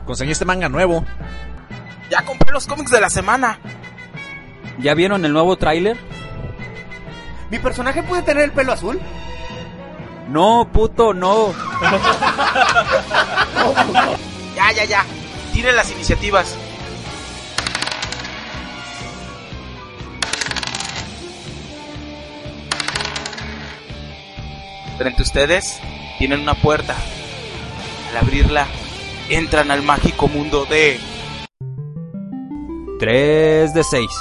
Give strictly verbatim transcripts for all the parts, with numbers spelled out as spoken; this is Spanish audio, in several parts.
Conseguí este manga nuevo. Ya compré los cómics de la semana. ¿Ya vieron el nuevo tráiler? ¿Mi personaje puede tener el pelo azul? No, puto, no. Ya, ya, ya. Tiren las iniciativas. Frente a ustedes tienen una puerta. Al abrirla, entran al mágico mundo de... tres de seis.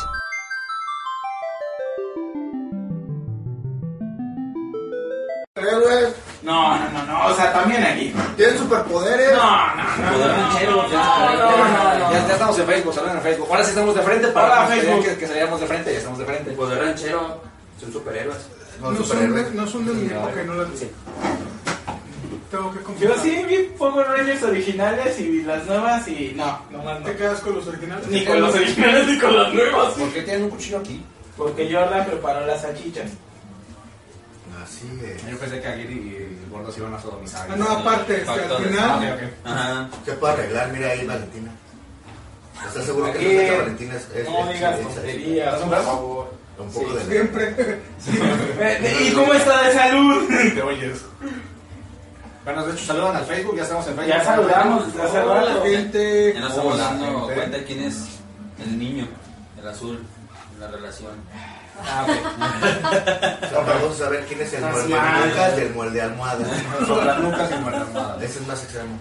No, no, no, no, o sea, también aquí. ¿Tienen superpoderes? No, no, no. Poder ranchero, no, ya, no, no, no. ya, ya estamos en Facebook, saludan en Facebook. Ahora sí estamos de frente para Hola, los que Facebook. querían que, que saliéramos de frente, ya estamos de frente. Poder ranchero, son superhéroes. No, No superhéroes. son, no son de mi Sí, época, no las sí. tengo que confirmar. Yo sí vi Power Rangers originales y vi las nuevas y no, no más no. ¿Te quedas con los originales? Ni con los originales ni con las nuevas. ¿Por qué tienen un cuchillo aquí? Porque Jordan preparó las salchichas. Así es. Yo pensé que Aguirre y el gordo se iban a sodomizar. Ah, no, aparte, este, al Factores. final, Ok, ok. Ajá. ¿Qué puedo arreglar? Mira ahí, Valentina. ¿Estás seguro que Aquí, no es que Valentina es, es, no es- digas es- tonterías, ¿Estás un por brazo? favor. un poco de siempre. Eh, ¿Y cómo está de salud? Te oyes. Bueno, de hecho, saludan al Facebook, ya estamos en Facebook. Ya saludamos, hace rato. Gente, Ya nos estamos Hola, dando gente. cuenta de quién es el niño, el azul, en la relación. Ah, ok. Ahora vamos a saber quién es el Las muerde mangas. almohadas y el muerde almohada. Sobre las nucas y muertas armadas. Ese es más extremo.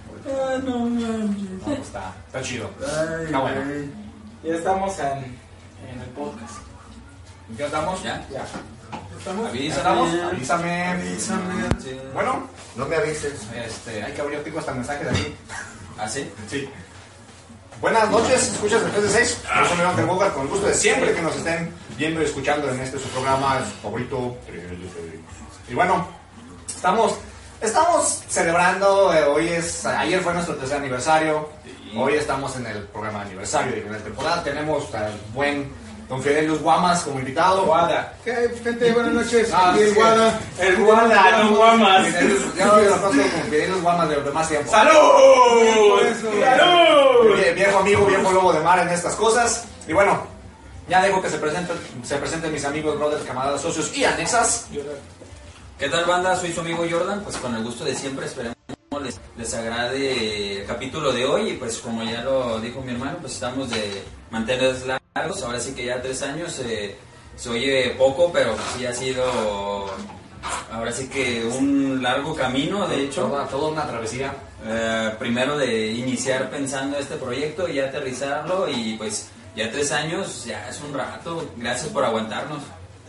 No, pues está, está chido. Está bueno. Ya estamos en, en el podcast. ¿Ya estamos? ¿Ya? Ya. estamos. ¿Ya Avísame. estamos? Avísame. Avísame. Sí. Bueno, No me avises. este, hay que abrir tengo hasta el mensaje de aquí. ¿Ah, sí? Sí. Buenas noches, escuchas de tres de seis. Yo soy León Bogar, con el gusto de siempre que nos estén viendo y escuchando en este su programa favorito. tres de seis. Y bueno, estamos, estamos celebrando. eh, hoy es, ayer fue nuestro tercer aniversario. Sí. Hoy estamos en el programa de aniversario de la temporada. Tenemos al buen Don Fidelius Guamas como invitado. Guada. ¿Qué hay, gente? Buenas noches. Ah, Aquí el sí. Guada. El Guada, no Guamas. Fidelius- Ya lo conozco como Fidelius Guamas de, de más tiempo. ¡Salud! Eso. ¡Salud! Vie- Viejo amigo, viejo lobo de mar en estas cosas. Y bueno, ya dejo que se presenten, se presenten mis amigos, brothers, camaradas, socios y anexas. ¿Qué tal, banda? Soy su amigo Jordan, pues con el gusto de siempre, esperemos les, les agrade el capítulo de hoy. Y pues como ya lo dijo mi hermano, pues estamos de mantenerlos largos. Ahora sí que ya tres años eh, se oye poco, pero sí ha sido ahora sí que un largo camino, de hecho. Toda, toda una travesía. Eh, primero de iniciar pensando este proyecto y ya aterrizarlo, y pues ya tres años, ya es un rato. Gracias por aguantarnos.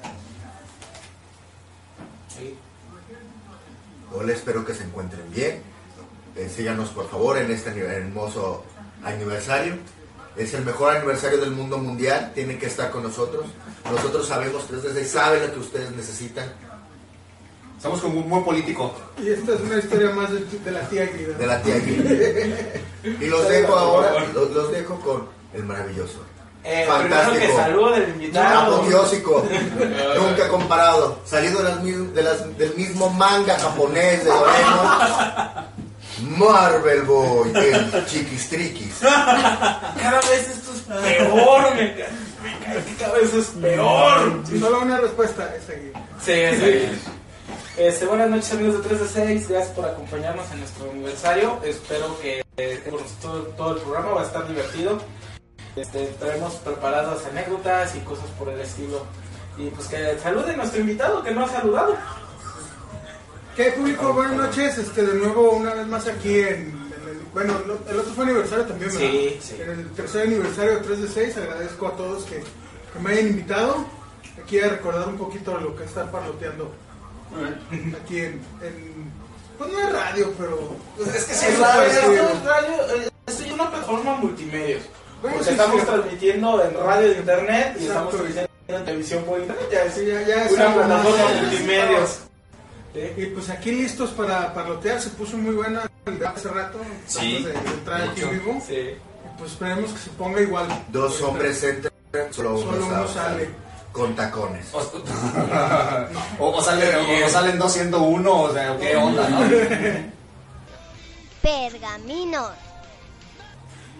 Hola, espero que se encuentren bien. Eh, síganos por favor en este ani- hermoso aniversario. Es el mejor aniversario del mundo mundial. Tienen que estar con nosotros. Nosotros sabemos, tres de seis saben lo que ustedes necesitan. Somos como un buen político. Y esta es una historia más de, de la tía Guida. De la tía aquí. Y los dejo ahora, los, los dejo con el maravilloso, Eh, primero que fantástico, saludo del invitado. apoteósico, nunca comparado, salido de las mi- de las- del mismo manga japonés de Doraemon, Marvel Boy, el chiquistriquis. Cada vez esto es peor, me, ca- me cae que cada vez es peor. Solo una respuesta es aquí. Sí, sí. Este, buenas noches amigos de tres de seis, gracias por acompañarnos en nuestro aniversario. Espero que eh, por todo, todo el programa va a estar divertido. Este, traemos preparadas anécdotas y cosas por el estilo. Y pues que salude a nuestro invitado que no ha saludado. ¿Qué público? Buenas noches. Este, de nuevo, una vez más aquí en, en el, bueno, lo- el otro fue aniversario también, ¿verdad? Sí, sí. En el tercer aniversario de tres de seis, agradezco a todos que, que me hayan invitado. Aquí a recordar un poquito de lo que está parloteando aquí en, en pues no es radio, pero Es que sí, sí, es radio, parecido. esto es radio, eh, esto es una plataforma multimedia. Bueno, Porque sí, estamos sí. transmitiendo en radio de internet y Exacto. estamos transmitiendo en televisión por internet. Ya es Sí, ya, ya es una algo más. plataforma multimedios. Y pues aquí listos para parlotear, se puso muy buena el de hace rato, Sí, antes de entrar aquí en vivo. Sí. Y pues esperemos que se ponga igual. Dos hombres entran, solo uno, Solo uno sale, sale. con tacones. O, o, o salen, o, o salen dos siendo uno, o sea, ¿qué onda, no? Pergaminos.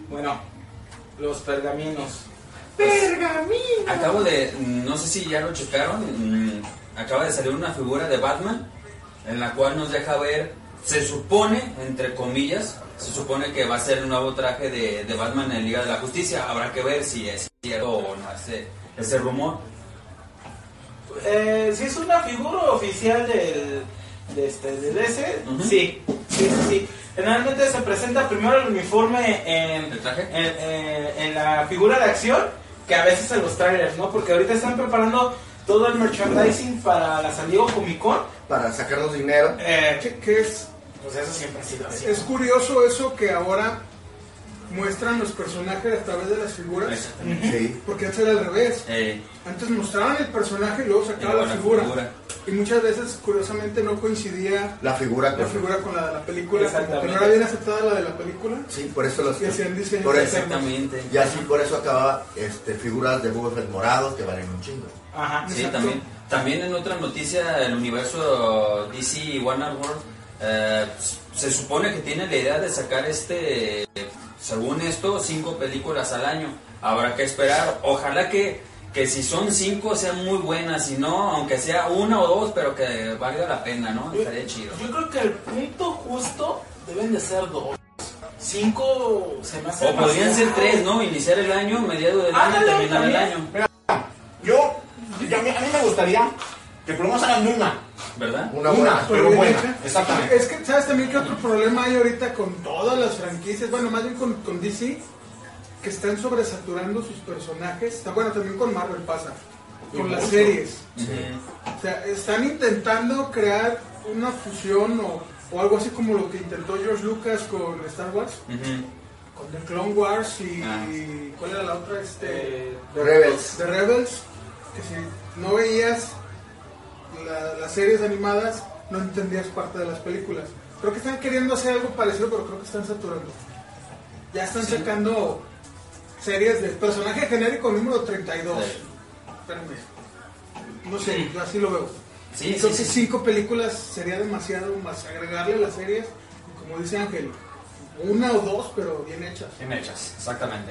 Bueno, los pergaminos. Pergamino. Acabo de, no sé si ya lo checaron, mmm, acaba de salir una figura de Batman en la cual nos deja ver, se supone, entre comillas, se supone que va a ser el nuevo traje de, de Batman en Liga de la Justicia. Habrá que ver si es cierto o no ese, ese rumor. Eh, si es una figura oficial del, de este, del D C, uh-huh. sí, sí, sí. Generalmente se presenta primero el uniforme en, ¿El traje? En, en, en la figura de acción, que a veces en los trailers, ¿no? Porque ahorita están preparando todo el merchandising para la San Diego Comic Con. Para sacarnos dinero. Eh, ¿Qué, qué es? Pues eso siempre ha sido así. Es curioso eso que ahora muestran los personajes a través de las figuras. Sí. Porque antes era al revés. Eh. Antes mostraban el personaje y luego sacaban la, la figura. figura. Y muchas veces, curiosamente, no coincidía la figura con la, figura con la de la película. Como que no era bien aceptada la de la película. Sí, por eso los y hacían diseños. Por exactamente. Y así por eso acababa este, figuras de Boba Fett morados que valen un chingo. Ajá. Sí, exacto. también. También en otra noticia, el universo D C y Warner World eh, se supone que tiene la idea de sacar este, según esto, cinco películas al año. Habrá que esperar. Ojalá que, que si son cinco sean muy buenas, si no, aunque sea una o dos, pero que valga la pena, ¿no? Yo, Estaría chido. Yo creo que el punto justo deben de ser dos. Cinco se me hace O podrían ser tres, ¿no? Iniciar el año, mediado del año, terminar el año. Mira, yo, yo a, mí, a mí me gustaría que por lo menos hagan una. ¿Verdad? Una buena, pero, pero buena. Hecha. Exactamente. Es que, ¿sabes también qué otro problema hay ahorita con todas las franquicias? Bueno, más bien con, con D C, que están sobresaturando sus personajes. Bueno, también con Marvel pasa. Con las series. Sí. O sea, están intentando crear una fusión o, o algo así como lo que intentó George Lucas con Star Wars. Uh-huh. Con The Clone Wars y... Ah. ¿Cuál era la otra? Este, eh, The Rebels. The Rebels. Que si no veías la, las series animadas, no entendías parte de las películas. Creo que están queriendo hacer algo parecido, pero creo que están saturando. Ya están sí. sacando series de personaje genérico número treinta y dos. Sí. Espérame. No sé, sí. yo así lo veo. Sí, creo sí, que sí. cinco películas sería demasiado, más agregarle las series, como dice Ángel, una o dos, pero bien hechas. Bien hechas, exactamente.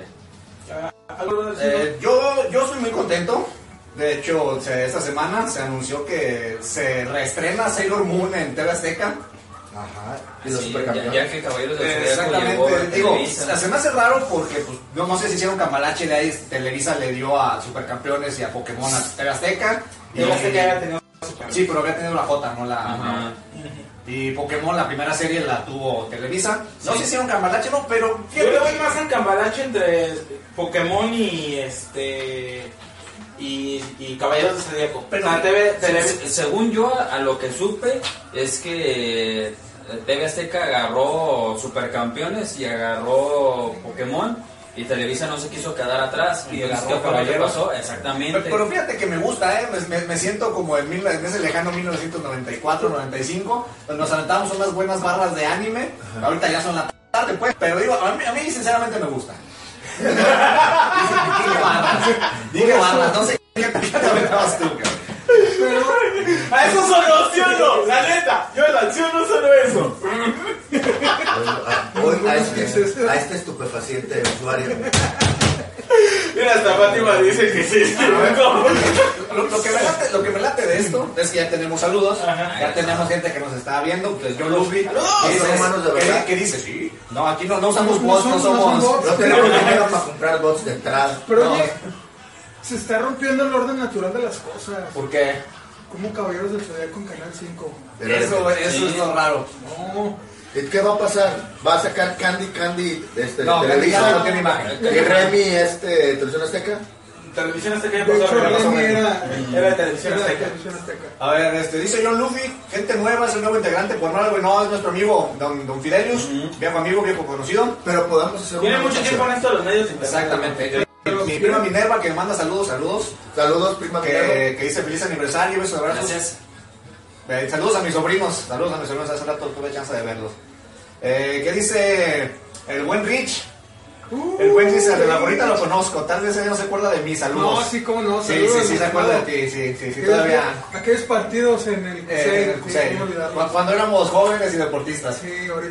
Uh, eh, yo, yo soy muy contento. De hecho, se, esta semana se anunció que se reestrena Sailor Moon en T V Azteca. Ajá. Y los sí, supercampeones. Ya, ya que Caballeros del eh, Zodiaco llegó a Digo, Televisa. se me hace raro porque pues, no, no sé si hicieron cambalache de ahí. Televisa le dio a Supercampeones y a Pokémon a T V Azteca. Y T V Azteca había tenido. Sí, pero había tenido la J, no la. Ajá. No. Y Pokémon, la primera serie la tuvo Televisa. No sí. sé si hicieron cambalache, no, pero. Yo le doy más en cambalache entre Pokémon y este. Y, y Caballeros del Zodiaco. Pero, o sea, T V, T V, según yo, a lo que supe, es que T V Azteca agarró Supercampeones y agarró Pokémon. Y Televisa no se quiso quedar atrás. Y entonces, ¿qué fue lo que pasó? Exactamente. Pero, pero fíjate que me gusta, ¿eh? Me, me siento como en, mil, en ese lejano mil novecientos noventa y cuatro, noventa y cinco, donde nos aventamos unas buenas barras de anime. Ajá. Ahorita ya son la tarde, pues. Pero digo, a mí, a mí sinceramente me gusta. Dije barras. Dije barras, no sé qué te aventabas tú, cabrón. Pero a eso sonó, ¿sí o no? La neta, yo la acción no solo eso. Hoy a, a, este, a este estupefaciente usuario. Mira, hasta Fátima dice que sí. sí lo, lo, que me late, lo que me late de esto es que ya tenemos saludos. Ajá. Ya tenemos gente que nos está viendo. Pues yo, Luffy, que dice, humanos de verdad. ¿Qué dice? Sí. No, aquí no, no usamos bots, no, no somos. No, no tenemos dinero para comprar bots de entrada. Pero no. oye, se está rompiendo el orden natural de las cosas. ¿Por qué? Como Caballeros del Zodiaco con Canal cinco. Pero eso eso sí. es lo raro. No. ¿Qué va a pasar? ¿Va a sacar Candy Candy este, no, Televisa? No tiene imagen. ¿Y Remy este, Televisión Azteca? Televisión Azteca ya de pasó. Hecho, Remy era, era de Televisión era Azteca. Televisión Azteca. A ver, este, dice John Luffy, gente nueva, es el nuevo integrante, por no algo, no, es nuestro amigo Don, don Fidelius, uh-huh. viejo amigo, viejo conocido. Pero podamos hacer Tiene mucho tiempo en esto de los medios. Exactamente. Mi prima Minerva que me manda saludos, saludos. Saludos, prima Minerva. Que, que dice feliz aniversario, besos, abrazos. Gracias. Eh, saludos a mis sobrinos, saludos a mis sobrinos, hace rato tuve chance de verlos. Eh, ¿Qué dice el buen Rich? Uh, el buen dice, de la bonita lo conozco, tal vez ella no se acuerda de mí, saludos. No, sí, cómo no, sí, saludos. Sí, sí, se acuerda de ti, sí, sí, sí, todavía. Aquellos partidos en el eh, C U S E, cuando, cuando éramos jóvenes y deportistas. Sí, ahorita.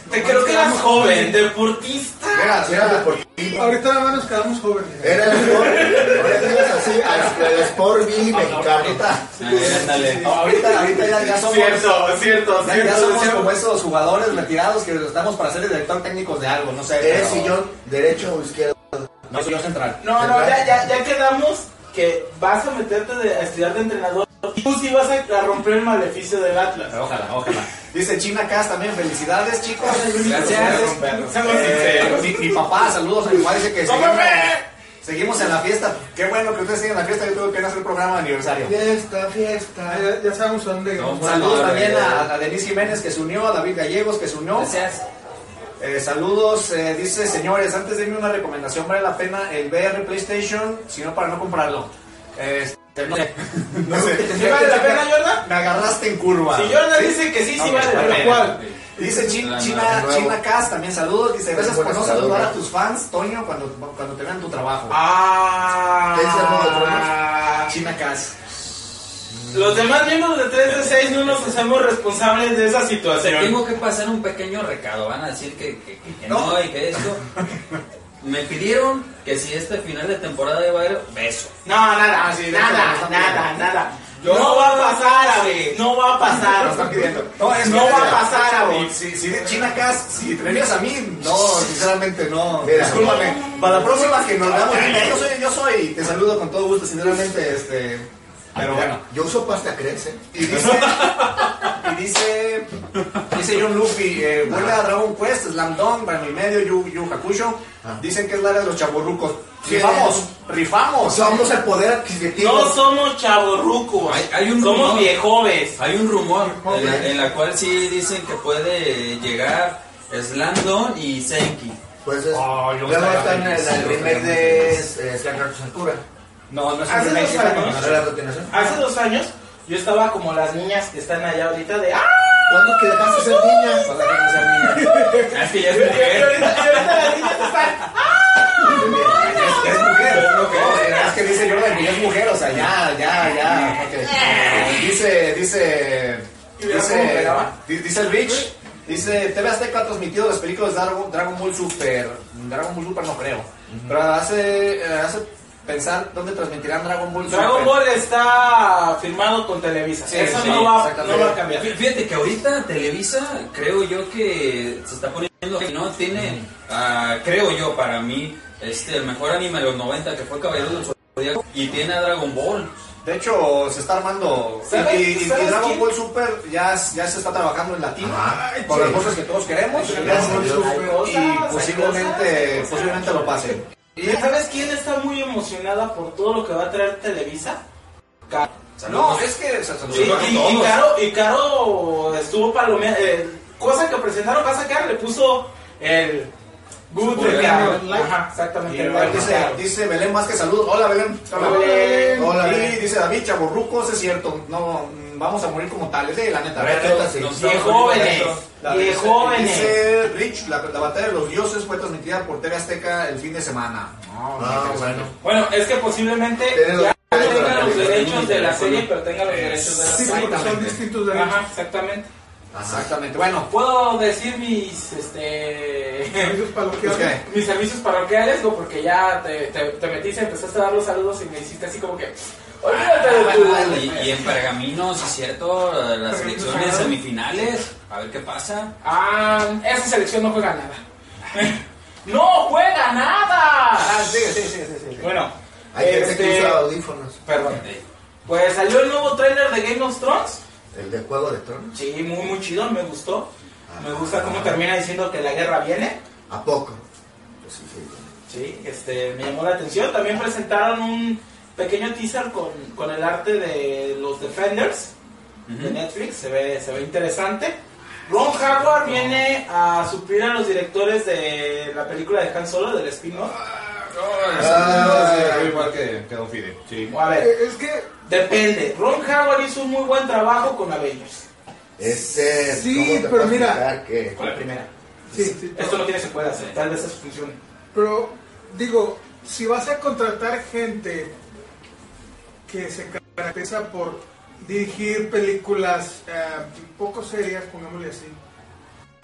Te creo que eras joven, deportista. Mira, Era mira, deportivo. Ahorita nada más nos quedamos jóvenes. Era el Sport. Ahora ibas así al al Sport Billy mexicano. ahorita, Ah, ándale. no, ahorita, ahorita ya, ya somos, Cierto, cierto, ya, ya cierto. somos cierto. como esos jugadores retirados que estamos para ser el director técnicos de algo, no sé. ¿Eres pero- sillón derecho o izquierdo? No, soy yo central. No, no, ya, ya, ya quedamos que vas a meterte de- a estudiar de entrenador. Y tú sí vas a, a romper el maleficio del Atlas. Ojalá, ojalá. Dice China Cas también, felicidades chicos. Gracias. Seamos Eh, sinceros. mi, mi papá, saludos a mi papá, dice que ¡No, seguimos, bebé! seguimos en la fiesta. Qué bueno que ustedes siguen en la fiesta, yo tuve que ir a hacer el programa de aniversario. Fiesta, Ah, fiesta. ya, ya sabemos a dónde No, vamos. Saludos Bueno, también eh, a, a Denise Jiménez que se unió, a David Gallegos que se unió. Gracias. Eh, saludos, eh, dice señores, antes de irme una recomendación, vale la pena el V R PlayStation, si no para no comprarlo. Este, no sé, no sé. ¿Sí vale la pena, Jordan? Me agarraste en curva. Si Jordan dice que sí, sí Ok, vale la pero pena. ¿cuál? Dice Chin- La China, nueva. China Cas, también saludos. Dice, gracias por Buenas no saludar a saludos. tus fans, Toño, cuando, cuando te vean tu trabajo. Ah. ¿Qué es el modo de China Cas. Los demás miembros de tres de seis no nos hacemos responsables de esa Te situación. tengo que pasar un pequeño recado. Van a decir que, que, que- que no y que esto. Me pidieron que si este final de temporada iba a haber beso. No, nada, Ah, sí, de hecho, nada, lo están nada, pidiendo. nada. Yo- No va a pasar, Abe. No va a Lo pasar. están pidiendo. No, es No que- va a pasar, chavo, amigo. Si, si China Cas, si te venías a mí, no, sinceramente no. Mira. Discúlpame. Para la próxima que nos veamos, dime, yo soy, yo soy, te saludo con todo gusto, sinceramente, este. Pero bueno. Yo uso pasta crece. Y dice, y dice, dice John Luffy, eh, vuelve a Dragon Quest, Slam Dunk, Ranma y medio, Yu, Yu Hakusho. Ah. Dicen que es la era de los chavorrucos. Sí. Rifamos, rifamos. Somos el poder adquisitivo. No somos chavorrucos. Hay- hay un Somos rumor. viejoves. Hay un rumor Ok. en, la, en la cual sí dicen que puede llegar Slandon y Senki. Pues es. Oh, yo luego estaría está en el, feliz. el remake de eh, Slam Sakura. No, no es Hace un remake, dos es una años. ¿No continuación. era la continuación? Hace dos años yo estaba como las niñas que están allá ahorita de ¡ah! ¿Cuándo que dejaste ser niña? Para que no sea niña. Es que ya Y ahorita, y ahorita las niñas están Es, es mujer. No, es que dice Jordan que ya es mujer, o sea, ya, ya, ya. ok. Dice, dice, ¿Y mira cómo dice, pegaba? di- dice el Rich, dice, T V Azteca ha transmitido las películas de Dragon, Dragon Ball Super. Dragon Ball Super no creo. Pero hace, eh, hace pensar dónde transmitirán Dragon Ball Super. Dragon Ball está firmado con Televisa. Sí, Eso sí, no, va, exactamente. no va a cambiar. Fí- Fíjate que ahorita Televisa, creo yo que se está poniendo, ¿no? Tiene, ah, creo yo, para mí, este, el mejor anime de los noventa que fue Caballero del Zodiaco y tiene a Dragon Ball. De hecho, se está armando. ¿Sabes- y, y- y sabes Dragon quién? Ball Super ya, ya se está trabajando en latino. Ay, Con sí. las cosas que todos queremos. Ay, y- gracias a Dios. Hay cosas, y hay posiblemente, cosas. posiblemente lo pasen. ¿Y sabes quién está muy emocionada por todo lo que va a traer Televisa? Caro. No, es que. o sea, saludos Sí, a y, y todos. Caro, y Caro estuvo palomeando. Eh, cosa que presentaron, va a sacar, le puso el. Good Super de Caro. Caro. Ajá, exactamente. Y el igual like de dice, Caro. dice Belén Vázquez, saludos. Hola Belén. Hola, Belén. Hola, Y Belén. dice David, chavorrucos, es cierto. No, mm, vamos a morir como tales. Sí, la neta. La neta, sí. Nos Y estamos jóvenes. poniendo La- Y dice- jóvenes. Dice Rich, la, la batalla de los dioses fue transmitida por T V Azteca el fin de semana. No, Ah, interesante. bueno. Bueno, es que posiblemente Tiene los ya no derechos de tenga la los película. derechos de la serie, pero tenga los Eh, derechos de la Sí, serie. porque son Exactamente. distintos derechos. Ajá, exactamente. Exactamente. Bueno, Puedo decir mis este Servicios pues parroquiales. qué. mis servicios parroquiales, o porque ya te, te, te metiste, empezaste a dar los saludos y me hiciste así como que olvídate de tu Y, y en Pergaminos, es cierto, las selecciones Ajá. semifinales, a ver qué pasa. Ah, esa selección no juega nada. ¡No juega nada! Ah, sí, sí, sí, sí, sí. Bueno, Hay gente que este, usa audífonos. perdón. Eh, Pues salió el nuevo tráiler de Game of Thrones. El de Juego de Tronos. Sí, muy muy chido, me gustó. Me gusta cómo termina diciendo que la guerra viene. ¿A poco? Pues sí, sí. Sí, este, me llamó la atención. También presentaron un pequeño teaser con, con el arte de los Defenders de Netflix. Se ve, se ve interesante. Ron Howard viene a suplir a los directores de la película de Han Solo, del spin-off. Ah, sí, igual que, que Don Fide. Sí. A ver, Eh, Es que depende. Ron Howard hizo un muy buen trabajo con Avengers. Este, Sí, ¿cómo te pero puedo mira. explicar que Con la primera. sí, sí, Esto no tiene se puede hacer. Tal vez eso funcione. pero digo, si vas a contratar gente que se caracteriza por dirigir películas eh, poco serias, pongámosle así,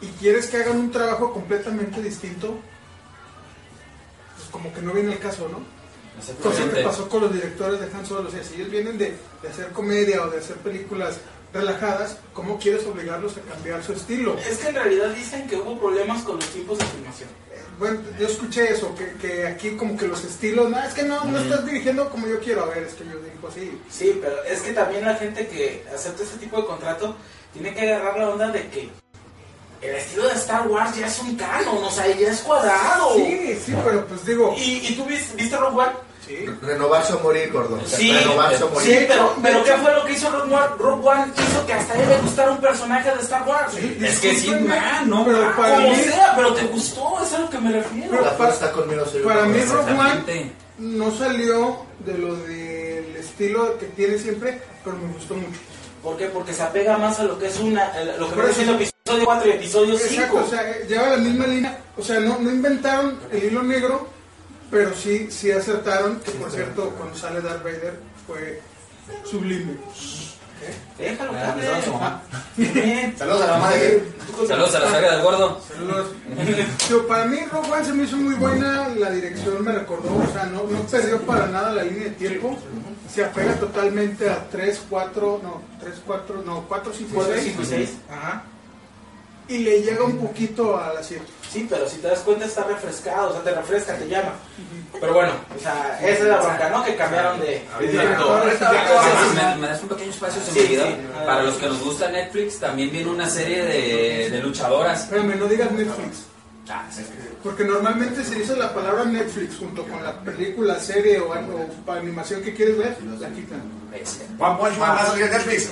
y quieres que hagan un trabajo completamente distinto, pues como que no viene el caso, ¿no? Cosa que pasó con los directores de Han Solo. O sea, si ellos vienen de, de hacer comedia o de hacer películas relajadas, ¿cómo quieres obligarlos a cambiar su estilo? Es que en realidad dicen que hubo problemas con los tiempos de filmación. Bueno, yo escuché eso, que, que aquí como que los estilos, no, es que no, no estás dirigiendo como yo quiero. A ver, es que yo digo así. Sí, pero es que también la gente que acepta ese tipo de contrato tiene que agarrar la onda de que el estilo de Star Wars ya es un canon, o sea, ya es cuadrado. Sí, sí, pero pues digo... ¿Y, y tú viste, viste Rogue One? Sí. Renovarse o morir, Gordon. Sí, Renovarse o morir. sí, pero, pero ¿qué fue lo que hizo Rogue One? Rogue One hizo que hasta a él le gustara un personaje de Star Wars. Sí, Es que sí, discúlpenme, man, no, pero man. para Como mí, sea, pero te gustó, es a lo que me refiero. Pero La para- fuerza está conmigo. Soy para un mí hombre. Rogue One Exactamente. no salió de lo del estilo que tiene siempre, pero me gustó mucho. ¿Por qué? Porque se apega más a lo que es una, el- lo que Por viene eso- siendo episodio cuatro y episodio Exacto, cinco. o sea, eh, lleva la misma línea, o sea, no, no inventaron el hilo negro, pero sí, sí acertaron, que por cierto, cuando sale Darth Vader fue sublime. Déjalo, Ah, hable. me saluda su mamá. Bien. Saludos a la mamá de Saludos a la saga del gordo. Saludos. Yo, para mí Rogue One se me hizo muy buena, la dirección me recordó, o sea, no, no perdió para nada la línea de tiempo, se apega totalmente a tres, cuatro, no, tres, cuatro, no, cuatro, cinco, cuatro, seis, cinco y seis. Ajá. y le llega un poquito a la siete. Sí, pero si te das cuenta está refrescado, o sea, te refresca, te llama. Pero bueno, o sea, esa es la bronca, ¿no? Que cambiaron de de director. Ahorita- ¿Me, me das un pequeño espacio? Se me Sí, olvidó. sí. Para los que nos gusta Netflix, también viene una serie de, de luchadoras. Espérame, no digas Netflix. Ah, sí. Porque normalmente si dices la palabra Netflix junto con la película, serie o algo o animación que quieres ver, la quitan. One Punch Man va a salir en Netflix.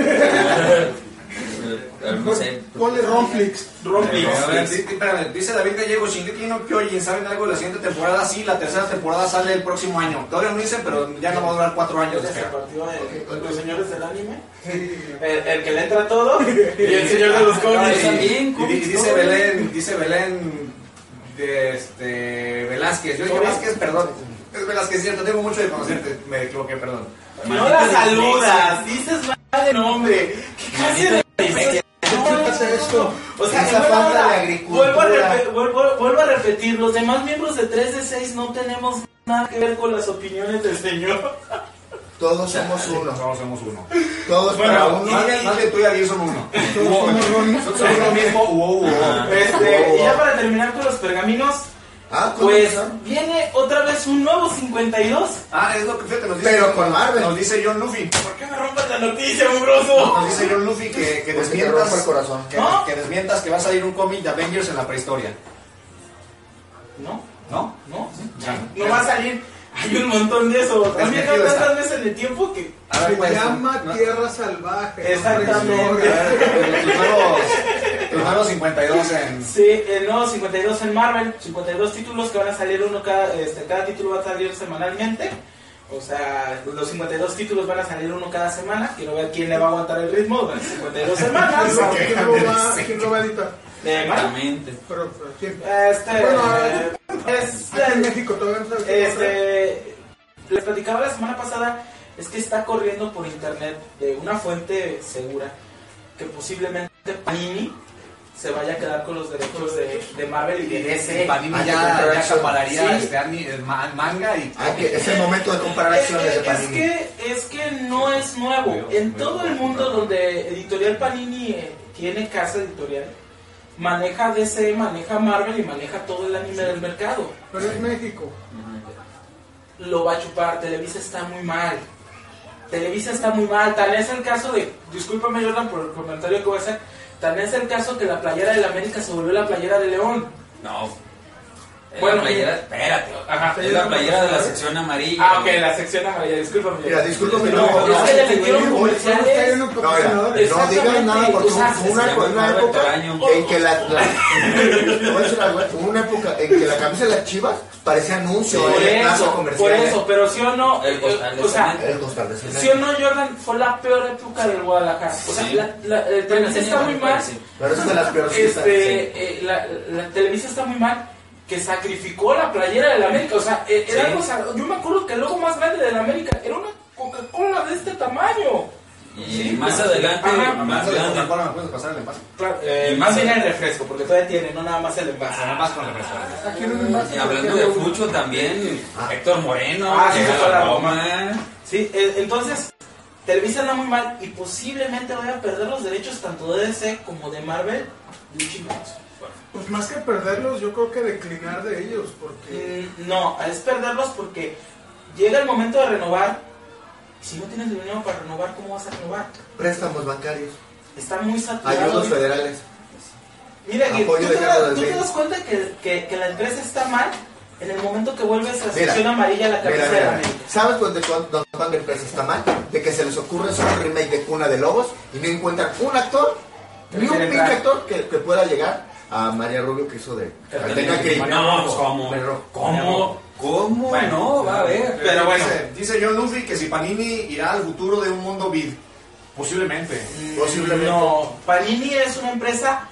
Eh, no sé. Ponle Ronflix. Rompix. A ver, di- di- espérame, dice David Gallego, Shingeki no Kyojin, ¿saben algo de la siguiente temporada? Sí, la tercera temporada sale el próximo año. Todavía no dicen, pero ya no va a durar cuatro años de Se espera. partió el- los señores del anime. Sí. El, el que le entra todo y el señor de los Ah, cómics. también, Y, di- y cómics, dice todo. Belén, dice Belén de este, Velázquez. Yo dije ¿Cómo? Vázquez, perdón. Es Velázquez, cierto, tengo mucho de conocerte. Me equivoqué, perdón. No la saludas, dices mal de nombre. ¿Qué clase de Maldita ¿Qué pasa esto? O sea, Esa vuelvo falta a- de agricultura. Vuelvo a, repe- vuelvo- vuelvo a repetir, los demás miembros de tres de seis no tenemos nada que ver con las opiniones del señor. Todos somos uno. Todos somos uno. Todos Bueno, para Más uno. bien, más bien tú y Aguirre son uno. Todos somos Ronnie. Nosotros somos lo mismo, uo, uo. Este, y ya para terminar con los pergaminos, Ah, ¿cómo pues empezaron? viene otra vez un nuevo cincuenta y dos. Ah, es lo que fíjate, nos dice. Pero con Marvel. Nos dice John Luffy. ¿Por qué me rompes la noticia, mugroso? Nos dice John Luffy que, que Pues que te rompa el desmientas. corazón. Que, ¿No? que desmientas que va a salir un cómic de Avengers en la prehistoria. No, ¿No? no, Ya. no va a salir. Hay un montón de eso. Han viajado Desmentido está. tantas veces en el tiempo que. A ver, Se pues. llama no- Tierra Salvaje. Exactamente. no A ver, tus nuevos, tus nuevos cincuenta y dos en. Sí, el nuevo cincuenta y dos en Marvel, cincuenta y dos títulos que van a salir uno cada, este, cada título va a salir semanalmente. O sea, los cincuenta y dos títulos van a salir uno cada semana. Quiero ver quién le va a aguantar el ritmo durante cincuenta y dos semanas. ¿Quién lo va- ¿Quién lo va a editar? De Marvel. Exactamente. Pero, pero ¿quién? Este, Bueno, eh, este, Aquí en México todavía no sabe quién va a hacer. este, les platicaba la semana pasada, es que está corriendo por internet de una fuente segura que posiblemente Panini se vaya a quedar con los derechos de, de Marvel y de D C. Panini Hay que ya, comprar ya acción. acapararía Sí. este ani- el ma- manga y. Hay que- es el momento de comparar Es acciones de que, es, Panini. que, es que no es nuevo. En todo el mundo donde Editorial Panini eh, tiene casa editorial, maneja D C, maneja Marvel y maneja todo el anime del mercado. Pero es México. Lo va a chupar. Televisa está muy mal. Televisa está muy mal. Tan es el caso de, discúlpame Jordan por el comentario que voy a hacer, tan es el caso que la playera del América se volvió la playera de León. No. Es Bueno, la playera, espérate. Ajá. Es la playera de la sección amarilla. Ah, ok, la sección amarilla, discúlpame. Mira, discúlpame, No, no, es no, que le sí, metieron güey, comerciales. Solo está lleno de No, mira, patrocinadores. no digas nada porque O sea, hubo una, se llama una Roberto época Araño. en que la, la te voy a decir algo, hubo una época en que la camisa de las Chivas parecía anuncio, Por era plaza eso, comercial. por eso, pero sí o no, El eh, costal de o sea, cemento. El costal de cemento. sí o no, Jordan, fue la peor época del Guadalajara. O sea, Sí. la, la, el Televisa está muy mal, Pero esa es de las peores que están, sí. este, eh, la, la Televisa está muy mal, que sacrificó la playera del América. O sea, eh, era Sí. algo, o sea, yo me acuerdo que el logo más grande del América era una Coca-Cola de este tamaño. Y Sí, más pues, adelante, ajá, más Más de la grande. Coca-Cola, ¿me puedes pasar el envase? Claro, eh, Y más más bien el- el refresco, porque todavía tiene, no nada más el envase. Ah, más con el refresco. Aquí en un envase. Y hablando de Fucho también, Ah. Héctor Moreno, Ah, que sí, era fue la la Roma. Roma. Sí, eh, entonces, Televisa anda muy mal y posiblemente vaya a perder los derechos tanto de D C como de Marvel de un chingazo. Pues más que perderlos, yo creo que declinar de ellos, porque Mm, No, es perderlos porque llega el momento de renovar. Y si no tienes dinero para renovar, ¿cómo vas a renovar? Préstamos bancarios, Está muy saturado. ayudos federales. Mira, Gui, tú, apoyo te de das, Carlos tú te Slim. das cuenta que, que, que la empresa está mal en el momento que vuelves a la Mira, sección amarilla a la Mira, cabeza de la mira, América. ¿sabes dónde, cuando cuando la empresa está mal? De que se les ocurre hacer un remake de Cuna de Lobos y no encuentran un actor, ni un quiere pinche entrar. actor que, que pueda llegar a María Rubio que hizo de Catalina Catalina Krieg. No, pues, ¿cómo? Pero- ¿Cómo? ¿Cómo? Bueno, no, va a haber. Pero bueno. Dice, dice John Luffy que si Panini irá al futuro de un mundo vid. Posiblemente. Posiblemente. No, Panini es una empresa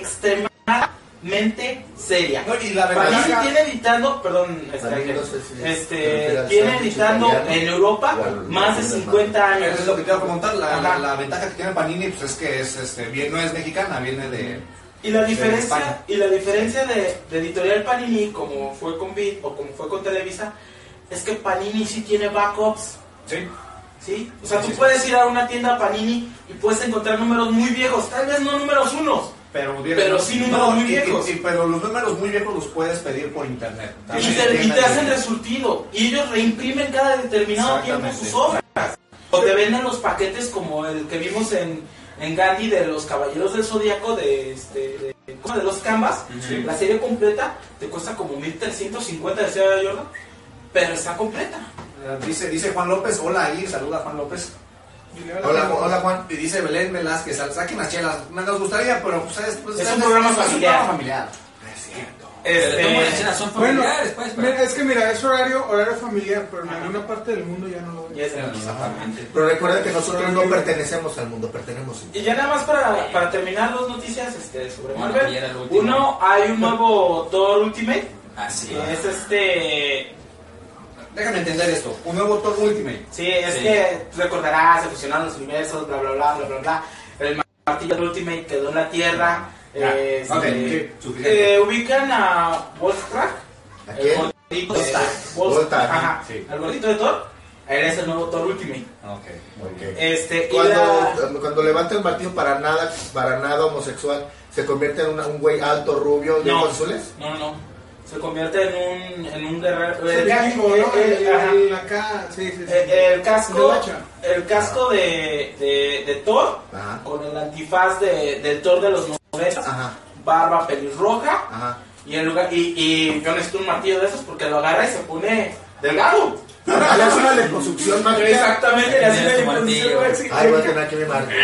extremadamente seria. No, y la Panini ventaja- tiene editando, perdón, este, Panini, Ángel, no sé si se este, refiere al tiene sándwich editando italiano en Europa o al- más de al- cincuenta años. Eso es lo que te iba a comentar. La, Ajá. la, la ventaja que tiene Panini pues, es que es, este, bien, no es mexicana, viene de. Y la de diferencia, España. y la diferencia de, de Editorial Panini, como fue con Vid o como fue con Televisa, es que Panini sí tiene backups, Sí. ¿sí? O sea, Sí, tú sí. puedes ir a una tienda Panini y puedes encontrar números muy viejos, tal vez no números unos, Pero, Pero sí números muy y- viejos. y- y- pero los números muy viejos los puedes pedir por internet. y También te, y tienen- te hacen resurtido, y ellos reimprimen cada determinado tiempo Exactamente. sus obras. O te venden los paquetes como el que vimos en, en Gandhi de los Caballeros del Zodíaco, de, este, de, ¿cómo? De los Canvas. Sí. La serie completa te cuesta como mil trescientos cincuenta, decía Jordan, pero está completa. Eh, Dice, dice Juan López, hola ahí, saluda a Juan López. Hola, hola Juan. Y dice Belén Velázquez, saquen las chelas. Me nos gustaría, pero pues, es, pues, Es un programa es un familiar. programa familiar. Es cierto. Pero Este, como las cenas son bueno, familiares, pues. pero- mira, es que mira, es horario, horario familiar, pero en alguna parte del mundo ya no lo ya es. es de noche. Exactamente. Pero recuerda que nosotros no pertenecemos al mundo, pertenecemos. Y ya nada más para, para terminar dos noticias este, sobre Bueno, Marvel. y era el último. Uno, hay un nuevo Thor Ultimate, Así que es. es este... Déjame entender esto. Un nuevo Thor Ultimate. Sí, es Sí. que tú recordarás, se fusionaron los universos, bla, bla, bla, bla, bla, bla. El martillo del Ultimate quedó en la Tierra. Ya. eh, Ok, este, sí, suficiente. eh, ubican a Wolfpack, ¿A el quién? gordito de Volstagg. Wolf- Volstagg, ajá, sí. al gordito de Thor. Él es el nuevo Thor Ultimate. Ok. Ok. Este, y Cuando, la- cuando levanta el martillo para nada, para nada homosexual, se convierte en una- un güey alto, rubio, de No. ojos azules. No, no, no. Se convierte en un, en un guerrero. El el- vikingo, ¿no? el- El, ajá. el acá, sí, sí, sí. El, el casco, De hacha. el casco de, de, de Thor, Ajá. con el antifaz de, del Thor de los noventa, Ajá. barba pelirroja, Ajá. y, en lugar, y, y yo necesito un martillo de esos porque lo agarra y se pone delgado. Le hace una liposucción mágica. Exactamente, le hace Tiene su una martillo. imposición, Ay, voy a tener aquí mi martillo.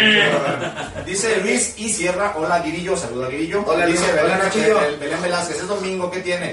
Dice Luis y Sierra, hola Guirillo, saluda Guirillo. Hola, Dice Luis. Belén, Hola, Nachillo. el- Belén Velázquez, es domingo, ¿qué tiene?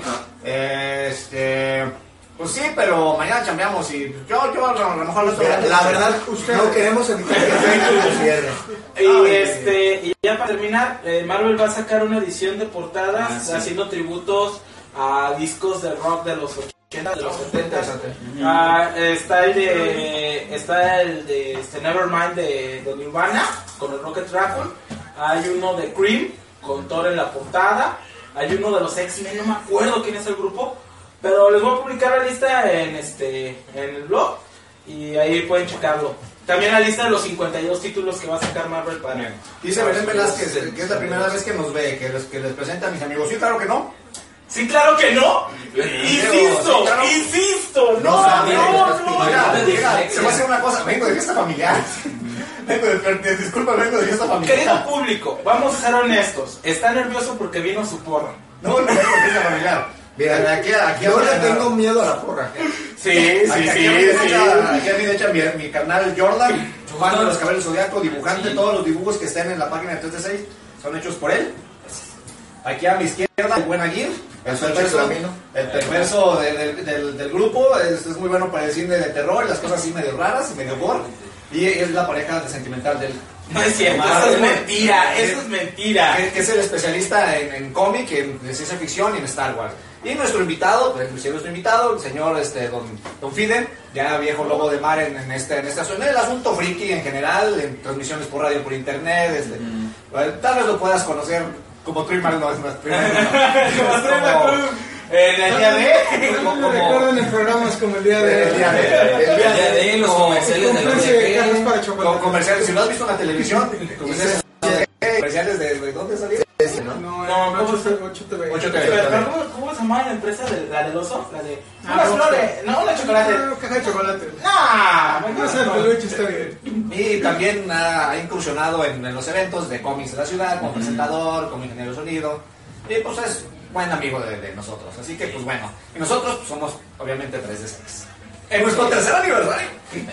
Este, pues sí, pero mañana chambeamos y yo, yo a lo mejor lo Mira, la verdad, no queremos evitar que Facebook nos cierre. Y, Ay. este, y ya para terminar, eh, Marvel va a sacar una edición de portadas Ah, sí. haciendo tributos a discos de rock de los ochenta, de los setenta. Ah, está el de está el de este Nevermind de, de Nirvana con el Rocket Raccoon. Hay uno de Cream con Thor en la portada. Hay uno de los X-Men, no me acuerdo quién es el grupo, pero les voy a publicar la lista en este en el blog y ahí pueden checarlo. También la lista de los cincuenta y dos títulos que va a sacar Marvel para... Dice Belén Velázquez, que es la primera vez que nos ve, que les, que les presenta a mis amigos. Sí, claro que no. Sí, claro que no. Insisto, Sí, claro. insisto. No, No no, sabe, no. estás no, picando. Mira, de mira, dislexia. se va a hacer una cosa, vengo de fiesta familiar. Vengo de, de- disculpa, vengo de fiesta familiar. Querido público, vamos a ser honestos. Está nervioso porque vino su porra. No, no vengo de fiesta familiar. Mira, aquí, aquí yo aquí- le tengo miedo a la porra. Sí, Aquí, aquí, a mí me echa- aquí a mí me echa mi, mi carnal Jordan, fan de los Caballeros Zodiaco, dibujante. Sí. Todos los dibujos que estén en la página de tres D seis son hechos por él. Aquí a mi izquierda, el buen Aguirre, el El Sánchez perverso, Lamino. el perverso de- de- del, del grupo. Es, es muy bueno para el cine de terror y las cosas así medio raras y medio gore. Y es la pareja de sentimental del. No es cierto, eso es mentira, eso es mentira. Que, que es el especialista en, en cómic, en, en ciencia ficción y en Star Wars. Y nuestro invitado, pues, nuestro invitado, el señor este, don, don Fide, ya viejo lobo de mar en, en, este, en esta zona, en el asunto friki en general, en transmisiones por radio, por internet, este, mm. bueno, tal vez lo puedas conocer como Trimar, no es más como en el día de como, como recuerdan en programas como el día de el día de el día de los comerciales de los con comerciales, si lo has visto en la televisión, comerciales, comerciales de, de ¿dónde salió? No, no, no, ocho T V. Pero ¿cómo, ¿cómo se llama la empresa de la del oso? La de ah, unas flores, no, una chocolate. No, caja de chocolate. No, no sé, el peluche está bien. Y también ha, ha incursionado en, en los eventos de cómics de la ciudad, como presentador, como ingeniero de sonido. Y pues es buen amigo de, de nosotros. Así que pues bueno, y nosotros pues, somos obviamente tres de seis. En nuestro tercer aniversario.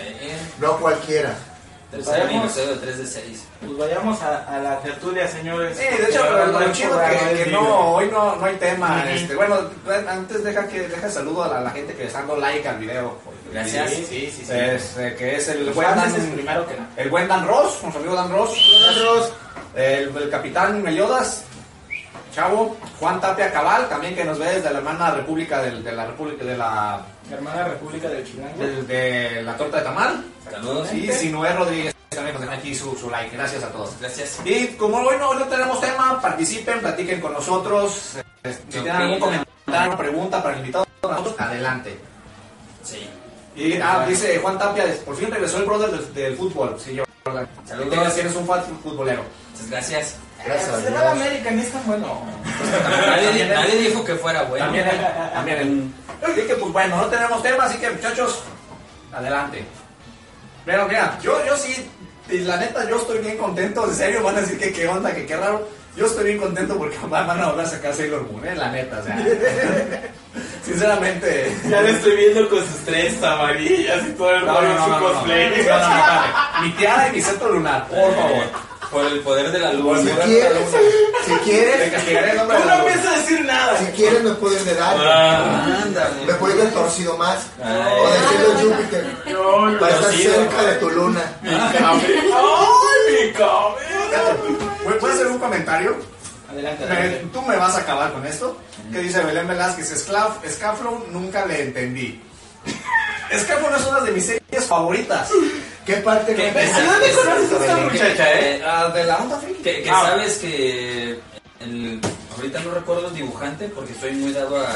No cualquiera. Tercer aniversario de tres de seis. Pues vayamos a, a la tertulia, señores. Sí, de hecho, lo, lo chido que, que no, hoy no, no hay tema. Uh-huh. este, bueno, antes deja que deja el saludo a la, a la gente que le está dando like al video. Gracias. Sí, sí, sí. sí. Es, eh, que es el Los buen Dan, es primero que nada. El buen Dan Ross, nuestro amigo Dan Ross. Dan Ross. El, el capitán Meliodas. Chavo, Juan Tapia Cabal, también que nos ve desde la hermana República del, de la República de la, la hermana República del Chilango, de, de la torta de tamal. Saludos. Y Sinué Rodríguez también nos deja aquí su, su like. Gracias a todos. Gracias. Y como hoy no, no tenemos tema, participen, platiquen con nosotros. Si tienen algún comentario, pregunta para el invitado, nosotros, adelante. Sí. Y ah, dice Juan Tapia, por fin regresó el brother del, del fútbol. Sí, yo. Saludos. Tienes un fan futbolero. Muchas gracias. Gracias a Dios. Será América, ni es tan bueno. Nadie, nadie dijo que fuera bueno. También él, también él. Así que pues bueno, no tenemos tema, así que muchachos, adelante. Pero mira, yo, yo sí, la neta, yo estoy bien contento, en serio, van a decir que qué onda, que qué raro. Yo estoy bien contento porque van a volver a sacar Sailor Moon, eh, la neta, o sea. Sinceramente. Ya lo estoy viendo con sus tres amarillas y todo el no, rollo no, en su no, cosplay. No, no, no, no, mi tiara y mi centro lunar, por favor. Por el poder de la luz. Si quieres, si quieres, te castigaré el nombre Tú de la no luz. empiezas a decir nada. si quieres me pueden de dar. Ah, ándale. Me pueden haber torcido más. Ay. O decirlo Júpiter. No, no, Para estar torcido. cerca de tu luna. ¡Ay, mi cabeza! ¿Puedo hacer un comentario? Adelante, Me- adelante. tú me vas a acabar con esto. Que dice Belén Velázquez, Sclaf- Scaflow nunca le entendí. Scaflow es una de mis series favoritas. ¿Qué parte ¿Qué? no te- ¿De dónde conoces a esta muchacha, eh? Ah, de la onda friki. Que, que Ah. sabes que el, ahorita no recuerdo el dibujante porque estoy muy dado a,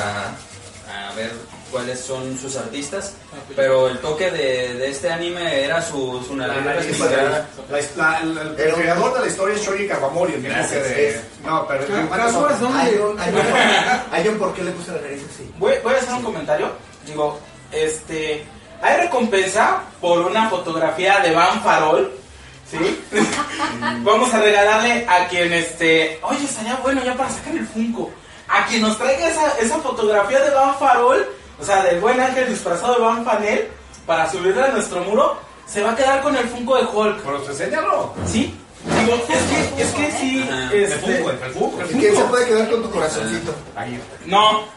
a ver cuáles son sus artistas, pero el toque de, de este anime era su, su La- narrativa la- especial. la- la- el, el- el creador de la historia es Shoji Kawamori, el mismo que de... No, pero el dibujante son- Caguas, ¿dónde? Hay un, hay un, hay un por qué le puse la nariz así. Voy, voy a hacer un comentario. Digo, este. Hay recompensa por una fotografía de Van Farol. ¿Sí? Vamos a regalarle a quien este. Oye, estaría bueno ya para sacar el Funko. A quien nos traiga esa, esa fotografía de Van Farol, o sea, del buen ángel disfrazado de Van Panel, para subirla a nuestro muro, se va a quedar con el Funko de Hulk. Pero pues, enséñalo. ¿Sí? Digo, es que, es que sí. Ajá. El Este, Funko, el Funko. el ¿Y quién se Funko. puede quedar con tu corazoncito? Ahí. No.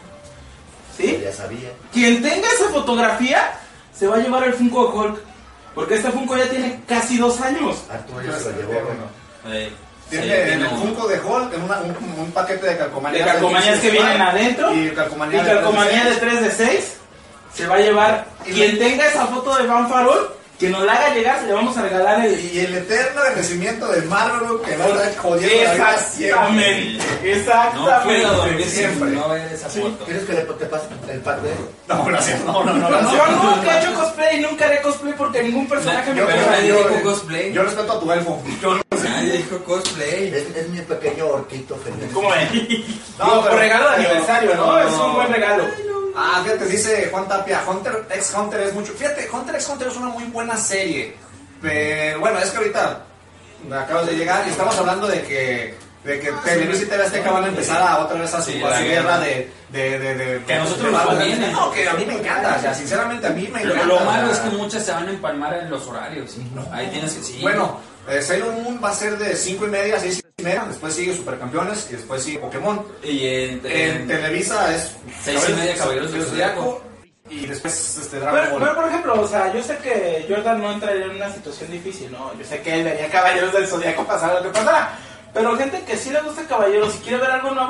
¿Sí? Ya sabía. Quien tenga esa fotografía se va a llevar el Funko de Hulk. Porque este Funko ya tiene casi dos años. Arturo ya se lo llevó, bueno. Eh, Tiene sí, en tiene el un- Funko de Hulk en una- un, un paquete de calcomanías. De calcomanías que vienen adentro. Y Y calcomanías de calcomanía de tres de seis se va a llevar. Y Quien le- tenga esa foto de Van Farol, que nos la haga llegar, se le vamos a regalar el. Y el eterno renacimiento de Marvel que va a estar jodiendo la vida siempre. Exactamente. Exactamente. No puedo dormir siempre. sin no ver esa foto. ¿Quieres que le, te pase el pack de él? No, gracias. No, no, no. Yo gracias. nunca he hecho cosplay y nunca haré cosplay porque ningún personaje me Yo, Pero yo- nadie yo- dijo cosplay. yo respeto a tu elfo. Yo no sé. Nadie dijo cosplay. Es, es mi pequeño orquito feliz. ¿Cómo es? No, No, pero- por regalo de pero- aniversario, ¿no? pero- Es un buen regalo. Ah, fíjate, dice Juan Tapia, Hunter x Hunter es mucho. Fíjate, Hunter x Hunter es una muy buena serie. Pero bueno, es que ahorita acabas de llegar y estamos hablando de que, de que Televisa y T V Azteca van a empezar a otra vez a su, Sí, a su la guerra guerra. de, de, de, de- Que a nosotros de- nos de- conviene. No, que a mí me encanta, o sea, sinceramente a mí me Lo, encanta. lo o malo sea, es que muchas se van a empalmar en los horarios. Ahí tienes que sí. Bueno, eh, Sailor Moon va a ser de cinco y media a seis y media, después sigue Supercampeones y después sigue Pokémon. Y en, En en- Televisa es Seis y media, Caballeros del Zodiaco. y después este, Dragon Pero, Ball. pero, por ejemplo, o sea, yo sé que Jordan no entraría en una situación difícil, ¿no? Yo sé que él vería Caballeros del Zodiaco pasar lo que pasara. Pero gente que sí le gusta Caballeros y quiere ver algo nuevo,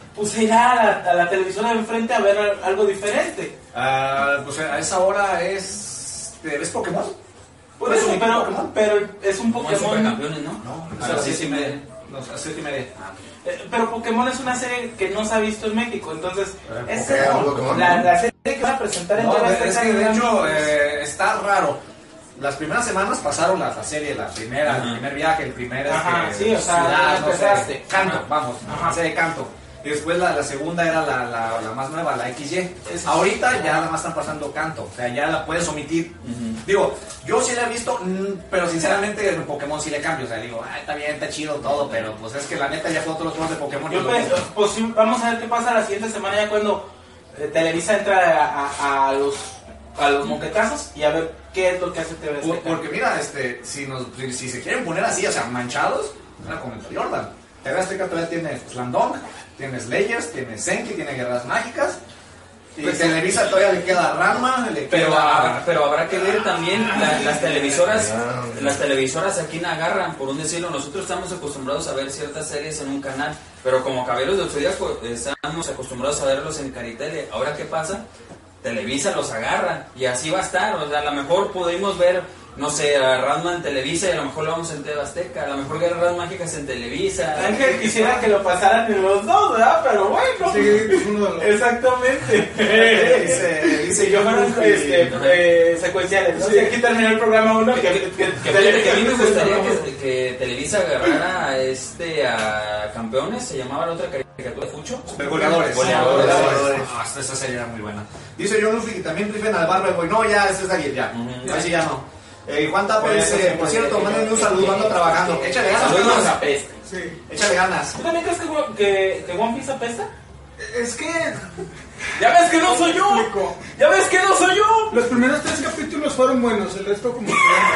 pues ir a la, a la televisora de enfrente a ver algo diferente. Uh, pues a esa hora es... ¿Ves Pokémon? Por eso, pero, Pokémon? pero es un Como Pokémon... supercampeones, ¿no? No, A a las las siete y media. No, a las siete y media. Ah, Eh, Pero Pokémon es una serie que no se ha visto en México, entonces Eh, es Pokémon, Pokémon. la, la serie que van a presentar en No, T V es Azteca que de en hecho Amigos. eh, está raro. Las primeras semanas pasaron la, la serie, la primera, Ajá. el primer viaje, el primer Ajá, este, sí, o sea, ciudad, no empezaste. sé, canto, Ajá. vamos, Ajá. la serie de canto. Y después la, la segunda era la, la, la más nueva, la equis ye. Es- Ahorita ya nada más están pasando canto, o sea, ya la puedes omitir. Ujú. Digo, yo sí la he visto, mm, pero sinceramente en Pokémon sí le cambio, o sea, digo, ay, está bien, está chido todo, pero pues es que la neta ya fue otros juegos de Pokémon. y Yo lo pienso, mismo. pues sí, vamos a ver qué pasa la siguiente semana ya cuando eh, Televisa entra a, a, a los a los moquetazos y a ver qué es lo que hace T V Por- Azteca. porque mira, este, si, nos, si, si se quieren poner así, o sea, manchados, era como el Jordan. T V Azteca todavía tiene Slam Dunk, tiene Slayers, tiene Senki, tiene Guerras Mágicas. Y Pues, Televisa todavía le queda Ranma, le Pero, queda... habrá, pero habrá que ver también la- las televisoras. Las televisoras aquí no agarran, por un decirlo. Nosotros estamos acostumbrados a ver ciertas series en un canal, pero como Caballeros del Zodíaco estamos acostumbrados a verlos en Caritele. Ahora, ¿qué pasa? Televisa los agarra y así va a estar. O sea, a lo mejor pudimos ver, no sé, a Ranma en Televisa y a lo mejor lo vamos en T V Azteca. A lo mejor Guerras Mágicas en Televisa. Ángel quisiera que lo pasaran en los dos, ¿verdad? Pero bueno. Sí, pues uno de los... Exactamente. dice, dice Si yo fueran Luffy, este, eh, secuenciales, ¿no? Sí. Si aquí terminó el programa uno, que, Que, que, que- que fíjate que a mí me gustaría que, que Televisa agarrara a este a Campeones, se llamaba la otra caricatura de Fucho. Goleadores. Goleadores. Goleadores. Ah, esa serie era muy buena. Dice John Luffy que también rifen al Barbie. No, ya, ese es de ayer, ya. Ujú. Así ya no. Eh, Juan Tapia Bueno, dice, sí, por pues, cierto, sí, mándenme un sí, saludo, sí, ando sí, trabajando. sí. Échale ganas, Saludos Juan. a Peste. Sí. Échale ganas. ¿Tú también crees que, que, que One Piece apesta? Es que... ¡Ya ves que no soy yo! Explico. ¡Ya ves que no soy yo! Los primeros tres capítulos fueron buenos, el resto como que...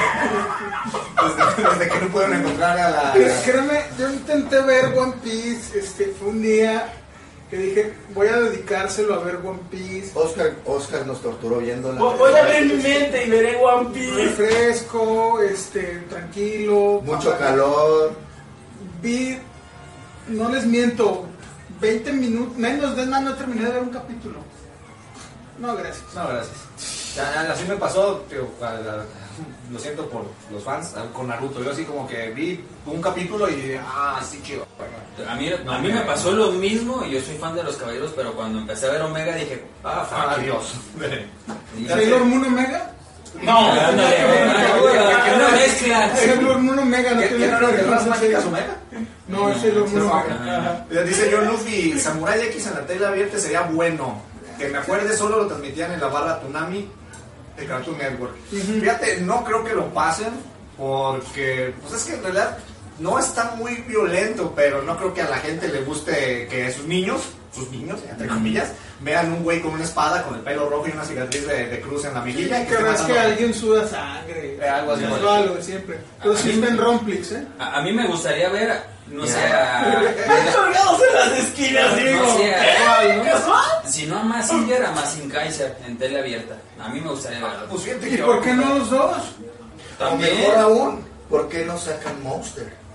Desde, desde que no pudieron encontrar a la... Pero créeme, yo intenté ver One Piece, este, fue un día que dije, voy a dedicárselo a ver One Piece. Oscar, Oscar nos torturó viéndola. Voy voy a abrir mi mente y veré One Piece. Refresco, este, tranquilo. Mucho papá. calor. Vi, no les miento, veinte minutos, menos de nada, no terminé de ver un capítulo. No, gracias. No, gracias. Ya, ya, así me pasó, tío, a- a- lo siento por los fans, a- con Naruto. Yo así como que vi un capítulo y dije, ah, sí, chido. A mí, a mí me pasó lo mismo y yo soy fan de los Caballeros, pero cuando empecé a ver Omega dije, ah, fuck. Adiós. Y- Sailor Moon Omega. No, Ándale, una- una mezcla. Sailor Moon Omega, no ¿Qué tiene no era de nada las que ver mágicas con Omega? No, es Sailor Moon Ajá. Omega. Ajá. Dice John Luffy, Samurai X en la tele abierta sería bueno. Que me acuerde, solo lo transmitían en la barra Toonami de Cartoon Network. Fíjate, no creo que lo pasen porque, pues es que en realidad no está muy violento, pero no creo que a la gente le guste que sus niños, sus niños, entre comillas, vean un güey con una espada, con el pelo rojo y una cicatriz de, de cruz en la mejilla. y Que esté ves que matando- alguien suda sangre. Eh, algo así. No, no, lo de siempre. Pero sí está en Romplix, ¿eh? A, a mí me gustaría ver, no sé, a, están colgados en las esquinas, digo. no sé, a- ¿Qué? ¿Casual? si no a Mazinger, a Mazin Kaiser en tele abierta. A mí me gustaría verlo. Pues fíjate ¿Y que- por qué no los dos? O También. mejor aún, ¿por qué no sacan Monster?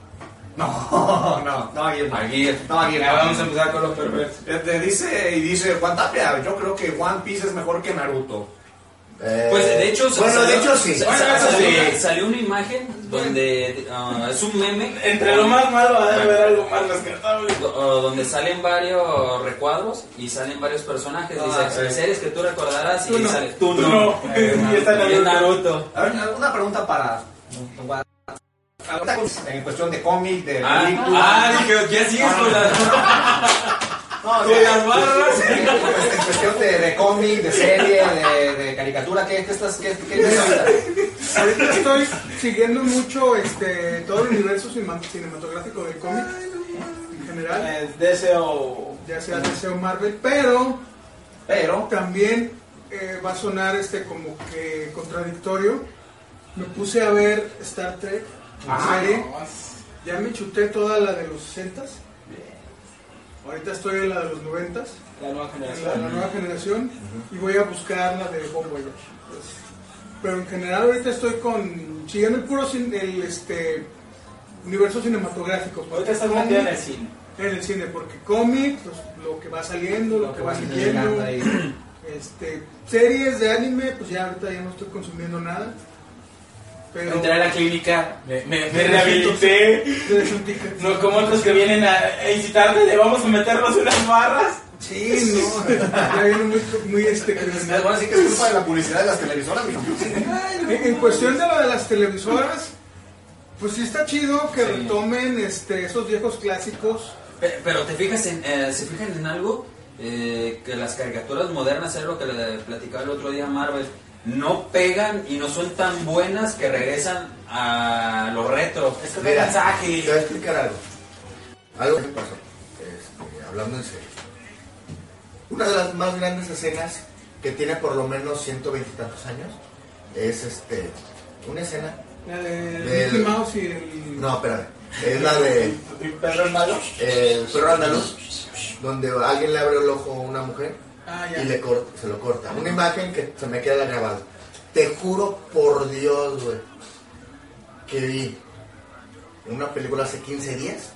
No, no, no, Aguirre, no. Aguirre. No, Aguirre, Ya no. vamos a empezar con los perversos. Eh, te dice, y dice Juan Tapia, yo creo que One Piece es mejor que Naruto. Eh, Pues de hecho, bueno, salió, de hecho sí. sa- Bueno, sa- eso salió, sí. salió una imagen donde ah, es un meme Entre lo más malo va a haber algo más rescatable. do- o donde salen varios recuadros y salen varios personajes. Ah, Dice, sí. series que tú recordarás y Tú no. sale tú Tú no. no. Eh, Y está y es Naruto. Naruto. A ver, una pregunta para... En cuestión de cómic, de Ah, película. ah, dije, ya sigues con la... No, o con sea, las barras. en, en cuestión de, de cómic, de serie, de, de caricatura, ¿qué, qué estás, qué, qué ves ahorita? Ahorita estoy siguiendo mucho este, todo el universo cinema- cinematográfico del cómic en general, Eh, Deseo. ya sea D C o Marvel, pero Pero, también eh, va a sonar este como que contradictorio. Me puse a ver Star Trek, la Ah, serie, ya me chuté toda la de los sesentas, ahorita estoy en la de los noventas, La nueva en la, la generación. nueva generación, y voy a buscar la de Bob Voyager. Pues, pero en general ahorita estoy con siguiendo el puro cin- el este universo cinematográfico. Ahorita estás Cómic, metido en el cine. en el cine, porque cómics, pues, lo que va saliendo, lo, lo que, que va siguiendo, este, series de anime, pues ya ahorita ya no estoy consumiendo nada. Pero entré a la clínica, me, me, me rehabilité. No como otros que vienen a, a incitarte, le vamos a meternos unas barras. Sí, no, ya viene muy, muy este. Bueno, así que es culpa de la publicidad de las televisoras, mijo. En, en cuestión de lo de las televisoras, pues sí está chido que sí. retomen este, esos viejos clásicos. Pero, pero te fijas en, eh, se fijan en algo, eh, que las caricaturas modernas, es lo que le platicaba el otro día a Marvel, no pegan y no son tan buenas que regresan a lo retro. Este es el mensaje. Te voy a explicar algo. Algo que pasó, este, hablando en serio. Una de las más grandes escenas que tiene por lo menos ciento veinte y tantos años es este una escena la de del... Mickey Mouse y el... No, espérame. Es la de ¿El perro andaluz? El perro andaluz, donde alguien le abre el ojo a una mujer ah, y le corta, se lo corta. Una imagen que se me queda grabada. Te juro por Dios, güey, que vi una película hace quince días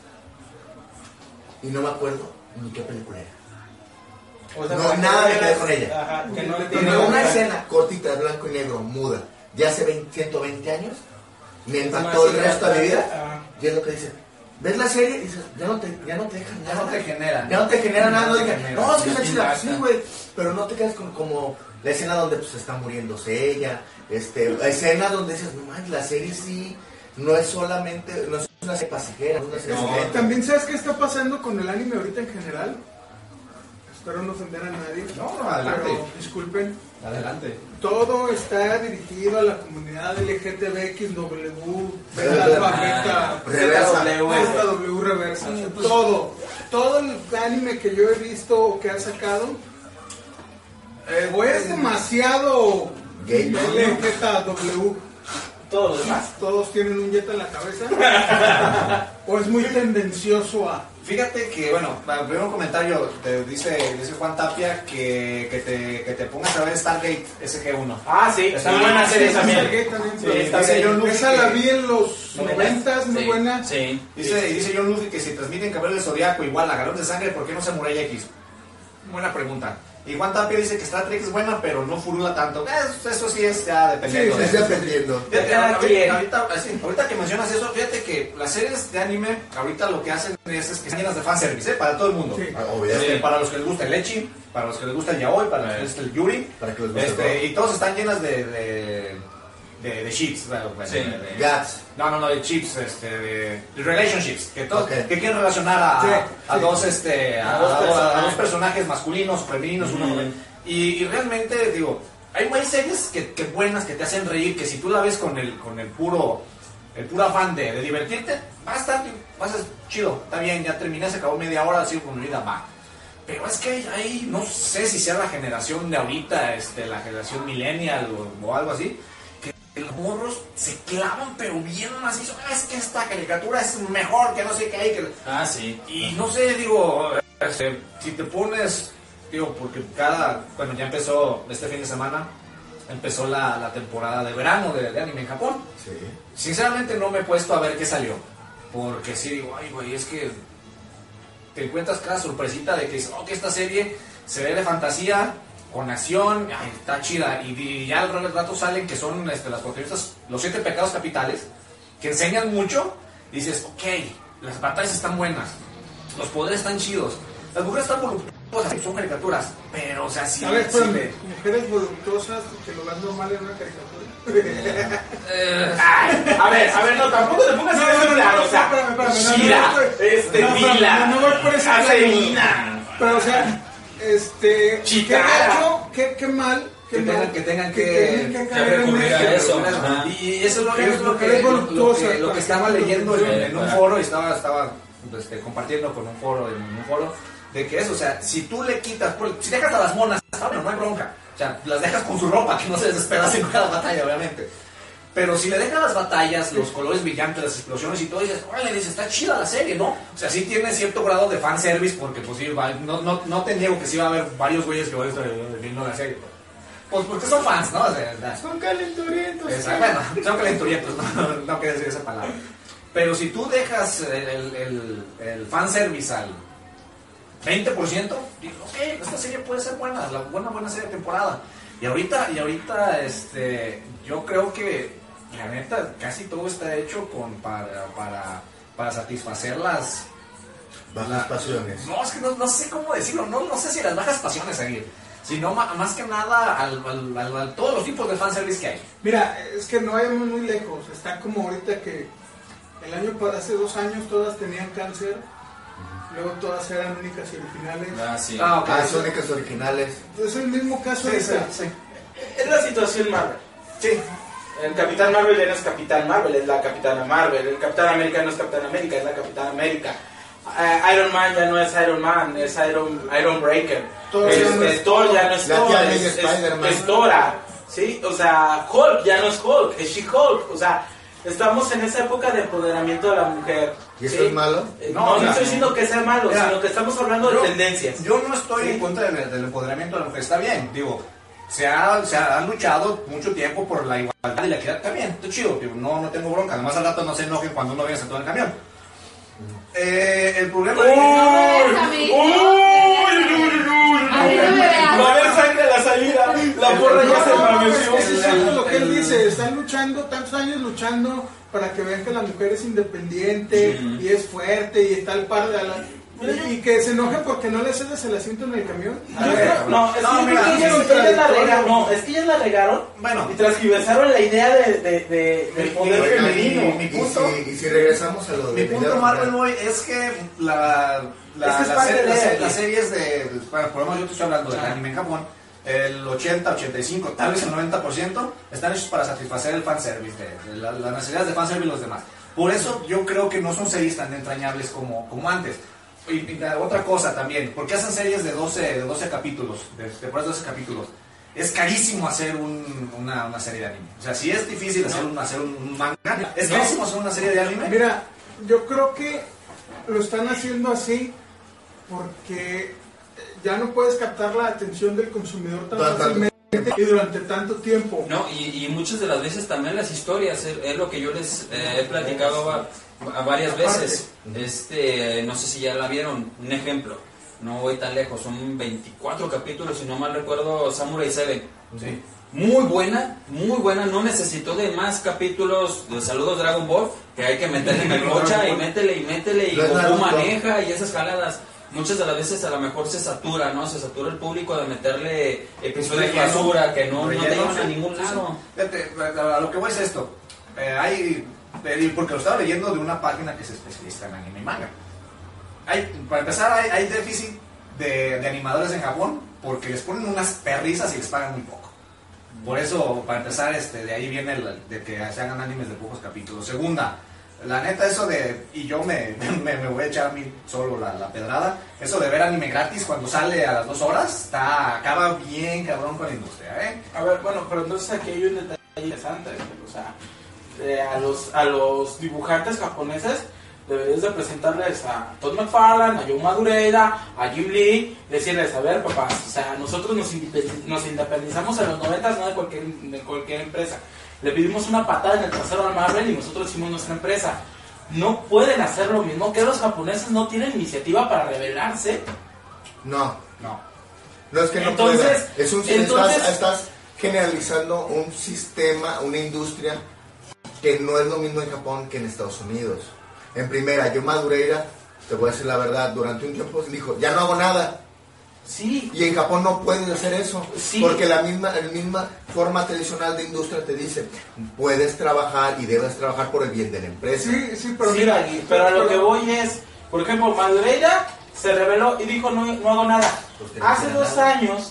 y no me acuerdo ni qué película era. O sea, no, nada me quedé con ella. Ajá, que no tiene una escena cortita de blanco y negro, muda, de hace veinte, ciento veinte años, me impactó el resto de mi vida. Ajá. Y es lo que dice. ¿Ves la serie? Y dices, ya no te, ya no te deja nada. Ya no te genera. Ya no te genera nada. No, diga, no, es que está chida. Sí, güey. Pero no te quedas con como la escena donde pues está muriéndose ella. Este, la escena donde dices, no manches, la serie sí no es solamente, no es una serie pasajera. No es una serie no. También sabes qué está pasando con el anime ahorita en general. Espero no ofender a nadie. No, no, adelante. Pero, disculpen. Adelante. Todo está dirigido a la comunidad L G T B X W, beta, beta, reversa, beta, W, reversa. Todo. Todo el anime que yo he visto o que ha sacado, eh, o es demasiado gay, L G W. Todos los demás. Todos tienen un yeta en la cabeza. O es muy tendencioso a... Fíjate que, bueno, primero un comentario, te dice, dice Juan Tapia que, que, te, que te pongas a ver Stargate S G uno. Ah, sí, está muy buena serie también. Stargate también. Sí, sí, está dice John Luffy esa que, la vi en los noventas, muy sí, buena. Sí. Dice, dice John Luffy que si transmiten Caballero del Zodiaco igual a Galón de Sangre, ¿por qué no Samurai X? Buena pregunta. Y Juan Tapia dice que Star Trek es buena, pero no furula tanto. Eso, eso sí es ya dependiendo. Sí, sí, es dependiendo. Fíjate, ahorita, ahorita, así, ahorita que mencionas eso, fíjate que las series de anime, ahorita lo que hacen es, es que están llenas de fanservice, ¿eh? Para todo el mundo. Sí. Este, para los que les gusta el ecchi, para los que les gusta el yaoi, para los que les gusta el yuri. Para que les guste este, y todos están llenas de... de De, de ships, bueno, bueno, sí. de, de, Gaps. no, no, no, de chips, este, de, de relationships, que, to, okay. que quieren relacionar a, sí, a, a sí. dos, este, a, a, dos a, a dos personajes masculinos o femeninos, mm-hmm. uno, y, y realmente, digo, hay, hay series que, que buenas, que te hacen reír, que si tú la ves con el, con el puro, el puro afán de, de divertirte, va a estar, va a ser chido, está bien, ya terminé, se acabó media hora, sigo con mi vida, va. Pero es que hay, hay, no sé si sea la generación de ahorita, este, la generación millennial o, o algo así, los morros se clavan pero bien macizo. Es que esta caricatura es mejor que no sé qué hay que... Ah, sí. Y no sé, digo, este, si te pones, digo, porque cada, bueno, ya empezó este fin de semana, empezó la, la temporada de verano de, de anime en Japón. Sí. Sinceramente no me he puesto a ver qué salió, porque sí digo, ay güey, es que te encuentras cada sorpresita de que dices, oh, que esta serie se ve de fantasía, con acción, ay, está chida, y, y ya al rato salen que son este, las protagonistas, los siete pecados capitales, que enseñan mucho, y dices, ok, las batallas están buenas, los poderes están chidos, las mujeres están voluptuosas, son caricaturas, pero o sea, sí... A ver, sí, espérame, mujeres voluptuosas que lo ves normal en una caricatura. Eh, ay, a ver, a ver, no, tampoco te pongas No, en no, ese no, plan, no, o sea, espérame, espérame, no, no, Shira, no, no, este, no, Mila, no, no voy por ese Aselina, Pero, o sea, este... Chitara. ¿Qué gacho? ¿Qué, qué mal? Que no, tengan que, tengan que, tengan que caer en recurrir a eso. eso. Ajá. Y eso es lo, Mujeres- es lo que, mujeres lo, lo voluptuosas, que, lo que para estaba que- leyendo en, Sí, en un para- foro y estaba, estaba este, compartiendo con un foro, en un foro, de que eso, o sea, si tú le quitas, si dejas a las monas, está bueno, no hay bronca, o sea, las dejas con su ropa, que no se despedacen en cada batalla, obviamente. Pero si le dejan las batallas, los colores brillantes, las explosiones y todo, dices, órale, dices, está chida la serie, ¿no? O sea, sí tiene cierto grado de fanservice, porque pues sí, va, no, no, no te niego que sí va a haber varios güeyes que van a estar viendo la serie. Pues porque son fans, ¿no? O sea, Son calenturientos. Exacto, bueno, son calenturientos, no, no, no quiero decir esa palabra. Pero si tú dejas el, el, el fanservice al veinte por ciento, digo, ok, esta serie puede ser buena, la buena, buena serie de temporada. Y ahorita, y ahorita este, yo creo que, la neta, casi todo está hecho con para, para, para satisfacer las... Bajas la, pasiones. No, es que no, no sé cómo decirlo, no, no sé si las bajas pasiones, Aguirre, sino ma, más que nada al, al, al, a todos los tipos de fanservice que hay. Mira, es que no vayamos muy lejos. Está como ahorita que el año hace dos años todas tenían cáncer, luego todas eran únicas y originales. Ah, sí. Ah, ok. Ah, son únicas originales. Es el mismo caso. Sí, de sí, esta. sí. Es la situación Marvel. Sí. El Capitán Marvel ya no es Capitán Marvel, es la Capitana Marvel. El Capitán América no es Capitán América, es la Capitana América. Uh, Iron Man ya no es Iron Man, es Iron, Iron Breaker. Thor Es- ya no es es Thor ya no es La Thor, tía es, May es, Spider-Man. es Thora. ¿Sí? O sea, Hulk ya no es Hulk, es She-Hulk. O sea, estamos en esa época de empoderamiento de la mujer. ¿Y eso ¿sí? es malo? Eh, No, No, no, o sea, estoy diciendo que sea malo, mira, sino que estamos hablando yo- de tendencias. Yo no estoy Sí. en contra del, del empoderamiento de la mujer, está bien, digo, se ha, se ha luchado mucho tiempo por la igualdad y la equidad, está bien, está chido, digo, no, no tengo bronca, además al rato no se enojen cuando uno viene sentado en el camión. Eh, el problema No me ves a mí. A mí no me veas. Va a haber sangre a la salida, la porra ya se No, no, no, amaneció. es que es cierto lo que él el- dice. Están luchando, tantos años luchando para que vean que la mujer es independiente y es fuerte y está al par de la... Y, y que se enoje porque no le cedes el asiento en el camión. Yo creo- no, es que No, yo mira, creo que ellas, es ellas la contradictorio. regaron. No, es que ellas la regaron. Bueno. Y transgiversaron la idea de, de, de, del poder Oigan, femenino. mi Y punto- si, y si regresamos a lo de Mi punto, Miguel Marvel Ángel. Boy, es que la, la, Es que es la parte serie- de las, él. las series de, bueno, por lo menos yo te estoy hablando del anime en Japón, el ochenta, ochenta y cinco, tal vez el noventa por ciento están hechos para satisfacer el fanservice, de, de la- las necesidades de fanservice y los demás. Por eso yo creo que no son series tan entrañables como, como antes. Y, y la otra cosa también, ¿por qué hacen series de doce, de doce capítulos, de temporadas de doce capítulos? Es carísimo hacer un, una, una serie de anime. O sea, si es difícil hacer, un, hacer un manga, es No. carísimo hacer una serie de anime. Mira, yo creo que lo están haciendo así porque ya no puedes captar la atención del consumidor tan Tanto fácilmente y durante tanto tiempo. No, y, y muchas de las veces también las historias, es, es lo que yo les eh, he platicado a, a varias veces. Este, no sé si ya la vieron, un ejemplo, no voy tan lejos, son veinticuatro capítulos, si no mal recuerdo, Samurai Seven. Sí. Muy buena, muy buena, no necesitó de más capítulos de Saludos Dragon Ball, que hay que meterle en el cocha y métele y métele y No es Goku Naruto. maneja y esas jaladas. Muchas de las veces a lo mejor se satura, ¿no? Se satura el público de meterle episodios de Relleno. basura que no, no te Relleno, llevan a sí, ningún sí, lado. sí. Fíjate, a lo que voy es esto. Eh, hay, eh, porque lo estaba leyendo de una página que se especializa en anime y manga. Hay, para empezar, hay, hay déficit de, de animadores en Japón porque les ponen unas perrizas y les pagan muy poco. Por eso, para empezar, este, de ahí viene el, de que se hagan animes de pocos capítulos. Segunda, la neta, eso de, y yo me, me, me voy a echar a mí solo la, la pedrada, eso de ver anime gratis cuando sale a las dos horas, está, acaba bien cabrón con la industria, ¿eh? A ver, bueno, pero entonces aquí hay un detalle interesante. O sea, eh, a, los, a los dibujantes japoneses deberías de presentarles a Todd McFarlane, a Joe Madureira, a Jim Lee, decirles, a ver, papás, o sea, nosotros nos, independ- nos independizamos en los noventas, no de cualquier, de cualquier empresa. Le pedimos una patada en el trasero al Marvel y nosotros hicimos nuestra empresa. No pueden hacer lo mismo, que los japoneses no tienen iniciativa para rebelarse. No, No. no es que no Entonces- pueda. Es un, entonces- estás, estás generalizando un sistema, una industria que no es lo mismo en Japón que en Estados Unidos. En primera, yo Madureira, te voy a decir la verdad, durante un tiempo dijo, ya no hago nada. Sí, Y en Japón no puedes hacer eso, Sí. porque la misma, la misma forma tradicional de industria te dice, puedes trabajar y debes trabajar por el bien de la empresa. Sí, sí, pero sí, mira, pero a lo que voy es, por ejemplo, Madureira se rebeló y dijo no, no hago nada. Pues tiene Hace que dos hacer nada. años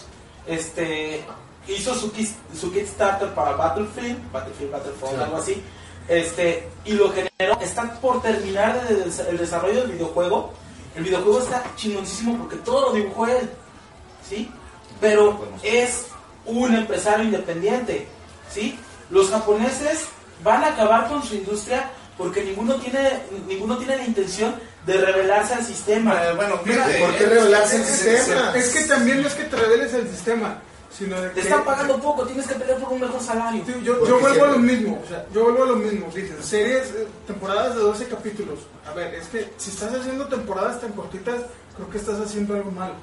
este, hizo su, kis- su Kickstarter para Battlefield, Battlefield, Battlefront, Sí. algo así, este, y lo generó. Está por terminar de- de- el desarrollo del videojuego. El videojuego está chingoncísimo porque todo lo dibujó él, ¿sí? Pero es un empresario independiente, ¿sí? Los japoneses van a acabar con su industria porque ninguno tiene, ninguno tiene la intención de rebelarse al sistema. Eh, bueno, Mira, fíjate, ¿por qué eh, rebelarse eh, el eh, sistema? es que también no es que te reveles el sistema, sino de Te que... están pagando poco, tienes que pelear por un mejor salario. Sí, yo, Porque yo vuelvo a lo siempre- mismo, o sea, yo vuelvo a lo mismo, dicen, series, eh, temporadas de doce capítulos. A ver, es que si estás haciendo temporadas tan cortitas, creo que estás haciendo algo mal.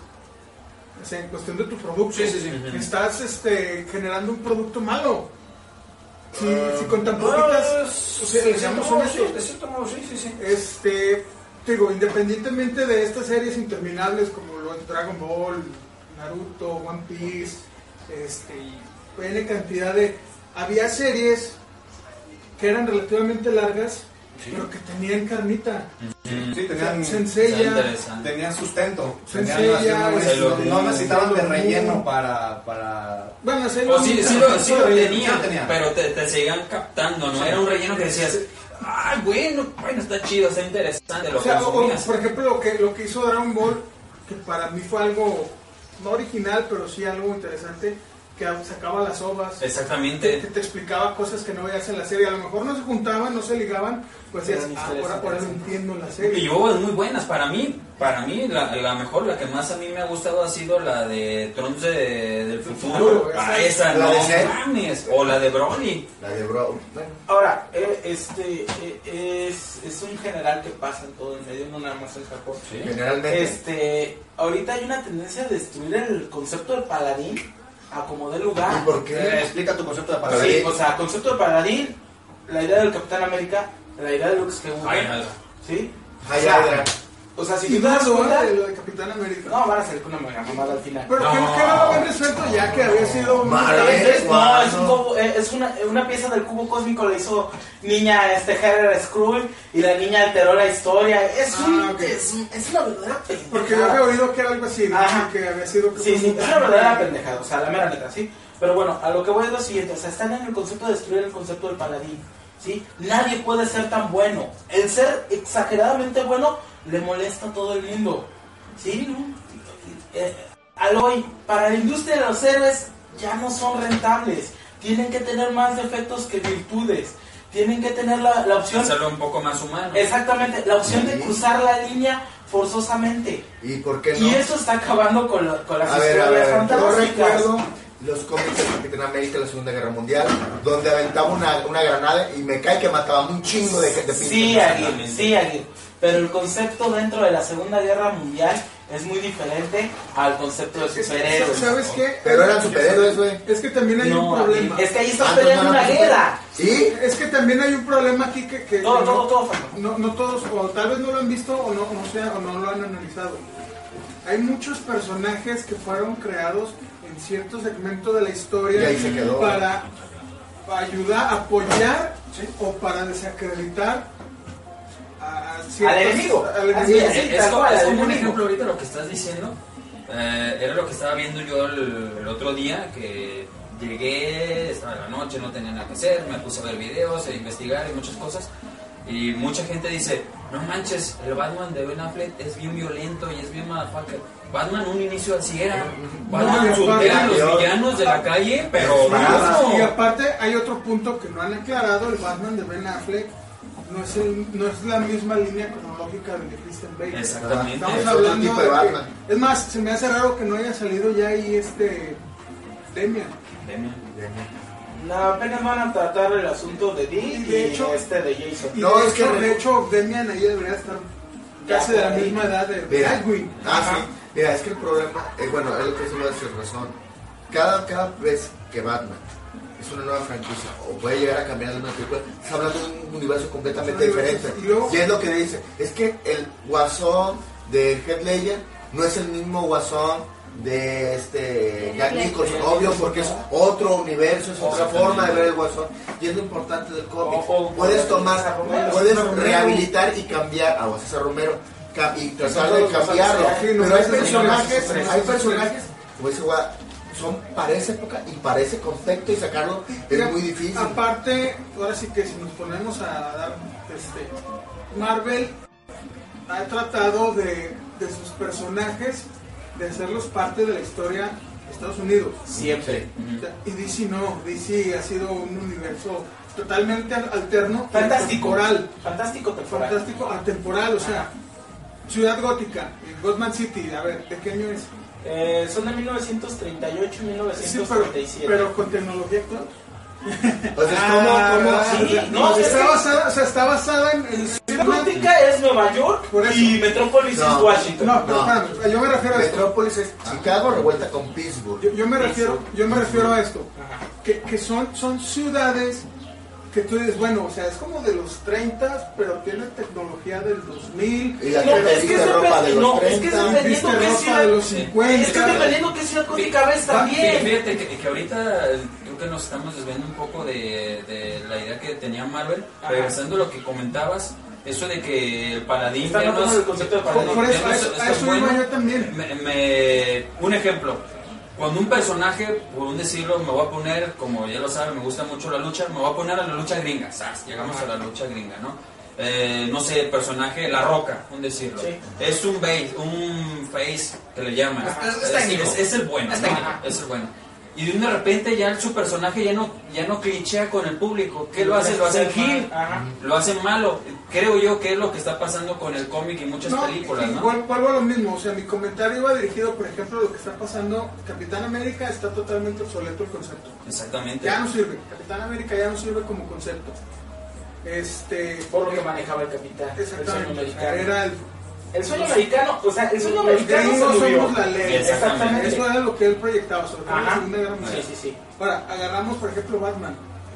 O sea, en cuestión de tu producto, Sí, sí, sí. estás este, generando un producto malo. Si, Uh, si con tan poquitas, no, o sea, de seamos cierto modo, honestos, sí, de cierto modo, sí, sí, sí. este, te digo, independientemente de estas series interminables como lo es Dragon Ball, Naruto, One Piece, este, y N cantidad de... Había series que eran relativamente largas, Sí. pero que tenían carnita. Sí, tenían, Sensei, Está interesante. tenían sustento. Sensei, Tenían, ya, no, se lo- necesitaban- no necesitaban de lo- relleno para... para... Bueno, sí, O sí, sí lo, sí lo Sí tenía, lo tenía. pero te, te seguían captando, ¿no? Era un relleno que decías, ay, bueno, bueno, está chido, está interesante, lo O sea, o- o, consumías. por ejemplo, lo que, lo que hizo Dragon Ball, que para mí fue algo, no original, pero sí algo interesante, que sacaba las ovas, que, Exactamente. que te explicaba cosas que no veías en la serie. A lo mejor no se juntaban, no se ligaban, pues Eran decías, ah, historias ahora, ahora lo interesantes. entiendo en la Y serie. hubo muy buenas para mí, para mí la, la mejor, la que más a mí me ha gustado ha sido la de Trunks de, del futuro. futuro, Ah, esa- esa la no de Cell. mames, o la de Broly. La de Bro. Bueno, Ahora, eh, este eh, es, es un general que pasa en todo el medio, no nada más en Japón. generalmente. Este, ahorita hay una tendencia a destruir el concepto del paladín a como dé lugar. ¿Y por qué? Eh, explica tu concepto de Sí, paladín. o sea, concepto de paladín, la idea del Capitán América, la idea de Luke Skywalker, Ay, nada. ¿sí? Ay, o, sea, Hydra. o sea, si Y tú te das dudo, cuenta, ¿eh? de lo de Capitán América. no, van a salir con una mega mamada al final. Pero No. que, que no lo habían resuelto ya, que había sido... Madre. Es- es- no, es, un Guau. cubo- eh, es una, una pieza del cubo cósmico, la hizo niña este Heather Skrull y la niña alteró la historia. Es, Ah, un, ok. es, un- es una verdadera pendejada. Porque yo había oído que era algo así, ¿no? Ajá. Que había sido... Sí, sí, es una verdadera pendejada, o sea, la mera neta, ¿sí? Pero bueno, a lo que voy es lo siguiente, o sea, están en el concepto de destruir el concepto del paladín, ¿sí? Nadie puede ser tan bueno. El ser exageradamente bueno le molesta a todo el mundo, ¿sí? Eh, al hoy, para la industria de los héroes ya no son rentables, tienen que tener más defectos que virtudes, tienen que tener la, la opción... Hacerlo un poco más humano. Exactamente, la opción de Sí. cruzar la línea forzosamente. ¿Y por qué no? Y eso está acabando con, la- con las A ver, a historias ver, yo fantásticas. recuerdo los cómics de Capitán América de la Segunda Guerra Mundial, donde aventaba una, una granada y me cae que mataba un chingo de, de Sí, pinches. Aguirre, sí, Aguirre. Pero el concepto dentro de la Segunda Guerra Mundial es muy diferente al concepto de Es que, superhéroes. ¿sabes qué? Pero eran superhéroes, güey. Es que también hay un No, problema. Aguirre, es que ahí estás Antes peleando no una eran guerra. ¿Sí? Es que también hay un problema aquí que, que Todo, que todo, no, todo, Fernando. no, no todos, o tal vez no lo han visto o no, no, sea, o no lo han analizado. Hay muchos personajes que fueron creados en cierto segmento de la historia Y ahí se quedó. para, para ayudar, apoyar o para desacreditar a, a ciertos- Al enemigo. al Así enemigo. es. Es, es tal como, cual, es al como un enemigo. ejemplo ahorita lo que estás diciendo. Eh, era lo que estaba viendo yo el, el otro día, que llegué, estaba en la noche, no tenía nada que hacer, me puse a ver videos, a investigar y muchas cosas. Y mucha gente dice, no manches, el Batman de Ben Affleck es bien violento y es bien motherfucker. Batman un inicio así era. Batman No, y supera a aparte- los villanos de la calle, pero Y no. aparte hay otro punto que no han aclarado, el Batman de Ben Affleck no es, el, no es la misma línea cronológica del de Christian Bale. Exactamente. Estamos Es otro hablando tipo de de que- Batman. es más, se me hace raro que no haya salido ya ahí este Demian. No, apenas van a tratar el asunto de Dick Y y, de hecho- este de Jason. Y No, de, es que hecho, re- de hecho Demian ahí debería estar Ya casi de la por ahí. misma edad de Mira, Nightwing. ah, Ajá. sí. Mira, es que el problema, eh, bueno, es lo que se me hace razón. Cada, cada vez que Batman es una nueva franquicia o puede llegar a cambiar de una película, está hablando de un universo completamente Sí, diferente. y luego- Y es lo que dice, es que el guasón de Heath Ledger no es el mismo guasón de este Jack Nicholson, obvio, porque es otro universo, es otra forma de ver el guasón. Y es lo importante del cómic. O- o- Puedes tomar, César Romero. puedes César Romero. rehabilitar y cambiar a César Romero ca- y tratar de Todos los cambiarlo. personajes, sí, no, Pero hay esos personajes, son- hay personajes, como dice Guada, son para esa época y para ese contexto y sacarlo Y es a- muy difícil. Aparte, ahora sí que si nos ponemos a dar, este, Marvel ha tratado de, de sus personajes de hacerlos parte de la historia de Estados Unidos. Siempre. O sea, y D C no, D C ha sido un universo totalmente al- alterno, y Fantástico. temporal, Fantástico temporal. fantástico, atemporal, o sea, Ciudad Gótica, Gotham City, a ver, ¿de qué año es? Eh, son de mil novecientos treinta y ocho y mil Sí, novecientos pero, treinta y siete. pero con tecnología actual. Entonces, Ah, ¿cómo, cómo? sí, o sea, no, es está que- basada, o sea, está basada en, en Ciudad Gótica es Nueva York Por eso. y Metrópolis No. es Washington. No, pero No. espérame, yo me refiero a esto. Metrópolis es Chicago revuelta con Pittsburgh. Yo, yo me refiero, yo me refiero a esto, Ajá. que, que son, son ciudades que tú dices, bueno, o sea, es como de los treinta, pero tiene tecnología del dos mil. Y la No, gente es que viste es ropa de depe- los no, es que es treinta. dependiendo Viste qué ropa ciudad. de los cincuenta. Es que dependiendo qué ciudad gótica ves también. Fíjate que, que ahorita creo que nos estamos desviando un poco de, de la idea que tenía Marvel. Ajá. Regresando a lo que comentabas, eso de que el paladín Está ya no hablando es- del concepto de Por, paladín. por eso, ya no a es- eso, es a tan eso bueno. iba yo también. Me, me- un ejemplo, cuando un personaje, por un decirlo, me voy a poner, como ya lo saben, me gusta mucho la lucha, me voy a poner a la lucha gringa, ¿sabes? Llegamos a la lucha gringa, ¿no? Eh, no sé, el personaje La Roca, un decirlo. Sí. Es un base, un face que le llaman. Es- es técnico. es- es el bueno, Es ¿no? técnico. Es el bueno. Y de repente ya su personaje ya no, ya no clichea con el público. ¿Qué lo hace? Lo hacen heel. Ajá. Lo hacen malo. Creo yo que es lo que está pasando con el cómic y muchas No, películas, y ¿no? vuel- vuelvo a lo mismo, o sea, mi comentario iba dirigido, por ejemplo, a lo que está pasando. Capitán América está totalmente obsoleto el concepto. Exactamente. Ya no sirve, Capitán América ya no sirve como concepto. Este, Por lo que manejaba el capitán. El sueño exactamente, americano. era el, El sueño americano, o sea, el sueño los americano se gringos murió. somos la ley. Exactamente. Eso era lo que él proyectaba, sobre todo en la Ajá. Segunda Guerra Mundial. Sí, sí, sí. Ahora, agarramos por ejemplo Batman.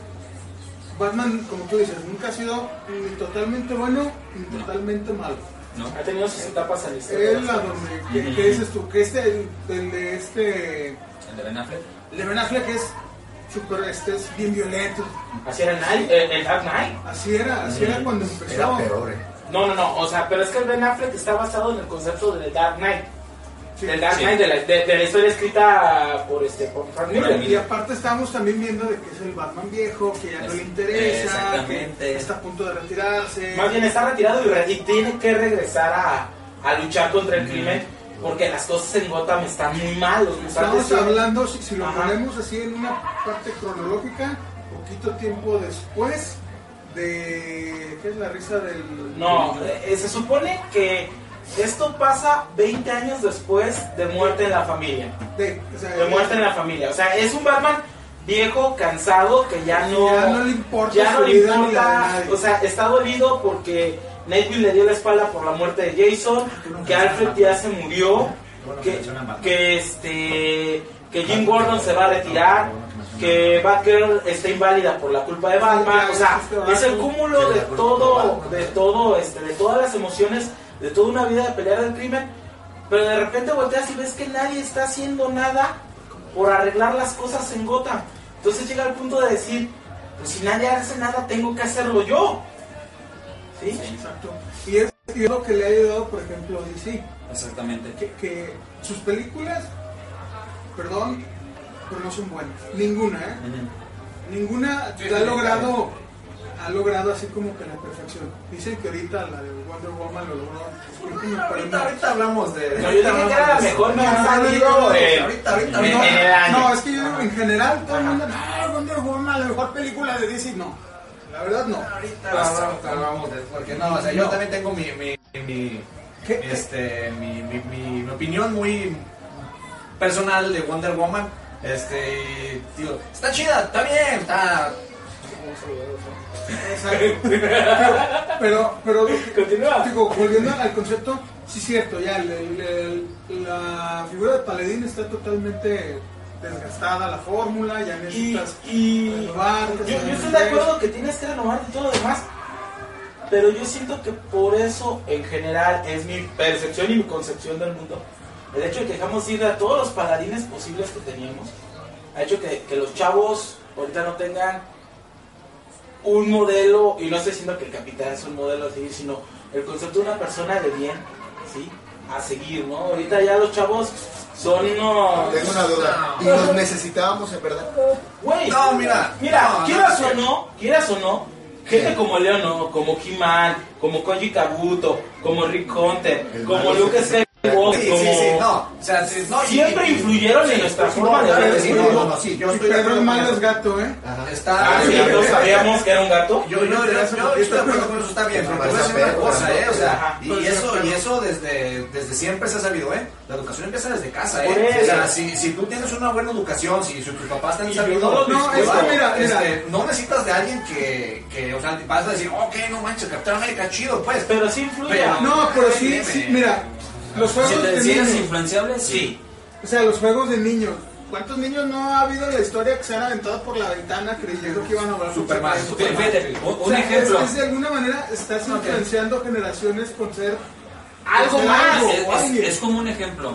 Batman, como tú dices, nunca ha sido ni totalmente bueno ni No. totalmente malo. ¿No? Ha tenido sus etapas en la historia. Él, a donde, ¿qué, qué dices tú? Que este, el, el de este, El de Ben Affleck. el de Ben Affleck es súper, este es bien violento. Así era el, Night, el, el Dark Knight. Así era, así era cuando empezó. Era peor, eh. No, no, no, o sea, pero es que el Ben Affleck está basado en el concepto del Dark Knight. Sí. Del Dark Sí. Knight, de la, de, de la historia escrita por este por Frank Miller. Y aparte estamos también viendo de que es el Batman viejo, que ya no le interesa, Exactamente. que está a punto de retirarse. Más bien está retirado y, re- y tiene que regresar a, a luchar contra el crimen porque las cosas en Gotham están muy mal. Los mutantes Estamos tienen- hablando, si, si lo Ajá. ponemos así en una parte cronológica, poquito tiempo después de... ¿Qué es la risa del...? No, eh, se supone que esto pasa veinte años después de Muerte en la Familia. De, o sea, De Muerte en la Familia. O sea, es un Batman viejo, cansado, que ya no, Ya no le importa ya su no le vida ni la de importa. nadie. O sea, está dolido porque Nightwing le dio la espalda por la muerte de Jason, que Alfred ya se murió, que, que este que Jim Gordon se va a retirar, que Batgirl está inválida por la culpa de Batman. O sea, es el cúmulo de todo, de todo, este, de todas las emociones, de toda una vida de pelear del crimen. Pero de repente volteas y ves que nadie está haciendo nada por arreglar las cosas en Gotham. Entonces llega el punto de decir, pues si nadie hace nada, tengo que hacerlo yo. ¿Sí? Exacto. Y es, y es lo que le ha ayudado, por ejemplo, a D C. Exactamente. Que, que sus películas, perdón, pero no son buenas. Ninguna, ¿eh? Ujú. Ninguna Sí, ha sí, logrado, ha logrado así como que la perfección. Dicen que ahorita la de Wonder Woman lo logró. Creo que me parece- Ahorita, ahorita hablamos de. No, yo dije que era la mejor que ha salido en, Ahorita, ahorita, en- ahorita. en el año. No, es que yo digo, en general, todo el mundo, no, Wonder Woman, la mejor película de D C, no. La verdad, no. Ahorita hablamos, hablamos de. Porque no, o sea, yo No. también tengo mi. mi, mi ¿Qué? este, mi, mi, mi, mi opinión muy personal de Wonder Woman. Este, digo, está chida, está bien, está. Exacto. Pero, pero, Continúa. digo, volviendo al concepto, sí es cierto, ya, el- el- el- la figura de Paladín está totalmente desgastada, la fórmula, ya Y, necesitas y renovar. yo, yo estoy de acuerdo que tienes que renovar y todo lo demás, pero yo siento que por eso, en general, es mi percepción y mi concepción del mundo. El hecho de que dejamos ir a todos los paladines posibles que teníamos ha hecho que, que los chavos ahorita no tengan un modelo, y no estoy diciendo que el capitán es un modelo a seguir, sino el concepto de una persona de bien, ¿sí? A seguir, ¿no? Ahorita ya los chavos son unos... Tengo una duda. ¿Y los necesitábamos en verdad? Güey, No, mira, mira, no, quieras no, o no, quieras o no, gente como Leon, no, como He-Man, como Koji Kabuto, como Rick Hunter, El como malo Luke es ese voz, Sí, como... sí, sí, no. O sea, sí, no, y- Siempre y- influyeron sí, en nuestra sí, forma no, de claro ver. que sí, no, no, no, sí, yo Y estoy de Pedro acuerdo el con malo eso. es gato, ¿eh? Está Ah, sí, bien, todos sabíamos que era un gato. Yo, yo, yo, yo, yo estoy de acuerdo con eso, está bien, pero te voy a decir una cosa, ¿eh? O sea, y, y eso, y eso desde, desde siempre se ha sabido, ¿eh? La educación empieza desde casa, Por ¿eh? eso. O sea, si, si tú tienes una buena educación, si, si tus papás están Y sabiendo, no, no, es que mira, mira. este, no necesitas de alguien que, que, o sea, vas a decir, ok, no manches, Capitán América, chido, pues. Pero sí influye. Pero- No, pero sí, sí, mira, los Si juegos te de decías niños, influenciable, sí. o sea, los juegos de niños. ¿Cuántos niños no ha habido en la historia que se han aventado por la ventana creyendo que iban a hablar Superman, Superman? Fíjate, un, O un sea, ejemplo. Es, es de alguna manera estás influenciando generaciones con ser Algo con ser más, algo, Es, es- alguien. es como un ejemplo,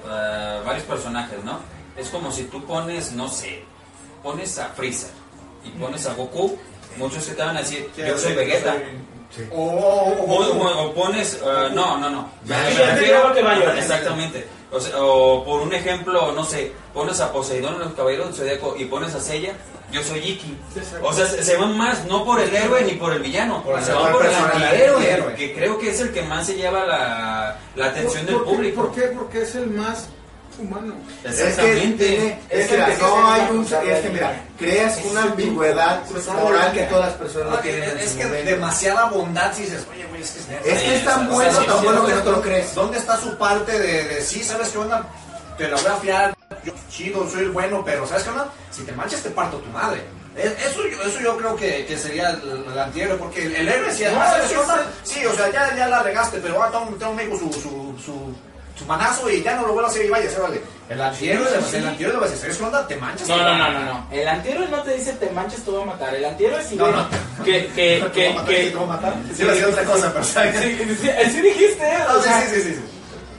uh, varios personajes, ¿no? Es como si tú pones, no sé, pones a Freezer y pones a Goku, muchos se te van a decir, yo soy Vegeta. O, o, O, o, o, o- o pones, uh, no, no, no. Ya, Me ya, ya, refiero- ya, lo que va yo. Exactamente. O, sea, o por un ejemplo, no sé, pones a Poseidón en los Caballeros del Zodiaco y pones a Seiya, yo soy Iki. O sea, se, se van más no por el héroe ni por el villano, Por el- se por van el por el personaje, antihéroe, el héroe. que creo que es el que más se lleva la, la atención del ¿Por qué? público. ¿Por qué? Porque es el más humano. Es que, Exactamente. tiene- es Es que que mira, el que no se hay deja un, usar es que la mira, vida. creas una ambigüedad moral que todas las personas no, no tienen en es su que momento. demasiada bondad si dices, oye, güey, es que es neta. Es que es tan Sí, bueno, sí, tan sí, bueno sí, que no sí. te lo crees. ¿Dónde está su parte de, de sí, sabes qué onda? Te la voy a fiar, yo chido, soy el bueno, pero ¿sabes qué onda? Si te manchas te parto tu madre. Es- Eso, yo- eso yo creo que, que sería el, el antihéroe, porque el, el héroe si No, además es ¿sabes que qué onda? es- Sí, o sea, ya, ya la regaste, pero ah, tengo, tengo amigo su, su, su, su manazo y ya no lo vuelvo a hacer y vaya, se vale. El antihéroe, Sí, sí. el antihéroe le va a decir, ¿sabes qué onda? Te manchas. No, te no, va a no, matar. no, no. El antihéroe no te dice te manches, te voy a matar. El antihéroe sí No, ve no. que, que, Te que, va a matar, que, te va a matar. Sí, iba a decir otra cosa, pero ¿sabes? Sí, sí, sí dijiste, Ah, o sea, sí, sí, sí, sí.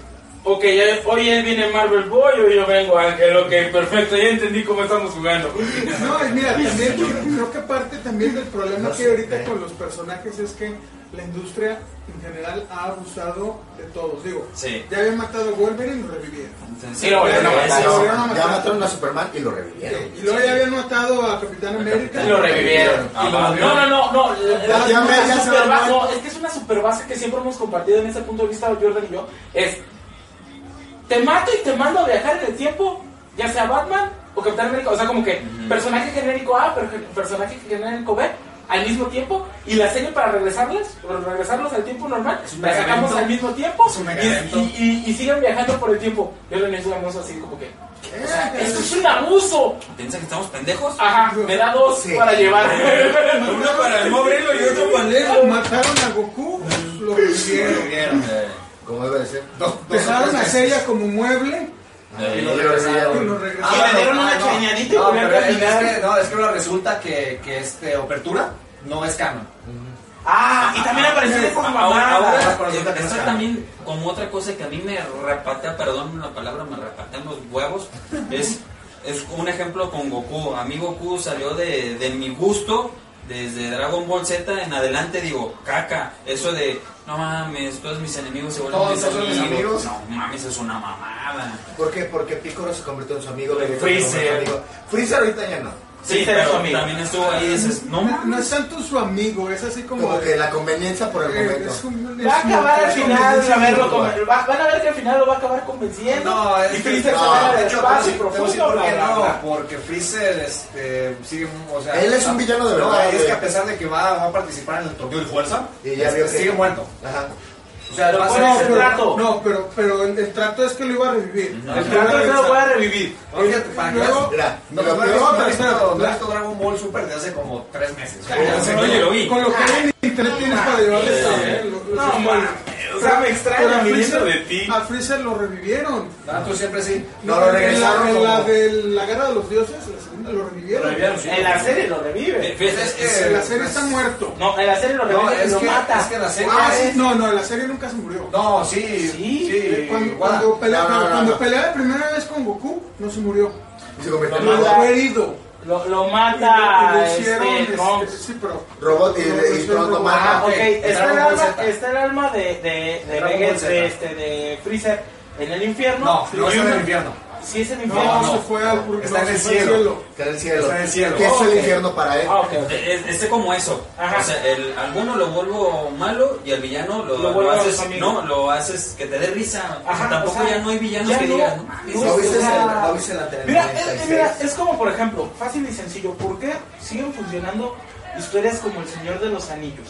ok, ya- hoy él viene Marvel Boy, hoy yo vengo Ángel, ok, perfecto, ya entendí cómo estamos jugando. No, y mira, también creo, creo que parte también del problema No que sé, ahorita eh. con los personajes es que la industria en general ha abusado de todos. Digo, Sí. ya habían matado a Wolverine y lo revivieron. Entonces, Sí, lo volvieron a eso- matar. Lo volvieron a Ya matar. mataron a Superman y lo revivieron. Y luego ya habían matado a Capitán América. Y lo revivieron. Ah, Y lo- va, no, no, no, no. Ya, la- ya una me- ya se super me ba- muerto. no, es que es una super base que siempre hemos compartido en ese punto de vista, Jordan y yo. Es, te mato y te mando a viajar en el tiempo, ya sea Batman o Capitán América. O sea, como que personaje genérico A, pero personaje genérico B al mismo tiempo. Y la serie para regresarlas, para regresarlos al tiempo normal, Es un la mega sacamos evento. al mismo tiempo. Es un mega y, evento. y, y- y siguen viajando por el tiempo. Jordan es un hermoso así como que, Eh, o sea, esto es un abuso. ¿Piensan que estamos pendejos? Ajá, me da dos Sí. para llevar. Uno para el moverlo y otro para el Mataron a Goku, lo revivieron. Eh, Como debe de ser. Dejaron a Seiya como mueble Y lo y regresaron. lo Y regresaron. le dieron una no. chañadita y No, volvió a pero es, es caminar. que, no, es que ahora resulta que, que este Apertura no es canon. Ah, y también apareció de forma Ahora, mamada. ahora resulta que no está es también como otra cosa que a mí me repatea, perdón la palabra, me repatean los huevos. Es, es un ejemplo con Goku. A mí Goku salió de, de mi gusto desde Dragon Ball Z en adelante. Digo, caca, eso de no mames, todos mis enemigos se vuelven Todos mis son mis amigos. amigos. No mames, es una mamada. ¿Por qué? Porque Piccolo se convirtió en su amigo. Vegeta se Freezer. convirtió en su amigo. Freezer ahorita ya no. Sí, Sí, pero es su amigo. también estuvo ahí y dices, no No, no mames. es tanto su amigo, es así como. Como de- que la conveniencia por el eh, momento. es un- Va a es acabar un- al es final, conveniencia a verlo mutua. como- va- van a ver que al final lo va a acabar convenciendo. No, es y que Freezer no, se va de al hecho, espacio te voy a decir profundo, por qué bla, bla, no, bla. porque Freezer este, sigue, o sea, Él es un villano de verdad, No, es güey. que a pesar de que va, va a participar en el torneo de fuerza, Y ya este, vio que- sigue muerto. Ajá. O sea, Pero va a ¿cuál ser- es el pero- trato? No, pero, pero el, el trato es que lo iba a revivir. No, El Lo trato iba a es que lo regresar. voy a revivir. Oye, para que Luego- veas- Mira, no, lo no he peor- visto- no he visto- espera, no he visto Dragon Ball Super de hace como tres meses. Ya sé. Oye, lo vi. Con lo que hay en internet tienes para llevarles a ver. lo- lo- No, lo- mames, o sea, me extraña pero a viniendo Freezer- de ti. A Freezer lo revivieron. Ah, tú siempre sí. No, lo en la- regresaron En la, como- de la Guerra de los Dioses, la segunda, lo revivieron. En la serie lo revive. Fíjate, Es que- es- En la serie está muerto. No, en la serie lo No, revive y es lo que, mata. es que la serie Ah, sí, es- no, no, en la serie nunca se murió. No, sí, Sí, sí. Cuando, guarda. cuando, pelea, No, no, no, cuando no. pelea la primera vez con Goku, no se murió. Y se convirtió en Lo robot. manda- Fue herido. Lo, lo Y lo- y mata lo hicieron, este, este, Trunks. sí, pero Robot y- lo- lo y hicieron Trunks lo robot. mata. Ah, ok. Está Dragon el Ball alma, Z. está el alma de, de, de, Dragon Vegeta, Ball Z. de, este, de Freezer en el infierno. No, no y está en uno- el infierno. si es el No, infierno. no, se fue al pur- Está no, en el se fue al cielo. Está en el cielo. Está en el cielo. Que es Oh, el ok. infierno para él. Ah, ok, ok. Es, es como eso. Ajá. O sea, el, alguno lo vuelvo malo y al villano lo, Lo lo vuelvo haces. su amigo. No, lo haces que te dé risa. O Ajá, sea, tampoco o sea, ya no hay villanos ya que no- digas, no mames, ¿No viste o sea, el- no viste la tele? Mira, noventa y es, seis? mira, es como por ejemplo, fácil y sencillo, ¿por qué siguen funcionando historias como El Señor de los Anillos?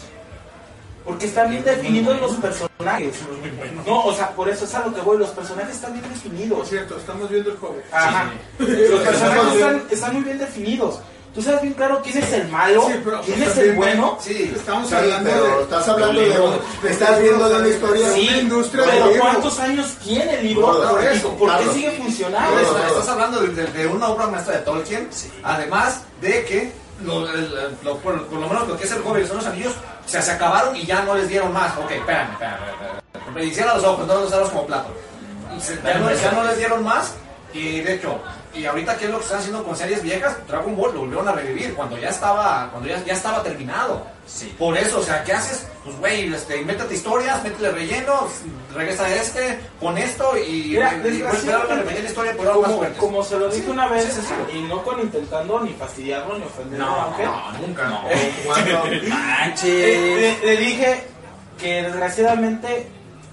Porque están bien definidos los personajes. No, o sea, por eso es a lo que voy, los personajes están bien Por definidos. cierto, estamos viendo el juego. Ajá. Los personajes están, están muy bien definidos. Tú sabes bien claro quién es el malo, Sí, pero quién pues es el también, bueno. Sí, Estamos Sí, hablando pero de... estás hablando de... un- Estás viendo de una historia... Sí, una industria pero de libro. ¿cuántos años tiene el libro? Gordo, Por eso, eso, ¿por qué Carlos. sigue funcionando? Por eso, no, no. estás hablando de, de- de una obra maestra de Tolkien, además de que, lo, el- lo- por, por lo menos lo que es el Hobbit y los Anillos, o sea, se acabaron y ya no les dieron más. Ok, espérame, espérame, espérame. Me cierra los ojos, no los ojos como plato. Y se- ya, no, ya no les dieron más, y de hecho, y ahorita qué es lo que están haciendo con series viejas, Dragon Ball lo volvieron a revivir cuando ya estaba, cuando ya, ya estaba terminado. Sí. Por eso, o sea, ¿qué haces? Pues, güey, este, invéntate historias, métele relleno, regresa a este, pon esto y, Mira, y, y vuelve a desgraciadamente, repetir la historia por algo más como, fuerte. como se lo dije Sí, una vez, sí, sí, sí. y no con intentando ni fastidiarlo ni ofenderlo, No, aunque no, nunca no. Cuando- Manches. le, le- le dije que desgraciadamente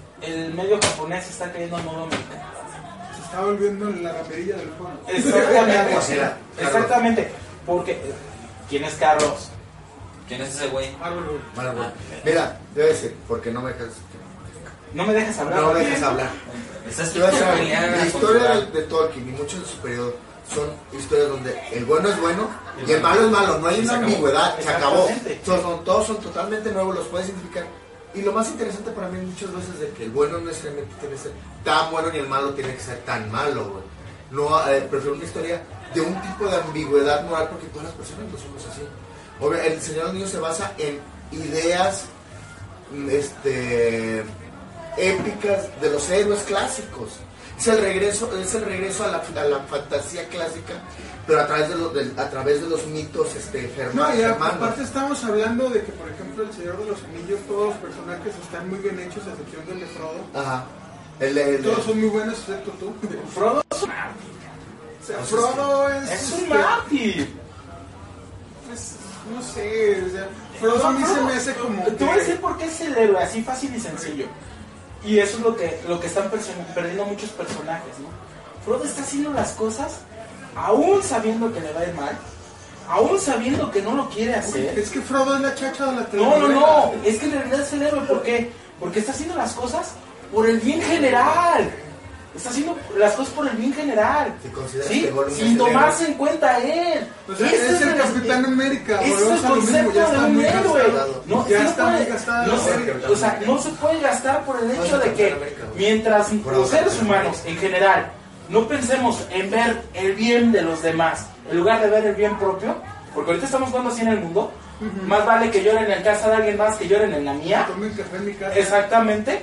el medio japonés está cayendo en modo americano. Se está volviendo la ramerilla del juego. Exactamente. Mira, Exactamente. Porque, ¿quién es Carlos? ¿Quién es ese güey? Árbol. Bueno, bueno. Mira, te voy a decir, porque no me dejas... No me dejas hablar. No me dejas hablar. Estás Te voy a decir, peleando la con historia tu- de, de Tolkien y muchos de su periodo son historias donde el bueno es bueno y el malo es malo. No hay Y se una acabó. ambigüedad, se acabó. Exactamente. Todos son, todos son totalmente nuevos, los puedes identificar. Y lo más interesante para mí muchas veces es de que el bueno no necesariamente tiene que ser tan bueno ni el malo tiene que ser tan malo, güey. No, eh, prefiero una historia de un tipo de ambigüedad moral porque todas las personas lo somos así. Obvio, el Señor de los Niños se basa en ideas mm, este, épicas de los héroes clásicos. Es el regreso, es el regreso a la, a la fantasía clásica, pero a través de los, de- a través de los mitos este, germa- No, y germanos. aparte estamos hablando de que, por ejemplo, El Señor de los Anillos, todos los personajes están muy bien hechos, a excepción del de Frodo. Ajá. El, el- Todos son muy buenos, excepto tú. Frodo O sea, Frodo es... es un este, mártir. es- no sé, o sea, Frodo a mí se me hace como... Te voy a que- decir por qué es el héroe, así fácil y sencillo. Y eso es lo que, lo que están perso- perdiendo muchos personajes, ¿no? Frodo está haciendo las cosas aún sabiendo que le va a ir mal, aún sabiendo que no lo quiere hacer. Es que Frodo es la chacha de la No, telenovela. no, no, es que en realidad es el héroe, ¿por qué? Porque está haciendo las cosas por el bien general. Está haciendo las cosas por el bien general. Si consideras ¿Sí? que Gollum es Sin el tomarse héroe. en cuenta a él. O sea, Ese es el el- Capitán América. ese es volvemos el a lo mismo, concepto ya de está un muy héroe. gastado. No, Ya sí está puede- muy gastada no la se- serie. o sea, no se puede gastar por el No hecho es de el que Capitán América, güey. mientras Por los los seres Capitán humanos América. en general no pensemos en ver el bien de los demás en lugar de ver el bien propio, porque ahorita estamos jugando así en el mundo, más vale que lloren en casa de alguien más que lloren en la mía. Tomen café en mi casa. Exactamente.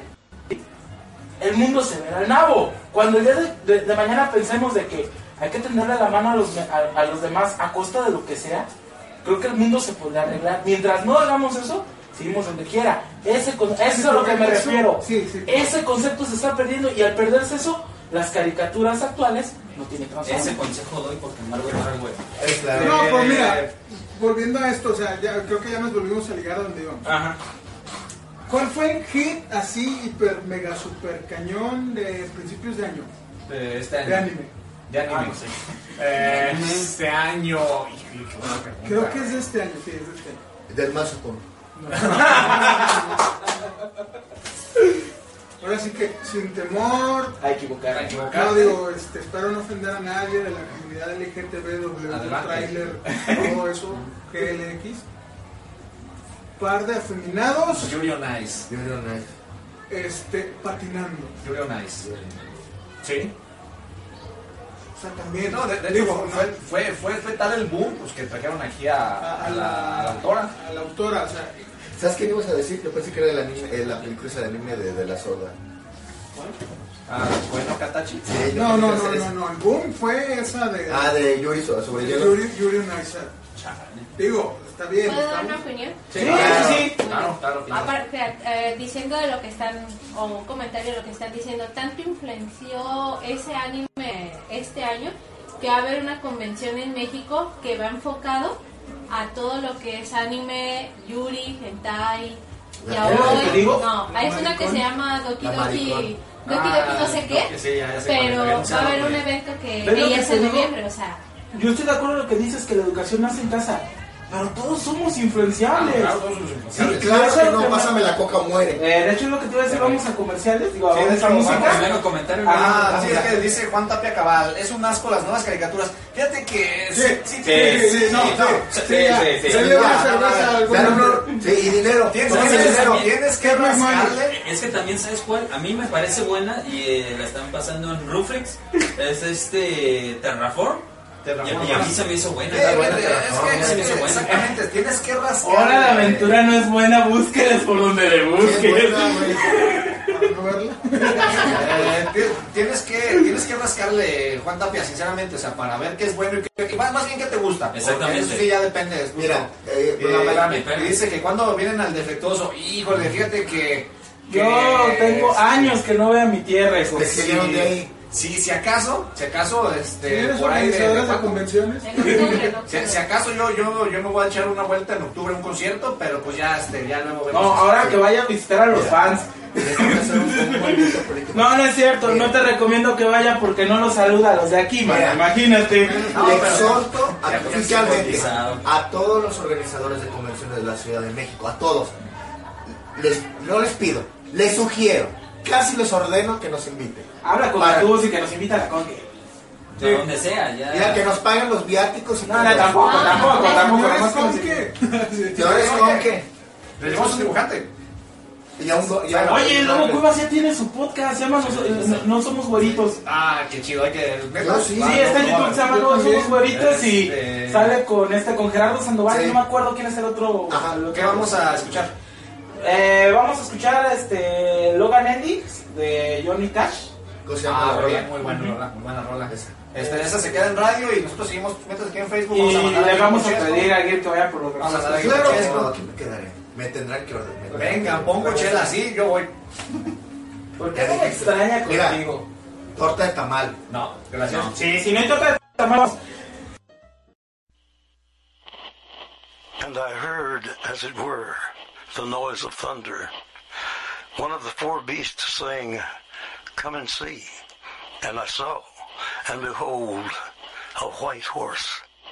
El mundo se verá al nabo. Cuando el día de, de- de mañana pensemos de que hay que tenderle la mano a los, a, a los demás a costa de lo que sea, creo que el mundo se podrá arreglar. Mientras no hagamos eso, seguimos donde quiera. Ese, con- eso es a lo que me Eso- refiero. sí, sí. Ese concepto se está perdiendo y al perderse eso, las caricaturas actuales no tienen Ese trasfondo. consejo doy porque Margo era el güey. Es la- No, pues mira, volviendo a esto, o sea, ya, creo que ya nos volvimos a ligar a donde íbamos. Ajá. ¿Cuál fue el hit así, hiper, mega, super cañón de principios de año? De este año. De anime. De anime. Ah, no sé. Eh, este año. Híjole, qué buena pregunta. Creo que es de este año, sí, es de este año. Del Mazapón. Ahora sí que, sin temor, A equivocar. Para equivocarte. no digo, este, espero no ofender a nadie de la comunidad L G T B, W, Adelante. trailer, todo eso, G L X. Par de afeminados, Yuri on Ice. Yo creo nice. este, patinando. Yuri on Ice. Sí. O sea, también, No, de, de hecho, digo, fue, fue, fue, fue tal el boom pues, que trajeron aquí a, a, la, a la autora. A la autora, o sea, ¿Sabes qué ibas a decir? Yo pensé que era el anime, eh, la película esa de anime de, de la sorda. Ah, bueno, Katachi. Sí, yo no, no, pensé no, que no, era no, el boom fue esa de... esa. Ah, de Yuri so- sobre de hielo. Yuri, Yuri on Ice. Digo, está bien. ¿Puedo está dar una bien. opinión? Sí, Sí, claro, sí, sí. Claro, claro. claro. Aparte, eh, diciendo de lo que están, o un comentario de lo que están diciendo, tanto influenció ese anime este año que va a haber una convención en México que va enfocado a todo lo que es anime, yuri, hentai, ¿Ya ves lo que yaoi. digo? No, La hay una que maricón. se llama Doki La Doki, maricón. Doki Doki no sé qué, Sí, ya, ya sé cuál es, pero había va a haber anunciado, un güey. evento que ¿Ves lo y que es te en digo? noviembre, o sea. Yo estoy de acuerdo en lo que dices, que la educación nace en casa, pero todos somos influenciables. Claro, todos somos influenciables. Sí, claro eso que es lo no, que pásame me- la coca o muere. Eh, de hecho, es lo que te iba a decir, vamos a comerciales, digo, Sí, de vamos a hecho, música. vamos. Primero comentario. Ah, Vamos sí, a- es que dice Juan Tapia Cabal, es un asco las nuevas caricaturas. Fíjate que... Sí, sí, sí, sí, no, sí, no, sí, sí, ya. sí, sí. Dale una Ya, cerveza ya, a algún Claro, hombre. no, sí, y dinero. Tienes, Toma tienes- dinero. tienes que Es muy malo. rascarle. Es que también, ¿sabes cuál? A mí me parece buena y eh, la están pasando en Ruflix. Es este Terraform. Y a, y a mí se me hizo buena. Eh, la eh, buena es Terraform, que, se me es hizo que buena. exactamente, tienes que rascarle. Hora de aventura no es buena, búsquedes por donde le Qué busques. buena, güey. Para no verla. Eh, ti- tienes que tienes que rascarle, Juan Tapia, sinceramente, o sea, para ver qué es bueno y qué, y más, más bien qué te gusta. porque Exactamente. Eso sí ya depende. Es Mira, gusto. eh, Eh, espérame, y espérame. dice que cuando vienen al defectuoso, híjole, fíjate que... que- Yo tengo años que no veo a mi tierra, hijo. te salieron de ahí. Sí, si acaso, si acaso, este, ¿Eres por ahí de, de organizadores de cuándo? convenciones? En octubre, en Si, octubre. si acaso yo, yo, yo me voy a echar una vuelta en octubre a un concierto, pero pues ya, este, ya luego vemos. No, ahora que vaya a visitar a los Mira. fans. Déjame hacer un, un movimiento político. No, no es cierto, no te recomiendo que vaya porque no los saluda a los de aquí, man. Mira. Imagínate. No, Le pero- exhorto a- Ya, ya oficialmente cotizado. a todos los organizadores de convenciones de la Ciudad de México, a todos. Les, no les pido, les sugiero, casi les ordeno que nos inviten. Habla con Para- Matús y que nos invita a la conque. De donde sea, ya. Mira, que nos paguen los viáticos y No, todo no, eso. tampoco, No, tampoco, no, tampoco. ¿Señores nomás que nos con qué? Señores, ¿con qué? Le llevamos un dibujante. Y a un do- y a un- Oye, el Lobo Cuevas ya tiene su podcast, se llama Nos- eh, No Somos Güeritos. Ah, qué chido, hay que... Yo sí. Sí, Ah, está en no, YouTube, se llama yo No también. Somos Güeritos y Este- sale con este, con Gerardo Sandoval, Sí. no me acuerdo quién es el otro. Ajá, el otro. ¿Qué vamos a escuchar? Eh, vamos a escuchar este Logan Endings de Johnny Cash. ¿Cómo se llama Ah, la muy rola? bien, muy buena rola, muy buena rola. Esa. Este, esa se queda en radio y nosotros seguimos, mientras aquí en Facebook Y vamos a mandar le ahí vamos un a chesco. pedir a Gil que vaya por los Vamos a demás. dar ahí Claro un que chesco. no, aquí me quedaré. Me tendrán que ordenar. Venga, pongo chela, sí, yo voy. ¿Por qué no me extraña Mira. contigo? Torta de tamal. No, gracias. Sí, si no hay toca tomamos. And I heard, as it were, the noise of thunder. One of the four beasts saying, "Come and see." And I saw, and behold, a white horse.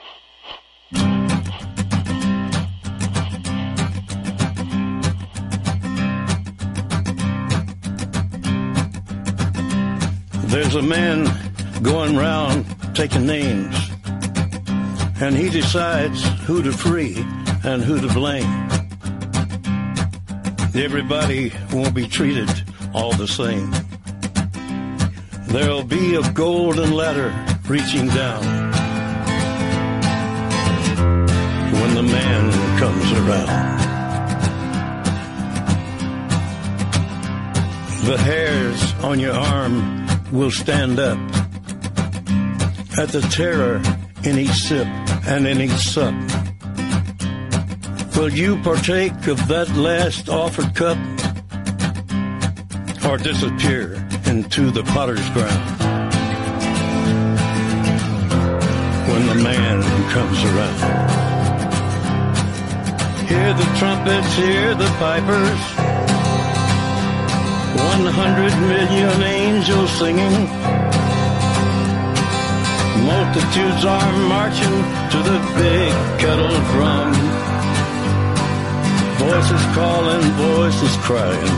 There's a man going round taking names, and he decides who to free and who to blame. Everybody won't be treated all the same. There'll be a golden ladder reaching down when the man comes around. The hairs on your arm will stand up at the terror in each sip and in each sup. Will you partake of that last offered cup, or disappear into the potter's ground when the man comes around? Hear the trumpets, hear the pipers, one hundred million angels singing. Multitudes are marching to the big kettle drum. Voices calling, voices crying.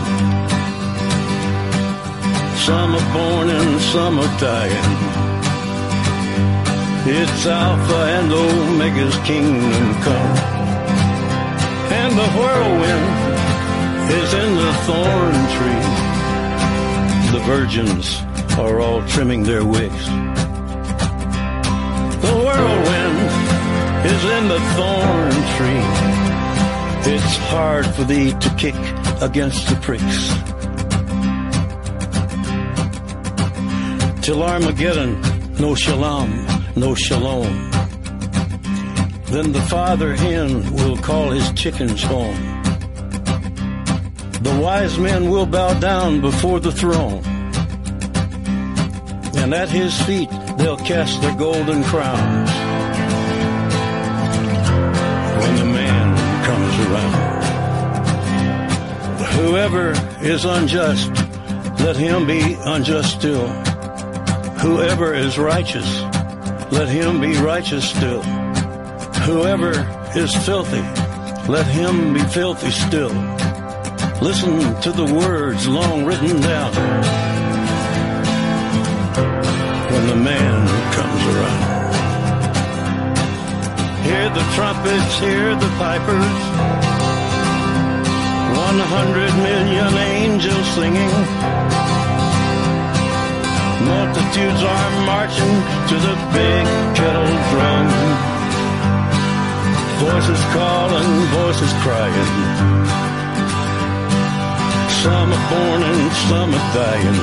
Some are born and some are dying. It's Alpha and Omega's kingdom come. And the whirlwind is in the thorn tree. The virgins are all trimming their wicks. The whirlwind is in the thorn tree. It's hard for thee to kick against the pricks. Till Armageddon, no shalom, no shalom. then the father hen will call his chickens home. The wise men will bow down before the throne, and at his feet they'll cast their golden crowns when the man comes around. Whoever is unjust, let him be unjust still. Whoever is righteous, let him be righteous still. Whoever is filthy, let him be filthy still. Listen to the words long written down when the man comes around. Hear the trumpets, hear the pipers, one hundred million angels singing. Multitudes are marching to the big kettle drum. Voices calling, voices crying. Some are born and some are dying.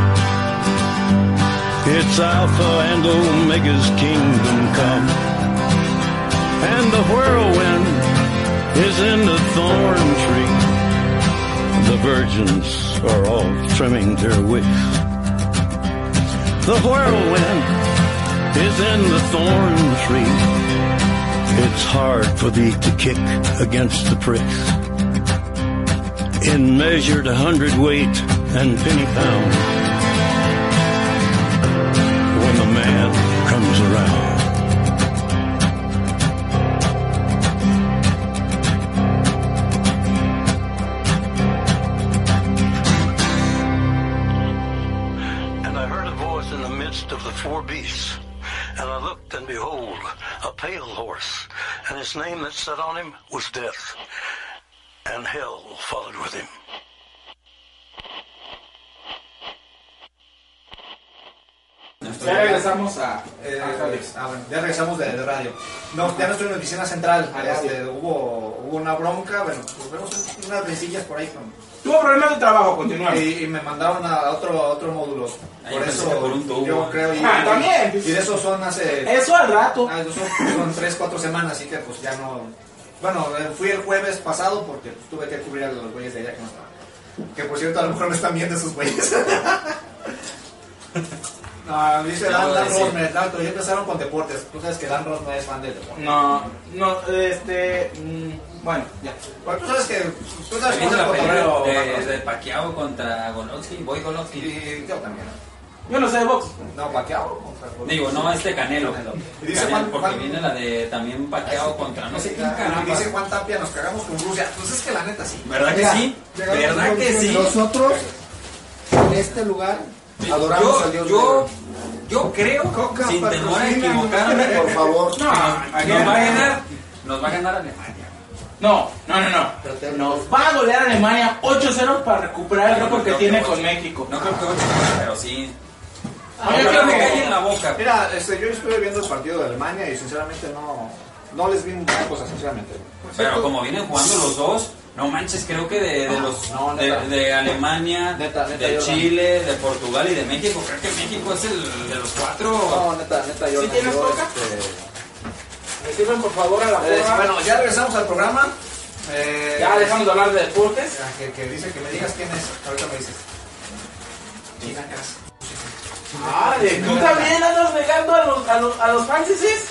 It's Alpha and Omega's kingdom come. And the whirlwind is in the thorn tree. The virgins are all trimming their wicks. The whirlwind is in the thorn tree. It's hard for thee to kick against the pricks. In measured hundredweight and penny pound, when the man comes around. Of the four beasts, and I looked, and behold, a pale horse, and his name that sat on him was Death, and hell followed with him. Ya regresamos a, Eh, a Alex. ah, bueno, ya regresamos de, de radio. No, ya no estoy en la oficina central. Este, hubo, hubo una bronca. Bueno, pues vemos unas rencillas por ahí. Con, Tuvo problemas de trabajo, continuamos. y, y me mandaron a otro, a otro módulo. Ahí Por pensé eso, que por un tubo. yo creo. Y, Ah, también. Y de eso son hace. Eso al rato. Ah, eso son, son tres, cuatro semanas, así que pues ya no. Bueno, eh, fui el jueves pasado porque pues, tuve que cubrir a los güeyes de allá que no estaban. Que por cierto, a lo mejor me están viendo esos güeyes. No, dice Dan, Dan Rosmer, tanto, ya empezaron con deportes. Tú sabes que Dan Rosmer es fan del deporte. No, no, este. Mmm, bueno, ya. Bueno, tú sabes que. Tú sabes que ¿Viste la pelea cotorreo, de, Marcos. de Pacquiao contra Golovkin? Voy Golovkin. Y yo también. Yo no sé de box. No, Pacquiao. Digo, no, este Canelo. Y dice Canelo, Juan- porque Juan- viene la de también Pacquiao contra no sé quién Y caramba. dice Juan Tapia, nos cagamos con Rusia. Pues es que la neta sí. ¿Verdad que Mira, sí? llegamos ¿Verdad a la que conclusión. sí? Nosotros, en este lugar, adoramos Yo, al Dios yo, negro. yo creo, Coca, sin temor a patrocina, equivocarme, por favor. No, aquí nos va a no. ganar, nos va a ganar Alemania. No, no, no, no. Nos va a golear Alemania ocho cero para recuperar el récord que No, tiene no, con México. No creo que ocho, pero sí. Ah, yo yo creo que creo- cae en la boca. Mira, este, yo estuve viendo el partido de Alemania y sinceramente no, no les vi muchas cosas, sinceramente. Pero como vienen jugando los dos, no manches, creo que de, de No, los no, de, neta. de Alemania, Neta, neta, de yo no. Chile, de Portugal y de México, creo que México es el de los cuatro. No, neta, neta, yo ¿Sí no. tienes yo, coca? este, Me sirven por favor a la eh, porra. bueno, ya regresamos al programa. Eh, Ya dejamos de hablar de deportes. Que, que dice que me digas quién es. Ahorita me dices. Chinacas. Vale, ¿tú también andas negando a los, a los, a los fantasies?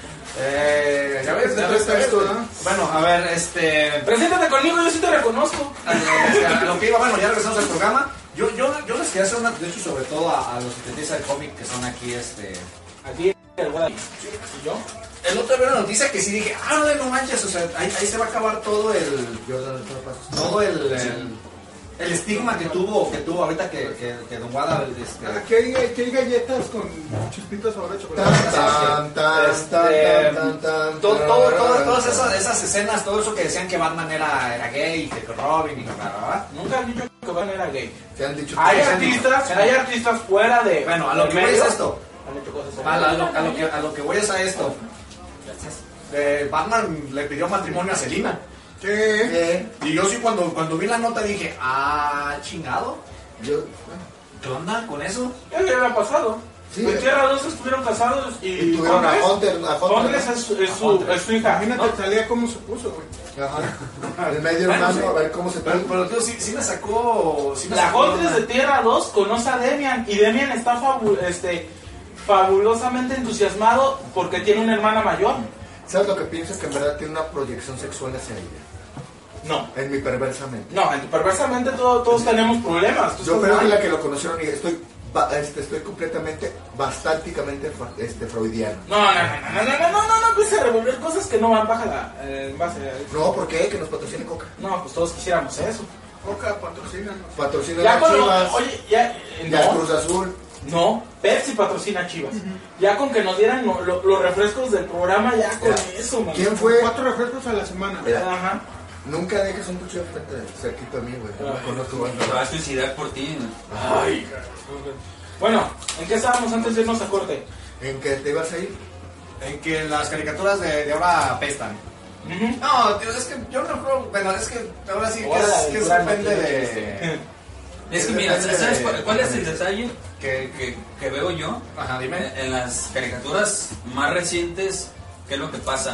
Eh, ya ves, Ya ya ves ves, ya ves. esto, ¿no? Bueno, a ver, este. Preséntate conmigo, yo sí te reconozco. Eh, a lo que iba, bueno, ya regresamos al programa. Yo, yo, yo les quería hacer una, de hecho, sobre todo a, a los que te interesa el cómic que son aquí, este. Aquí, el güey. ¿Y yo? El otro día vi una noticia que sí dije, ah, no, no manches, o sea, ahí, ahí se va a acabar todo el. Todo el. el el estigma que tuvo, que tuvo ahorita que, que, que Don Guada, este, Aquí hay, aquí hay galletas con chispitas ahora de chocolate. Tan, tan, tan, Este, tan, tan, tan, todo, todo, todo- tan, todas tan. esas, esas escenas, todo eso que decían que Batman era, era gay, y que Robin y que bla, bla, bla. Nunca han dicho que Batman era gay. Te han dicho que Hay no. artistas, hay artistas fuera de. Bueno, a lo del que voy es medio. esto. Han hecho cosas A, la- a lo, a lo que, a lo que voy es a esto. Eh, Batman le pidió matrimonio a Selina. Sí. Eh, Y yo sí cuando, cuando vi la nota dije, ah, chingado. yo, ¿Qué onda con eso? Ya le había pasado. Sí, en Tierra dos estuvieron casados y, y tuvieron a Hunter. A Hunter, Hunter es, su, es, su, es su hija. Imagínate, ¿no? Talía cómo se puso, güey. Ajá. El medio Bueno, hermano, sí. a ver cómo se Pero, puso. pero tío, sí, sí me sacó. Sí me La sacó Huntress una- de Tierra dos conoce a Demian y Demian está fabu este, fabulosamente entusiasmado porque tiene una hermana mayor. ¿Sabes lo que pienso? Que en verdad tiene una proyección sexual hacia ella. No. En mi perversamente. No, en tu perversamente todo, todos tenemos problemas. Tú Yo estás creo que mal. la que lo conocieron y estoy, ba- este, estoy completamente, bastánticamente fra- este, freudiano. No, no, no, no, no, no, no, no, no empieces a revolver cosas que no van baja la, eh, en base a... No, ¿por qué? Que nos patrocine Coca. No, pues todos quisiéramos eso. Coca, patrocínanos. Patrocina Ya a con lo- Chivas. oye, ya, eh, Ya no, Cruz Azul. no, Pepsi patrocina a Chivas. Ya con que nos dieran lo- lo- los refrescos del programa, ya con Ya. eso, man. ¿Quién fue? Cuatro refrescos a la semana. Mira, Ajá. nunca dejes un cuchillo frente cerquita a mí, güey. No Ay, me conozco, güey. Te vas a suicidar por ti. Ay, bueno, ¿en qué estábamos antes de irnos a corte? ¿En qué te ibas a ir? En que las caricaturas de, de ahora apestan. Ujú. No, tío, es que yo no creo. Bueno, es que ahora sí que Ahora la es, que es aventura no depende tiene de. chiste. Es que Es mira, depende ¿sabes de- cuál, cuál es el detalle que, que, que veo yo? Ajá, dime. En, en las caricaturas más recientes, ¿qué es lo que pasa?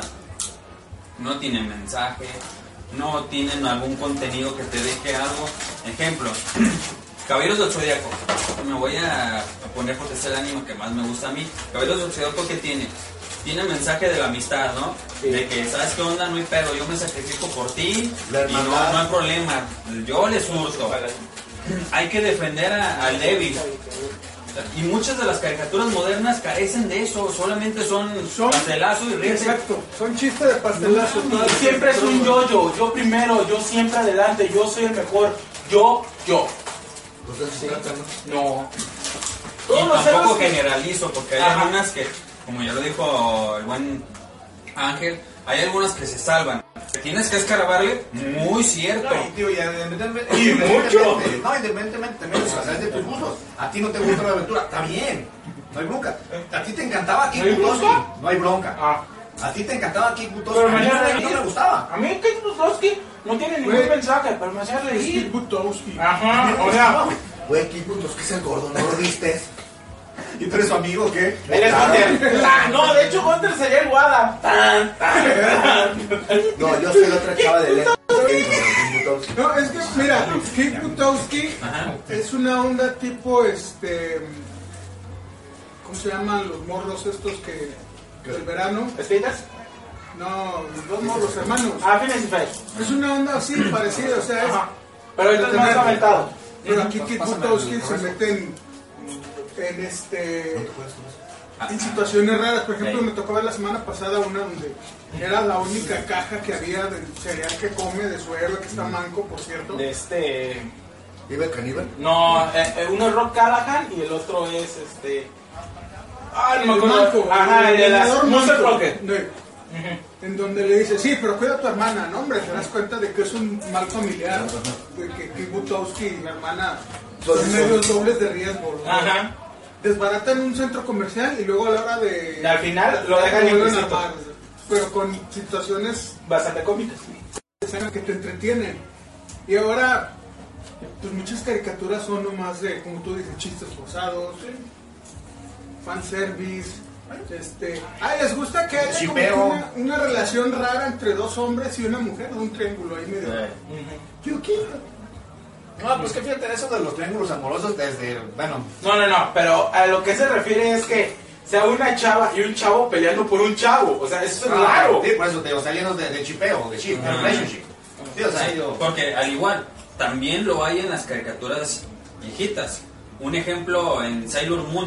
No tienen mensaje, no tienen algún contenido que te deje algo. Ejemplo, Caballeros del Zodiaco. Me voy a poner porque es el anime que más me gusta a mí. Caballeros del Zodiaco, ¿qué tiene? Tiene mensaje de la amistad, ¿no? Sí. De que, ¿sabes qué onda? No hay pedo, yo me sacrifico por ti La y no, hermandad. no hay problema. Yo les hurto. Hay que defender a- al débil. Y muchas de las caricaturas modernas carecen de eso, solamente son, Son- pastelazo y ríete. Exacto, son chistes de pastelazo. todas las Siempre es un caricaturas. yo-yo, yo primero, yo siempre adelante, yo soy el mejor, yo, yo. Pues de eso se trata, ¿no? No. Y Todos los tampoco héroes que- generalizo, porque hay Ajá. algunas que, como ya lo dijo el buen Ángel, hay algunas que se salvan. Tienes que escarbarle, muy cierto. No, y, tío, y independientemente, Y mucho. No, independientemente también, o sea, sabes de tus gustos. A ti no te gusta la aventura, está bien. No hay bronca. A ti te encantaba Kik ¿No hay Butowski. bronca? No hay bronca. Ah. A ti te encantaba Kik Butowski. Pero A me mí hacía no, no reír. me gustaba. A mí Kate Butowski no tiene ningún Güey. mensaje, pero me hacía Steve reír. Butowski. Ajá, o sea, Güey, ¿qué puntos? ¿Qué es el gordo? ¿No lo viste? ¿Y tú eres su amigo o qué? él es Hunter. Ah, no, de hecho Hunter sería el Wada. Tan, tan, tan. No, yo soy la otra chava de lejos. No, es que, mira, Kate Butowski es una onda tipo, este... ¿Cómo se llaman los morros estos que... del verano? ¿Speeders? No, los dos morros hermanos. Ah, Phineas y Ferb. Es una onda así, parecida, o sea, es... Ajá. Pero esto es más aventado. Pero aquí Kate Pásame Butowski el se refresco. mete en, en este... en situaciones raras. Por ejemplo, Sí. me tocó ver la semana pasada una donde era la única caja que había del cereal que come, de su héroe que está manco, por cierto. De este... ¿Iba el caníbal? No, eh, eh, uno es Rock Callahan y el otro es este... Ah, no me El acuerdo. manco, Ajá, el de las leñador Monster manco. Rocket. No, en donde le dice, sí, pero cuida a tu hermana, ¿no, hombre? Te das cuenta de que es un mal familiar, de que Kate Butowski y la hermana son Son- medios dobles de riesgo, ¿no? Ajá. Desbaratan un centro comercial y luego a la hora de... Y al final lo dejan vuelven a implícito. amar, pero con situaciones Bastante cómicas. escenas que te entretienen. Y ahora, pues muchas caricaturas son nomás de, como tú dices, chistes forzados, fanservice, este... Ah, ¿les gusta que haya como que Chipeo. una, una relación rara entre dos hombres y una mujer? Un triángulo ahí medio... Yo quiero. No, pues que fíjate, eso de los triángulos amorosos desde, bueno, No, no, no, pero a lo que se refiere es que sea una chava y un chavo peleando por un chavo. O sea, eso es raro. Sí, por eso te digo, está lleno de, de chipeo, de chip, de Ajá. relationship. Sí, o sea, Sí, yo... porque al igual, también lo hay en las caricaturas viejitas. Un ejemplo en Sailor Moon.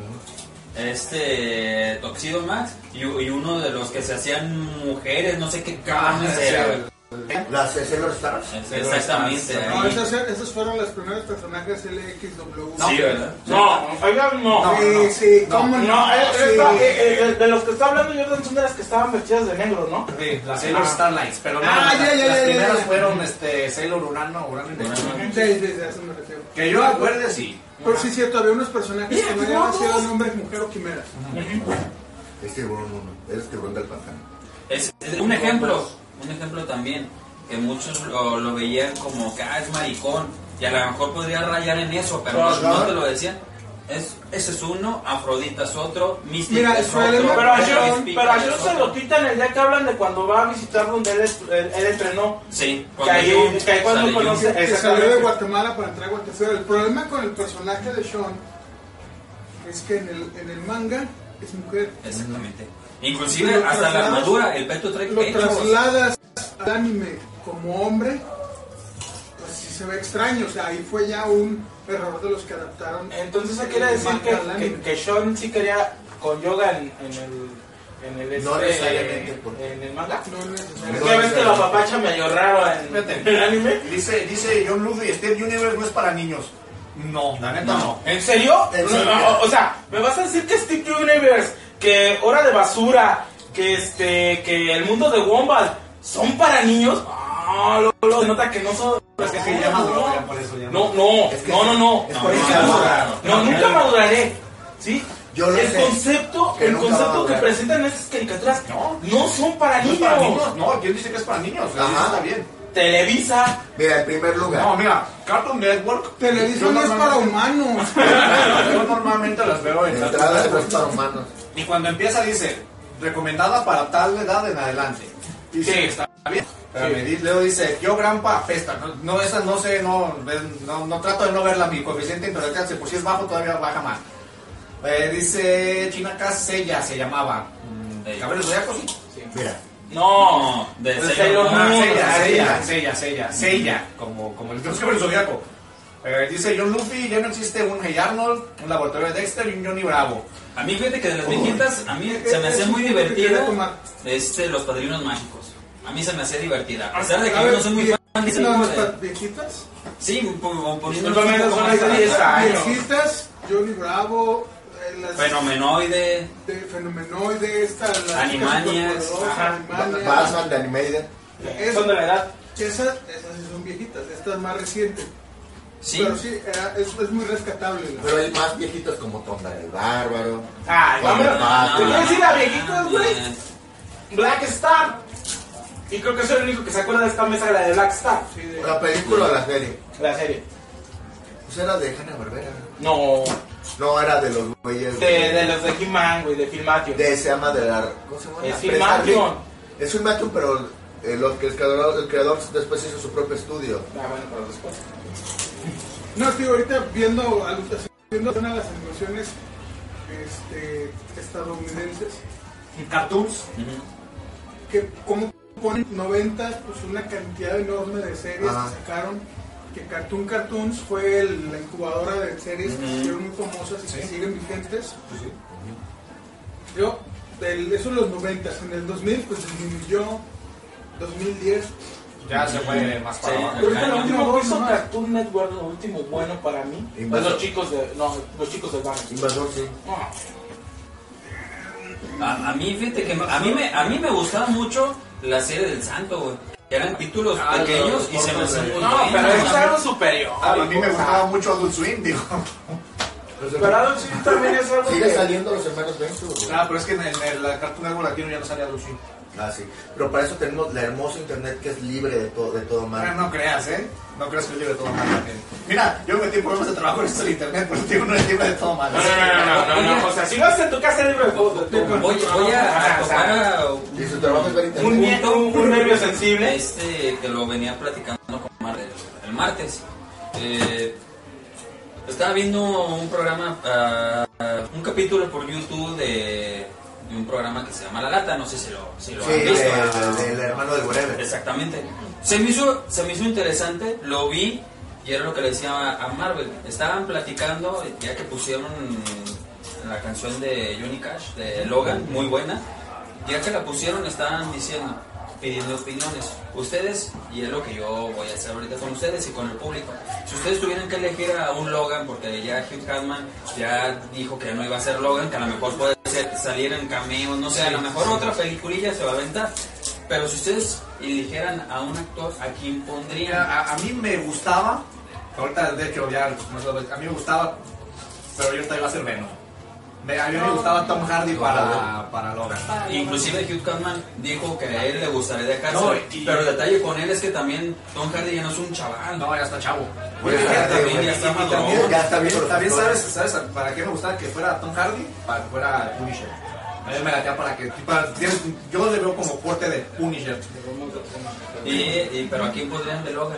Este Tuxedo Max y, y uno de los que se hacían mujeres, no sé qué cabrones Ah, sí, era. Las Sailor Stars. Exactamente. No, ahí. esas, esas fueron los primeros personajes L X W. Sí, ¿verdad? No, oigan, no. Sí, sí, ¿cómo no? No, eh, Sí. esta- eh, eh, de los que está hablando Jordan son de las que estaban vestidas de negro, ¿no? Sí, las Sailor Ah. Starlights, pero no, Ah, las, ya, ya, las ya, primeras ya. fueron este, Sailor Urano, Urano y Neptuno. Sí, sí, sí, a eso me refiero. Que yo acuerde, sí. Pero sí es cierto, había unos personajes que no Mira, llamaban no, si no. eran hombres, mujer o quimeras. Es tiburón uno. Eres tiburón del pantano. Es, es un ejemplo, un ejemplo también, que muchos lo, lo veían como que ah, es maricón, y a lo mejor podría rayar en eso, pero no, no te lo decían. Es, ese es uno, Afrodita es otro, Mystic Mira, es pero otro. Pero a Sean, Speaker pero a es Sean se otro. lo quitan el día que hablan de cuando va a visitar donde él, es- él, él entrenó. Sí, Que ahí, Jun que ahí cuando sale Jun. conoce. Que salió de Exactamente. Guatemala para entrar a Guatemala. El problema con el personaje de Sean es que en el, en el manga es mujer. Exactamente. Inclusive Lo hasta la trasladas- armadura, el peto trae Lo pechos. trasladas al anime como hombre, pues sí se ve extraño. O sea, ahí fue ya un error de los que adaptaron. Entonces eso el quiere decir manga que, al que, anime. que Sean sí quería con yoga en, en el. En el, No este, necesariamente, porque- en el manga. No es Es necesario. que obviamente la papacha medio raro en, Fíjate. en el anime. Dice, dice John Luffy, Steve Universe no es para niños. No, la neta no. ¿En serio? ¿En serio? No, no, o sea, me vas a decir que Steve Universe, que Hora de Basura, que este, que el mundo de Wombat son para niños. Ah, lo, lo, se nota que no son. Es que sí, ya maduró, ya por eso ya No, no, Es que no, no, no. es No, por eso nunca que no maduraré. maduraron. No, nunca maduraré. ¿Sí? Yo lo el sé, concepto, que el nunca va a concepto que madurar. presentan estas caricaturas No. no son para No es niños. para niños. No, ¿quién dice que es para niños? Ajá. Eso está bien. Televisa. Mira, en primer lugar, No, mira, Cartoon Network. Televisión no es para humanos. Yo normalmente las veo de en Cartoon entrada de Network. los para humanos. Y cuando empieza dice, recomendada para tal edad en adelante. Y sí, está bien. Pero me di- Leo dice, yo Grampa apesta. No, no, esa no sé, no, no, no trato de no verla. Mi coeficiente intelectual, si por si es bajo, todavía baja más. Eh, dice Chinaka Sella, se llamaba. Ey. Cabellos Zodiacos, sí. Mira, No, de de Sailor Sailor Moon. Ah, Moon. Sella, ah, Sella, Sella, Sella, Sella, como, como el dios Cabello Zodiaco. Eh, dice John Luffy, ya no existe un Hey Arnold, un laboratorio de Dexter y un Johnny Bravo. A mí, fíjate que de las viejitas, a mí se me Es hace un muy punto que quería divertida tomar. este, Los Padrinos Mágicos. A mí se me hace divertida. A pesar de que A yo ver, no soy muy vie- fan de ese no, tipo no, de... viejitas. Sí, po- poniendo Discúlpame, un poco son más de de- diez años. Viejitas, Johnny Bravo, eh, las Fenomenoide, de Fenomenoide, esta, las chicas Animaniacs, superpoderosas, ajá, Animaniacs. Batman de Animated. Es- Son de la edad. Esas, esas sí son viejitas, esta es más reciente. sí. Pero sí, era- es, es muy rescatable. la- Pero hay más viejitos como Tonda el Bárbaro. Ay, Con vámonos. el Pato. Te voy a decir a viejitos, güey. Eh, Black Star. Y creo que soy el único que se acuerda de esta mesa, la de Black Star. Sí, de- ¿La película o la serie? La serie. Pues era de Hanna-Barbera. No, No, era de los güeyes. de, de los de He-Man, güey, de Filmation. de- se llama de la. ¿Cómo se llama? Es La Filmation. Es Filmation, pero eh, lo que el creador, el creador después hizo su propio estudio. Ah, bueno, pero después. No, tío, ahorita viendo, al- viendo una de las animaciones este, estadounidenses, Cartoons. ujú. que como ponen noventa, pues una cantidad enorme de series Ajá. que sacaron, que Cartoon Cartoons fue el- la incubadora de series que se Ujú. hicieron muy famosas y que Sí. siguen vigentes. Yo, del, eso en los noventa, en el dos mil pues disminuyó, dos mil diez, Ya se fue más para Sí. abajo. Ahorita lo último que hizo no. Cartoon Network, lo último bueno para mí, es Invasor. los chicos de, no, los chicos del barrio. Invasor, sí. Ah, A, a mí, fíjate que a mí, me, a mí me gustaba mucho la serie del Santo, güey. Que eran títulos Ah, pequeños los y se me cortos hacían de- muy No, buenos. pero eso es algo superior. Ah, a mí me gustaba mucho Adult Swim, digo. Pero Adult Swim también es algo Sigue que... saliendo los hermanos Venture. güey. Ah, pero es que en, el- en la Cartoon Network latino ya no salía Adult Swim. Ah, sí. Pero para eso tenemos la hermosa internet que es libre de todo, de todo Ah, mal. no creas, ¿eh? No creas que es libre de todo mal también. Mira, yo metí problemas de trabajo en esto del internet, pero digo, no es libre de todo mal. No, no, no, no, no, no, o sea, si vas en tu casa libre de todo. Voy, voy a, a tocar a Y su trabajo es ver internet. Un, nie- un, un nervio sensible. este que lo venía platicando con Mar el, el martes. Eh, estaba viendo un programa, ah, un capítulo por YouTube de, de un programa que se llama La Lata, no sé si lo, si lo Sí, han visto. de- del hermano de Whatever. Exactamente. Se me hizo, se me hizo interesante, lo vi y era lo que le decía a Marvel. Estaban platicando, ya que pusieron la canción de Johnny Cash, de Logan, muy buena. Ya que la pusieron, estaban diciendo, pidiendo opiniones. Ustedes, y es lo que yo voy a hacer ahorita con ustedes y con el público. Si ustedes tuvieran que elegir a un Logan, porque ya Hugh Jackman ya dijo que no iba a ser Logan, que a lo mejor puede ser, salir en cameo, no sé, a lo mejor otra peliculilla se va a aventar. Pero si ustedes eligieran a un actor, ¿a quién pondrían? Mira, a, a mí me gustaba, ahorita de hecho ya, no sé, a mí me gustaba, pero yo ahorita iba a ser Venom. Me, a mí me gustaba Tom Hardy para, para Logan. Inclusive Hugh Jackman dijo que a él le gustaría dejarse, No, y- pero el detalle con él es que también Tom Hardy ya no es un chaval. No, ya está chavo. Bueno, Ya, también ya, ya está Y maduro. también, Ya está bien con los también actores. sabes, ¿sabes para qué me gustaba que fuera Tom Hardy? Para que fuera Punisher. A mí me latea para que... Para, tienes- yo le veo como fuerte de Punisher. Y, y, pero aquí podrían de Logan.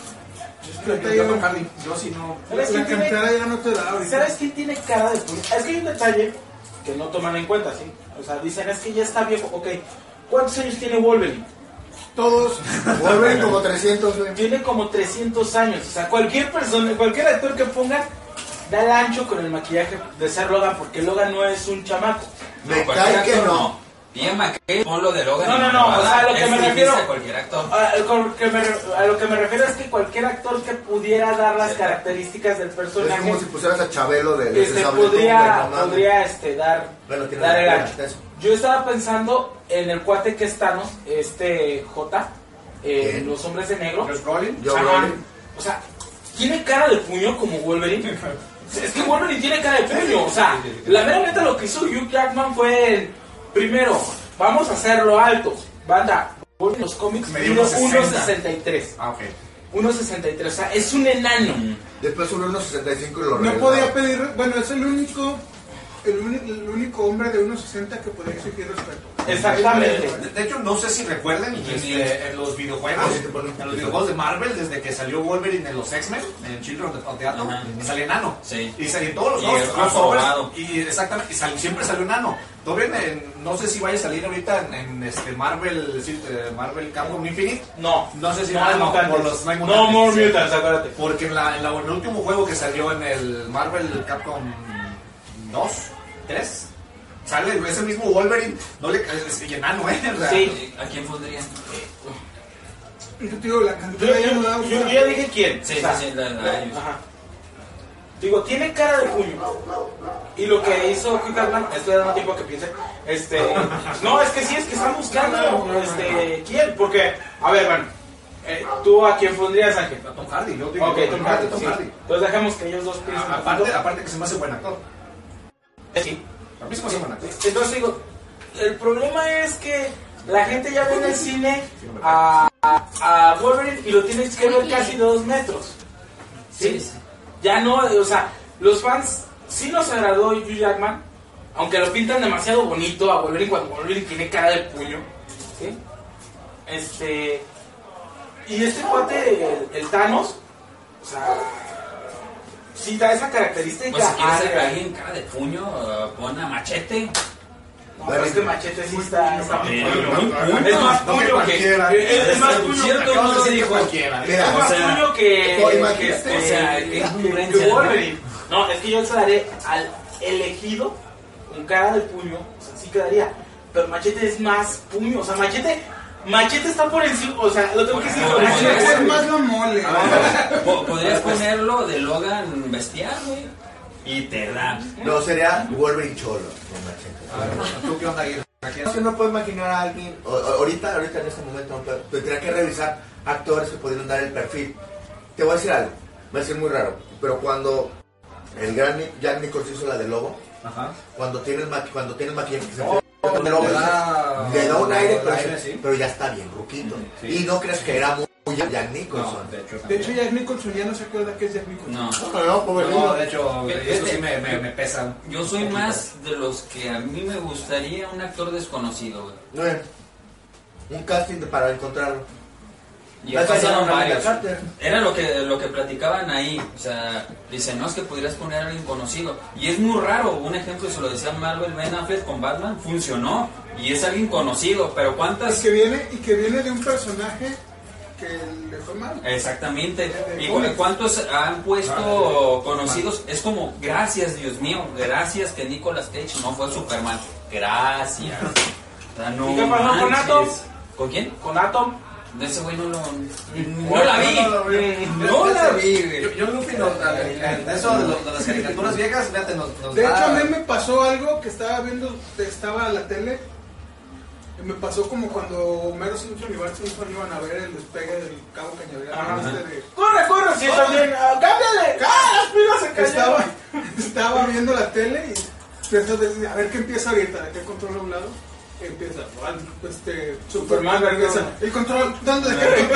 Yo, yo, Tom Hardy, yo sí no... La ¿Sabes quién tiene- cantera ya no te da ahorita. ¿Sabes quién tiene cara de puño? Es que hay un detalle que no toman en cuenta, ¿sí? O sea, dicen, es que ya está viejo. Ok, ¿cuántos años tiene Wolverine? Todos. Wolverine como trescientos, güey. Tiene como trescientos años. O sea, cualquier persona, cualquier actor que pongan, da el ancho con el maquillaje de ser Logan, porque Logan no es un chamaco. Me No, cualquier cae que actor no. Bien, ¿qué? Pon lo de Logan. No, y no, no, o sea, a lo que es me difícil refiero- a cualquier actor. A, con que me re- a lo que me refiero es que cualquier actor que pudiera dar las características del Es personaje como si pusieras a Chabelo de, de este, ese sable de podría, Tumblr, no mames. podría este, dar, Bueno, tiene dar el razón, ancho. eso. Yo estaba pensando en el cuate que es Thanos, este J, eh, ¿Quién? Los Hombres de Negro. Josh Brolin. Yo, Ajá. Brolin. O sea, tiene cara de puño como Wolverine. Es que Wolverine tiene cara de puño. O sea, la mera neta lo que hizo Hugh Jackman fue, primero, vamos a hacerlo alto. Banda, Wolverine en los cómics Medio mide uno sesenta. uno sesenta y tres. Ah, ok. uno sesenta y tres, o sea, es un enano. Después un uno sesenta y cinco y lo No regresaba. podía pedir, bueno, es el único, el, uni- el único hombre de uno sesenta que podía exigir respeto. Exactamente. De, de hecho, no sé si recuerden este, en los videojuegos, Ah, sí, te ponen un en los poquito. videojuegos de Marvel, desde que salió Wolverine en los X-Men, en Children of the Atom, Ajá. salía enano. Sí. Y salía en todos los Y dos, el los brazo hombres, ahogado. y exactamente, y sal- siempre salió enano. Todavía en- no sé si vaya a salir ahorita en, en este Marvel, sí, eh, Marvel Capcom Infinite. No, No sé si no ah, hay no, mutantes. por los- no hay No mutantes, more sí. mutants, acuérdate. Porque en, la, en, la- en el último juego que salió en el Marvel Capcom dos, tres, sale ese mismo Wolverine, no le es enano, eh. O sea, Sí. ¿A quién pondrían? Y yo te digo, la Yo, cantera ya no da. yo- yo ya dije quién. Sí, O sea, sí, sí, la- la- ellos. ajá. Digo, tiene cara de puño. Y lo que hizo Hugh Jackman, estoy dando tiempo a que piense. Este, no, es que sí, es que están buscando este, quién. Porque, a ver, bueno, eh, ¿tú a quién pondrías, Ángel? a Tom Hardy, yo digo Ok, Tom Hardy, Tom sí. Hardy. Entonces dejemos que ellos dos piensen. A- Aparte, aparte que se me hace buen actor. Sí. A mí se me hace buen actor. Entonces digo, el problema es que la gente ya ve en el cine a, a Wolverine y lo tienes que ver casi de dos metros. ¿Sí? Sí. Ya no, o sea, los fans sí nos agradó Hugh Jackman, aunque lo pintan demasiado bonito a Wolverine cuando Wolverine tiene cara de puño. ¿Sí? Este. Y este cuate, el, el Thanos, o sea, sí da esa característica. Pues si quieres ser área. alguien cara de puño, uh, pon a Machete. No, pero es que Machete sí está. está muy Pero puño. muy puño. Es más No que puño que. cualquiera. Es, es más puño Cierto, que. no Acabas de se decir que dijo. cualquiera. Mira, Es más o sea, puño que. o que, imagínate, este, o sea, que que- que- congruencia, que ¿no? Wolverine. No, es que yo se la daré al elegido con cara de puño. O sea, sí quedaría. Pero Machete es más puño. O sea, Machete. Machete está por encima. O sea, lo tengo que decir. Bueno, Machete bueno, es Es más la mole. Po- Podrías ponerlo de Logan bestial, güey. Y te da. No, sería Wolverine Cholo. con Machete. A ver, ¿tú qué onda, Aguirre? ¿A quién? Es que no puedo imaginar a alguien, o- o- ahorita, ahorita en este momento, no puedo, tendría que revisar actores que pudieran dar el perfil. Te voy a decir algo, va a ser muy raro, pero cuando el gran Nick- Jack Nicholson hizo la de Lobo, Ajá. cuando tiene el, maqui- cuando tiene el maquillaje que se Oh, pone le Lobo, da- le da un aire, pero, aire, sí. pero ya está bien ruquito. Sí. Y no crees que era muy Jack Nicholson. No, de hecho, De también. hecho, Jack Nicholson ya no se acuerda que es Jack Nicholson. No. No, no, pobre No, niño. de hecho, Fíjate, eso sí me, me, me pesa. Yo soy más de los que a mí me gustaría un actor desconocido, güey. No, eh, un casting de- para encontrarlo. Ya Vas a hacer pasaron una varios. Linda Carter. Era lo que, lo que platicaban ahí. O sea, dicen, no, es que podrías poner a alguien conocido. Y es muy raro. Un ejemplo, se lo decía Marvel, Ben Affleck con Batman, funcionó. Y es alguien conocido. Pero Y ¿cuántas? que viene, y que viene de un personaje que le fue mal. Exactamente. ¿Y cu- cuántos han puesto conocidos? Es como, gracias, Dios mío. Gracias que Nicolas Cage no fue Superman. Gracias. O sea, no ¿Y qué pasó con manches. Atom? ¿Con quién? Con Atom. De ese güey no lo... No la vi. No, no, no, No la vi, güey. Yo, yo Luffy, nos, de eso de, lo- de las caricaturas viejas, fíjate, nos, nos De da... hecho, a mí me pasó algo que estaba viendo, estaba a la tele. Y me pasó como cuando Homero Simpson y Bart Simpson iban a ver el despegue del Cabo Cañaveral. Ajá. Este de- ¡Corre, corre! ¡Sí, también! ah, ¡Cámbiale! ¡Ah, las pilas se cayeron! Estaba, estaba viendo la tele y Empieza de, a ver qué empieza ahorita, de qué control doblado. Empieza, este, Superman regresa. El control, ¿dónde? ¿De qué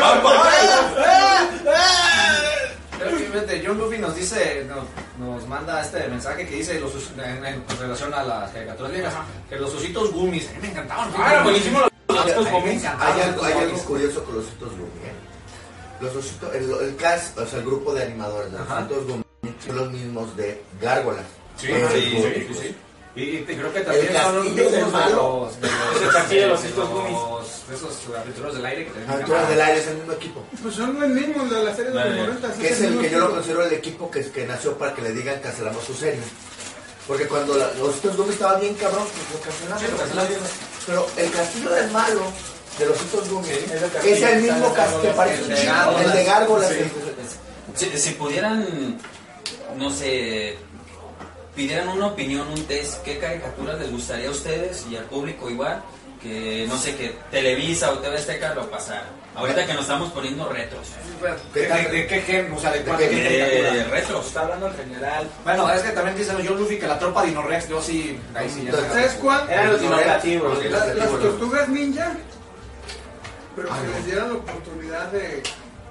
Fíjate, John Luffy nos dice, nos, nos manda este mensaje que dice los, en, en relación a las caricaturas viejas, que los ositos Gummies, a mí me encantaban. Ah, era buenísimo los ositos Gummies. Hay algo, hay algo curioso con los ositos Gummies. ¿eh? Los ositos, el, el cast, o sea, el grupo de animadores de los ositos Gummies son los mismos de Gárgolas. Sí, sí, sí, sí, sí. Y, y creo que también el son los mismos de malo. los, de los, el castillo de los de ositos Gummies. de esos aventureros del aire que tenemos. Aventuras del Aire es el mismo equipo. Pues son los mismos de la serie de los noventa. Que es el que yo lo considero el equipo que, que nació para que le digan cancelamos su serie. Porque cuando la, los ositos Gummies estaba bien cabrón, pues lo cancelaron. Sí, lo cancelaron. Pero el castillo del malo de los ositos Gummies Sí, es el, es el mismo castillo que parece un chico, el de Gárgolas. Si, si pudieran, no sé, pidieran una opinión, un test, ¿qué caricaturas les gustaría a ustedes y al público igual? Que no sé, que Televisa o T V Azteca lo pasara. Ahorita que nos estamos poniendo retros. ¿De, de, de qué gen? O sea, ¿de, ¿De cuál qué qué Eh, caricatura? retros. Está hablando en general. Bueno, es que también dicen John Luffy que la tropa Dino Rex, yo sí, ahí sí ya. ¿Sabes cuál? Eran los dinoplativos. La- Las tortugas ninja, pero que les dieran la oportunidad de,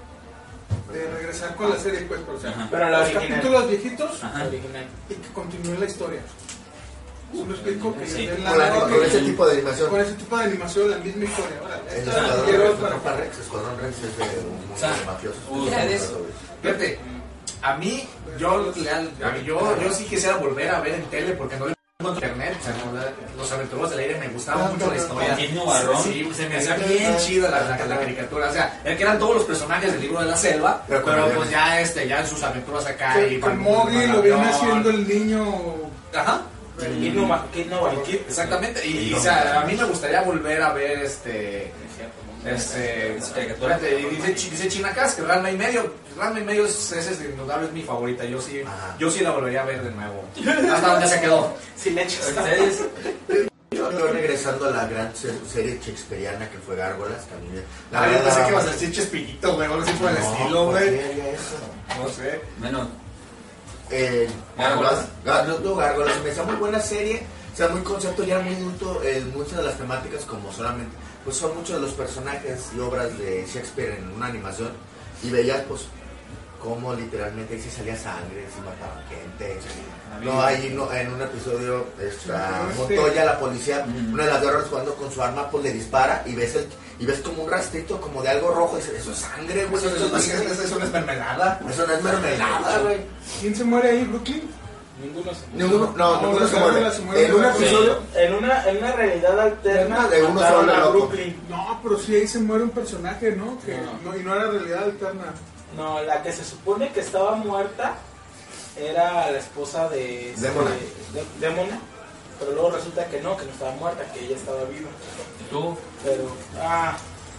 de regresar con la serie, pues, o sea, Ajá. Pero la los original. capítulos viejitos Ajá. Original. y que continúe la historia. ¿Sí me explico? Que Sí. den la- Con, la- que- con ese tipo de animación. con ese tipo de animación, la misma historia. Órale, El esta Escuadrón quiero Rex, para- Tropa Rex, Escuadrón Rex es de un mundo O sea, de mafiosos. ustedes- Fíjate, a mí, yo, a mí, yo, yo sí quisiera volver a ver en tele porque no en internet, o sea, no, la- los aventureros del aire me gustaba mucho la historia. Joaquín Nubarrón. Sí, se me hacía bien chida la, la, la caricatura, o sea, el que eran todos los personajes del libro de la selva, Pero pero, con pues ya este, ya en sus aventuras acá Que, y que Mowgli lo viene haciendo el niño. Ajá. Kid Nova, Kid Nova. Exactamente, y, y, o sea, a mí me gustaría volver a ver este. Este, espérate, y dice, Chi- dice China Cas que Ranma y medio, Ranma y medio es, ese es indudable, es mi favorita. Yo sí, Ajá. yo sí la volvería a ver de nuevo. Hasta donde se quedó. Si le echas. Ustedes, Yo, yo regresando a la gran se- serie shakespeariana que fue Gárgolas, también. La verdad, pensé que ibas a decir Chespirito, güey, algo así por el estilo, ¿por güey. qué haría eso? No sé. bueno, Eh, Gárgolas. Gárgolas, no, Gárgolas, me parecía muy buena serie, o sea, muy concepto, ya muy adulto, eh, muchas de las temáticas como solamente, pues son muchos de los personajes y obras de Shakespeare en una animación, y veías pues cómo literalmente ahí sí salía sangre, sí mataban gente, no, ahí no, en un episodio esta, Montoya, la policía, una de las guerras jugando con su arma, pues le dispara y ves el, y ves como un rastrito como de algo rojo y dices, eso es sangre, güey, Eso, eso, eso, es eso, sangre. eso, eso no es mermelada. Eso no es mermelada, güey. ¿Quién se muere ahí, Brooklyn? Ninguno se Ninguno, no, No, ninguno la se muere. Gárgolas se muere. En un Sí. episodio, En una, en una realidad alterna De uno mataron solo, a loco. Brooklyn. No, pero sí ahí se muere un personaje, ¿no? Que No. no, y no era realidad alterna. No, la que se supone que estaba muerta era la esposa de... este, Démona. de- Démona. Pero luego resulta que no, que no estaba muerta, que ella estaba viva. tú, Pero... Ah...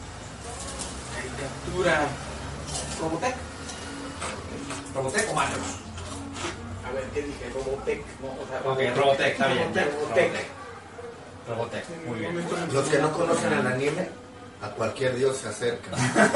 Caricatura... Robotech. Robotech o Mario. A ver, ¿qué dije? Robotech. No, o sea, Ok, Robotech, está bien. Robotech. Robotech, muy bien. los que no conocen el anime, a cualquier dios se acercan.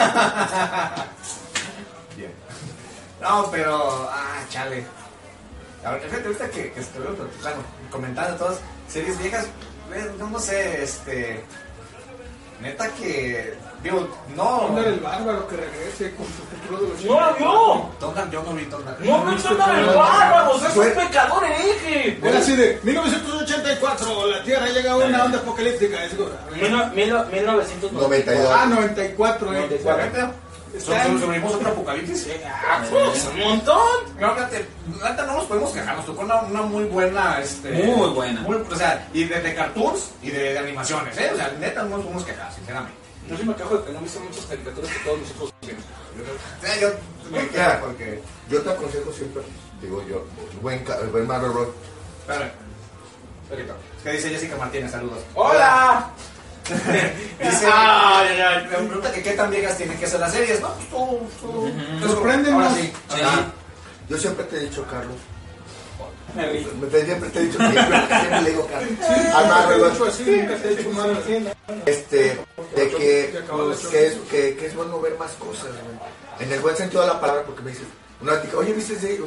Bien. No, pero. Ah, chale. Ahora, fíjate, ahorita que, que estuvieron platicando, comentando todas series viejas, eh, no, no sé, este. Neta que. Digo, no. Thunder el bárbaro que regrese con su futuro de los ¡No la vio! Thunder, yo no vi Thunder. ¡No me suena el bárbaro! ¡Es un pecador hereje! Era así de mil novecientos ochenta y cuatro, la Tierra llega a una onda apocalíptica. Es como- Mil no- mil- mil novecientos noventa y dos. Ah, noventa y cuatro, eh. noventa y cuatro. Está en- ¿Sobrevivimos otro apocalipsis? Ah, pues, un montón. No, fíjate, neta no nos podemos quejar, nos tocó una, una muy buena, este... Muy buena. muy- o sea, y de, de cartoons y de, de animaciones, ¿eh? O sea, neta no nos podemos quejar, sinceramente. Yo sí me quejo de que no he visto muchas caricaturas que todos nosotros vimos. O sea, yo me quedo porque... Yo te aconsejo siempre, digo yo, buen, ca- buen Marvel Rock. Espérame, Perito. ¿Qué dice Jessica Martínez? Saludos. ¡Hola! Dice... Ay, ay, ay. Me pregunta que qué tan viejas tienen que ser las series, ¿no? Pues tú, tú... Te sorprenden, Ahora ¿no? sí. sí, Yo siempre te he dicho, Carlos, Me río. me- te- siempre te he dicho, siempre, siempre le digo, Carlos, a Marvel Te he Rock, hecho así, nunca te he hecho mal así. este, de que, pues, que, es, que, que es bueno ver más cosas, güey. En el buen sentido de la palabra, porque me dices, una tica, oye, ¿viste ese?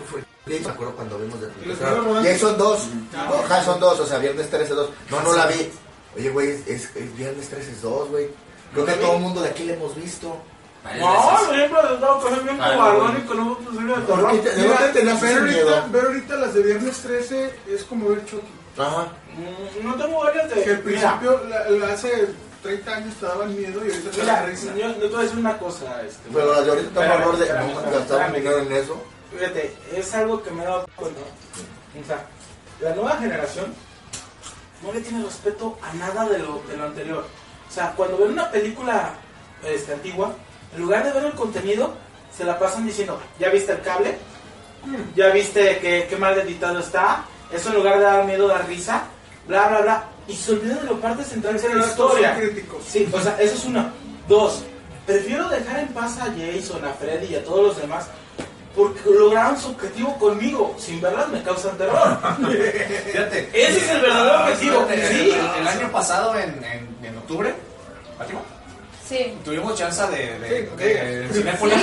me acuerdo cuando vimos de ¿Y los nuevos Jason dos. Ah, No, ajá, son dos, o sea, Viernes trece dos. No, no la vi. Oye, güey, es, es Viernes trece dos, güey. Creo que todo el mundo de aquí la hemos visto. No, siempre he estado cosas bien cobardón y con un posible de terror. Porque te- de verdad tenías Ver ese miedo. ahorita, ver ahorita las de Viernes trece es como ver Chucky. Ajá. Mm, No tengo ganas de... Que al Mira, principio, la, la hace treinta años te daban miedo y ahorita te Mira, dan risa. yo, yo te voy a decir una cosa. Este, Pero las de ahorita estamos Espérame, favor de espérame, no espérame, gastar espérame. dinero en eso. Fíjate, es algo que me he dado cuenta. O sea, la nueva generación no le tiene respeto a nada de lo, de lo anterior. O sea, cuando ven una película este, antigua, en lugar de ver el contenido, se la pasan diciendo, ¿ya viste el cable? ¿Ya viste que, que mal editado está? Eso en lugar de dar miedo, da risa, bla, bla, bla. Y se olvidan de la parte central de la historia. Son críticos. Sí, o sea, eso es una. Dos, prefiero dejar en paz a Jason, a Freddy y a todos los demás porque lograron su objetivo conmigo. Sin verlas me causan terror. Fíjate. Ese es el verdadero objetivo. Fíjate, Sí. el, el año pasado, en, en, en octubre, ¿Fátima? Sí. Tuvimos chance de, de, Sí, de- de- en Cinépolis.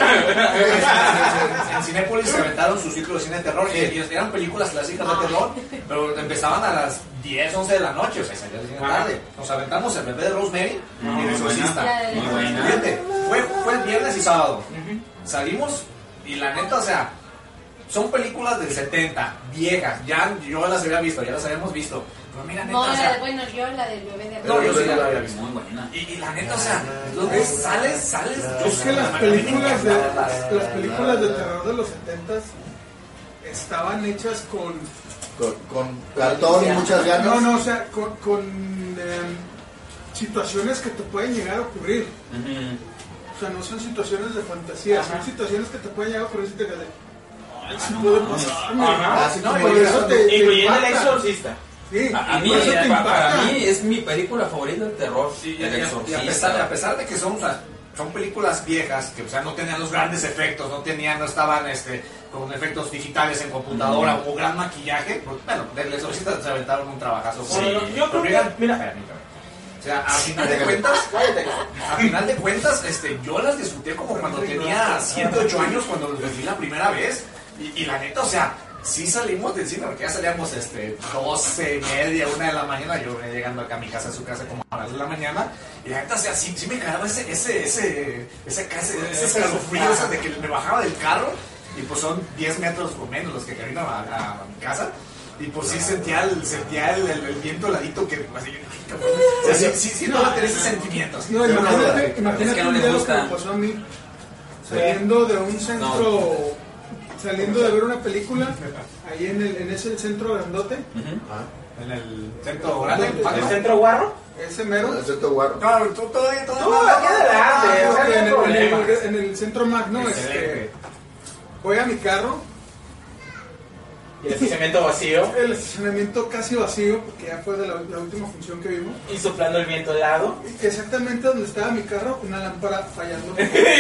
en, en Cinépolis se aventaron su ciclo de cine de terror y, y eran películas clásicas de terror, pero empezaban a las diez, once de la noche, o sea, salía de cine tarde. Nos aventamos el bebé de Rosemary y el exorcista. La de- Muy buena. Fíjate, fue, fue el viernes y sábado. Salimos y la neta, o sea, son películas del setenta, viejas, ya yo las había visto, ya las habíamos visto. Pero mira, neta, No, o la sea, de, bueno, yo la del bebé de no, yo sí ya la había visto. Muy buena. Y, y la neta, o sea, lo que sales, sales. yo Es sé, que las a mí me películas de, encantaba. las películas de terror de los setentas estaban hechas con... Con, con cartón y muchas ganas. No, no, o sea, con, con em, situaciones que te pueden llegar a ocurrir. O sea, no son situaciones de fantasía, Ajá. son situaciones que te pueden llegar a ocurrir y te quedas de, ay, sí puede pasarme. Ajá. Así No, como y por eso te, te Incluyendo el impacta. exorcista. Sí, A, a y mí, por eso te pa- para impacta. mí es mi película favorita del terror. Sí, y, El y a- y a Exorcista. pesar, a pesar de que son, o sea, son películas viejas, que o sea, no tenían los grandes efectos, no tenían, no estaban este, con efectos digitales en computadora o gran maquillaje, porque, bueno, del exorcista se aventaron un trabajazo. Sí, Pero yo creo que- mira, mira. espérame, espérame. O sea, a final de cuentas, a final de cuentas, este, yo las disfruté como cuando tenía siete, ocho años, cuando los vi la primera vez, y, y la neta, o sea, sí salimos del cine, porque ya salíamos este, doce, media, una de la mañana, yo venía llegando acá a mi casa, a su casa como a las de la mañana, y la neta, o sea, sí, sí me cagaba ese, ese, ese, ese, ese, ese escalofrío, o sea, de que me bajaba del carro, y pues son diez metros o menos los que camino a, a, a mi casa, y pues sí sentía el, sentía el, el, el viento heladito que así, cabrón. O sea, sí, sí, sí, no tener ese sentimiento. así. No, imagínate, imagínate Es que no un les día lo que gusta. me pasó a mí, saliendo de un centro, saliendo de ver una película, ahí en, el, en ese centro grandote, En el centro grande. ¿El centro guarro? ese mero, El centro guarro. No, tú todavía, todavía. Tú, aquí adelante, o sea, en, no el, hay en, el, problema. en el centro magno, este, Excelente. voy a mi carro, Y el estacionamiento vacío. el estacionamiento casi vacío, porque ya fue de la, la última función que vimos, Y soplando el viento helado. y exactamente donde estaba mi carro, una lámpara fallando.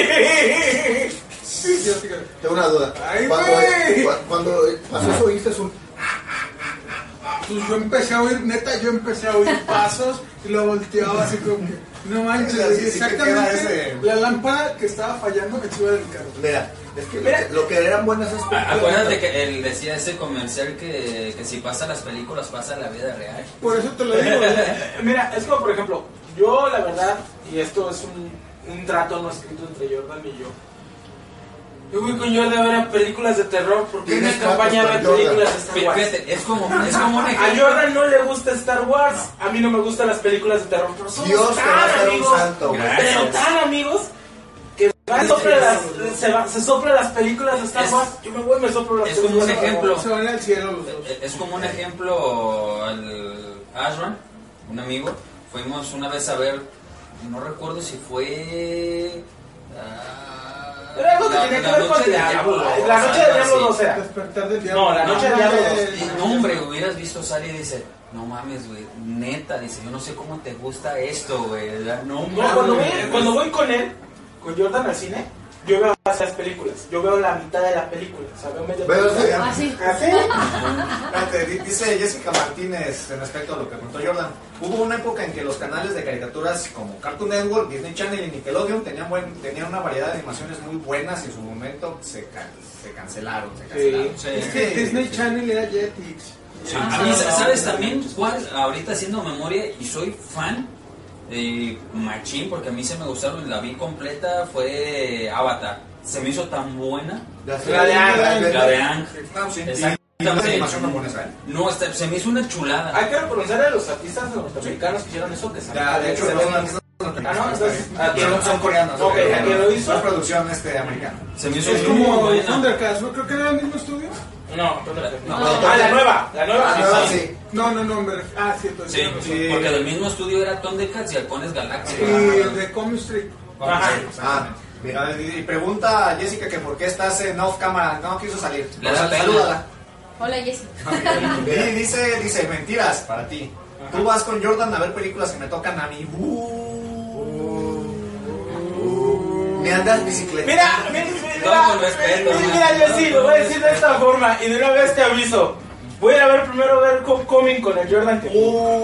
Sí, yo sí que- Tengo una duda. Ay, cuando, güey. cu- cuando pasó eso, oíste un. Pues yo empecé a oír, neta, yo empecé a oír pasos y lo volteaba así como que, no manches, Sí, sí, sí que queda exactamente ese- la lámpara que estaba fallando encima del carro. Mira, es que lo, Mira. que lo que eran buenas esas A- películas. Acuérdate que él decía ese comercial que, que si pasa las películas, pasa la vida real. Por eso te lo digo, ¿eh? Mira, es como por ejemplo, yo la verdad, y esto es un, un trato no escrito entre Jordan y yo. Yo voy con Jordan a ver películas de terror porque él me Tienes acompaña a ver tratos con películas de Jordan. Star Wars. Fíjate, es como, es como un A ejemplo. Jordan no le gusta Star Wars, a mí no me gustan las películas de terror, pero somos Dios te va a tan hacer un amigos, santo, güey. pero tan amigos que van sobre las, se, va- se soplan las películas de Star Es- Wars, yo me voy y me soplo las es como películas un de Star ejemplo. Wars. Se van al cielo los dos. Es como un ejemplo al Ashran, un amigo. Fuimos una vez a ver, no recuerdo si fue. ah, Era algo que tenía que ver con Noche el del Diablo. Diablo, La Noche del algo Diablo así. dos era. Despertar del diablo. No, la noche del diablo dos. Y no, hombre, hubieras visto Sally y dice, no mames, güey, neta, dice, yo no sé cómo te gusta esto, güey, ¿verdad? No No, cuando voy, mames. cuando voy con él, con Jordan al cine, yo veo esas películas, yo veo la mitad de la película, o sea, veo medio Veo película. así. ¿Así? Espérate, di- dice Jessica Martínez en respecto a lo que contó Jordan. Hubo una época en que los canales de caricaturas como Cartoon Network, Disney Channel y Nickelodeon tenían, buen, tenían una variedad de animaciones muy buenas y en su momento se, can- se cancelaron. Se cancelaron. Sí. Es que Disney Channel era Jetix. Sí. A mí, ¿sabes también cuál? Ahorita haciendo memoria, y soy fan de Machín, porque a mí se me gustaron, la vi completa, fue Avatar. Se me hizo tan buena. La de Aang. La de Aang. No, sí. Exactamente. Y la animación japonesa, ¿eh? No, hasta- se me hizo una chulada. Hay que reconocer a los artistas norteamericanos que hicieron eso, que Ya, de hecho, se no ven- son artistas Ah, no, norteamericanos, entonces, ah, son, son coreanos. Ok, eh, ¿a quién lo hizo? Es producción este, americana. Se me hizo Es muy como buena. Thundercats, ¿no? Creo que era el mismo estudio. No, no, No. Ah, la nueva, la nueva. Ah, sí, sí. No, no, no, me ref- ah, cierto. Sí, tienes razón. sí. porque del mismo estudio era Thundercats y Halcones Galácticos. Y el de Comic Street. Ajá. Ah, mira, y, y pregunta a Jessica que por qué estás en off cámara. No quiso salir. Le da Sal- pena. Salúdala. Hola, Jessy. Y dice, dice, mentiras para ti. Tú vas con Jordan a ver películas que me tocan a mí. Me andas bicicleta. Mira, mira, mira, No, con respeto, mira, man. mira, yo sí, lo voy a decir de esta forma y de una vez te aviso. Voy a ir a ver primero ver Homecoming con el Jordan que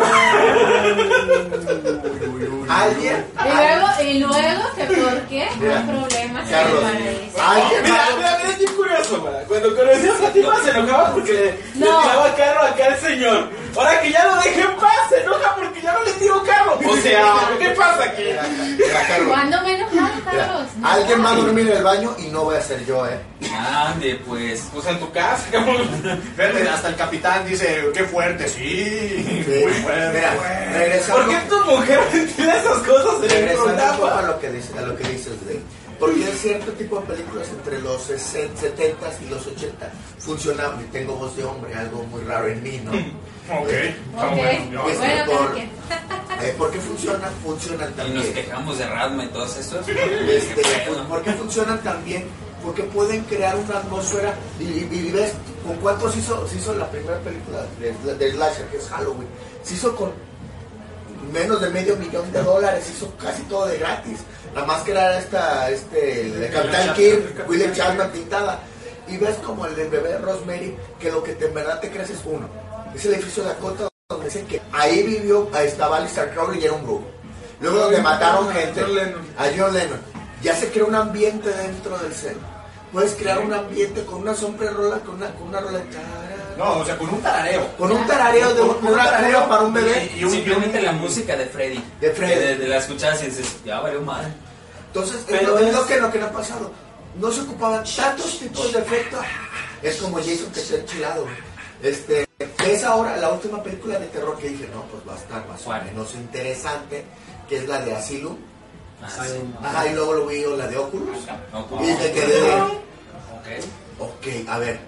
Alguien. Y luego, y luego, que por qué, no Mira, hay problemas Carlos, para eso. alguien Mira, más- mira, mira, es bien curioso, man. Cuando conocí a Fátima se enojaba porque le, le No. tiraba carro acá al señor. Ahora que ya lo dejé en paz, se enoja porque ya no le tiro carro. O sea, ¿qué pasa aquí? Mira, mira, Carlos. ¿Cuándo me he enojado, Mira, Carlos? No. alguien va a dormir en el baño y no voy a ser yo, eh. Ande, pues. Pues en tu casa, cabrón. Fíjate, hasta el capitán dice, qué fuerte, sí. Sí. Muy fuerte. Mira, regresando, ¿Por qué tu mujer ventila esas cosas en el regresando un poco a programa? lo que dice, a lo que dices de. Porque hay cierto tipo de películas entre los setenta y los ochenta funcionaban. Y tengo voz de hombre, algo muy raro en mí, ¿no? Ok. Ok, Este, bueno, por- cada quien. Eh, ¿Por qué funcionan? Funcionan Y nos también. quejamos de Radma y todos estos. Este, ¿Por qué funcionan también? Porque pueden crear una atmósfera. Y, y- y ves, ¿con cuánto se hizo, se hizo la primera película de, de Slasher, que es Halloween? Se hizo con menos de medio millón de dólares, se hizo casi todo de gratis. La máscara era esta, este, el de Capitán Kirk, William Shatner pintada. Y ves como el del bebé Rosemary, que lo que te, en verdad te crees es uno. Es el edificio de Dakota donde dicen que ahí vivió, ahí estaba Alistair Crowley y era un brujo. Luego donde mataron gente, John Lennon. a John Lennon. Ya se crea un ambiente dentro del set. Puedes crear un ambiente con una sombra rola, con una, con una rola de tarara, No, o sea, con un tarareo. con un tarareo de un, Con un una tarareo cura para un bebé. Y un- Simplemente la música de Freddy. De Freddy. Que De, de la escuchas y dices, ya valió mal. Entonces, es Pero lo, es es- lo que, lo que no ha pasado. No se ocupaban tantos tipos de efectos. Es como Jason que está enchilado. Este, ves ahora la última película de terror que dije, no, pues va a estar más o ¿Cuál? menos interesante, que es la de Asylum. Ah, sí. Ajá, y luego lo vi la de Oculus. No, Y me quedé, Ok. ok, a ver,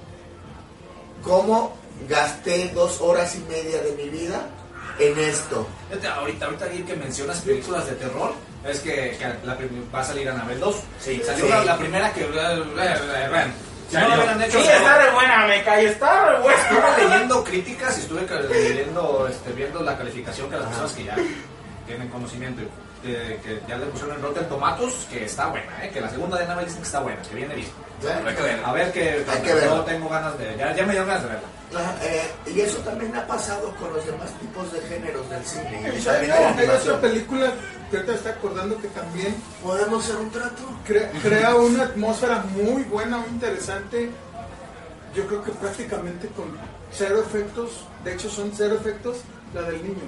¿cómo gasté dos horas y media de mi vida en esto? Fíjate, ahorita, ahorita bien que mencionas películas de terror, es que, que la prim- va a salir Annabelle dos. Sí, salió Sí. La, la primera que... Si no lo hubieran hecho... Sí, está re buena, me cae, está re buena. Estuve leyendo críticas y estuve ca- leyendo, este, viendo la calificación que las personas que ya tienen conocimiento, que, que ya le pusieron en Rotten Tomatoes, que está buena, ¿eh? Que la segunda de Annabelle dicen que está buena, que viene bien. Hay que ver. A ver que, Hay que yo verla. tengo ganas de... Ya, ya me dio ganas de verla. Ah, eh, y eso también ha pasado con los demás tipos de géneros del cine. Y ¿Sabes? también de la Hay otra animación. película que ahorita está acordando que también ¿Podemos hacer un trato? crea, crea una atmósfera muy buena, muy interesante. Yo creo que prácticamente con cero efectos, de hecho son cero efectos, la del niño.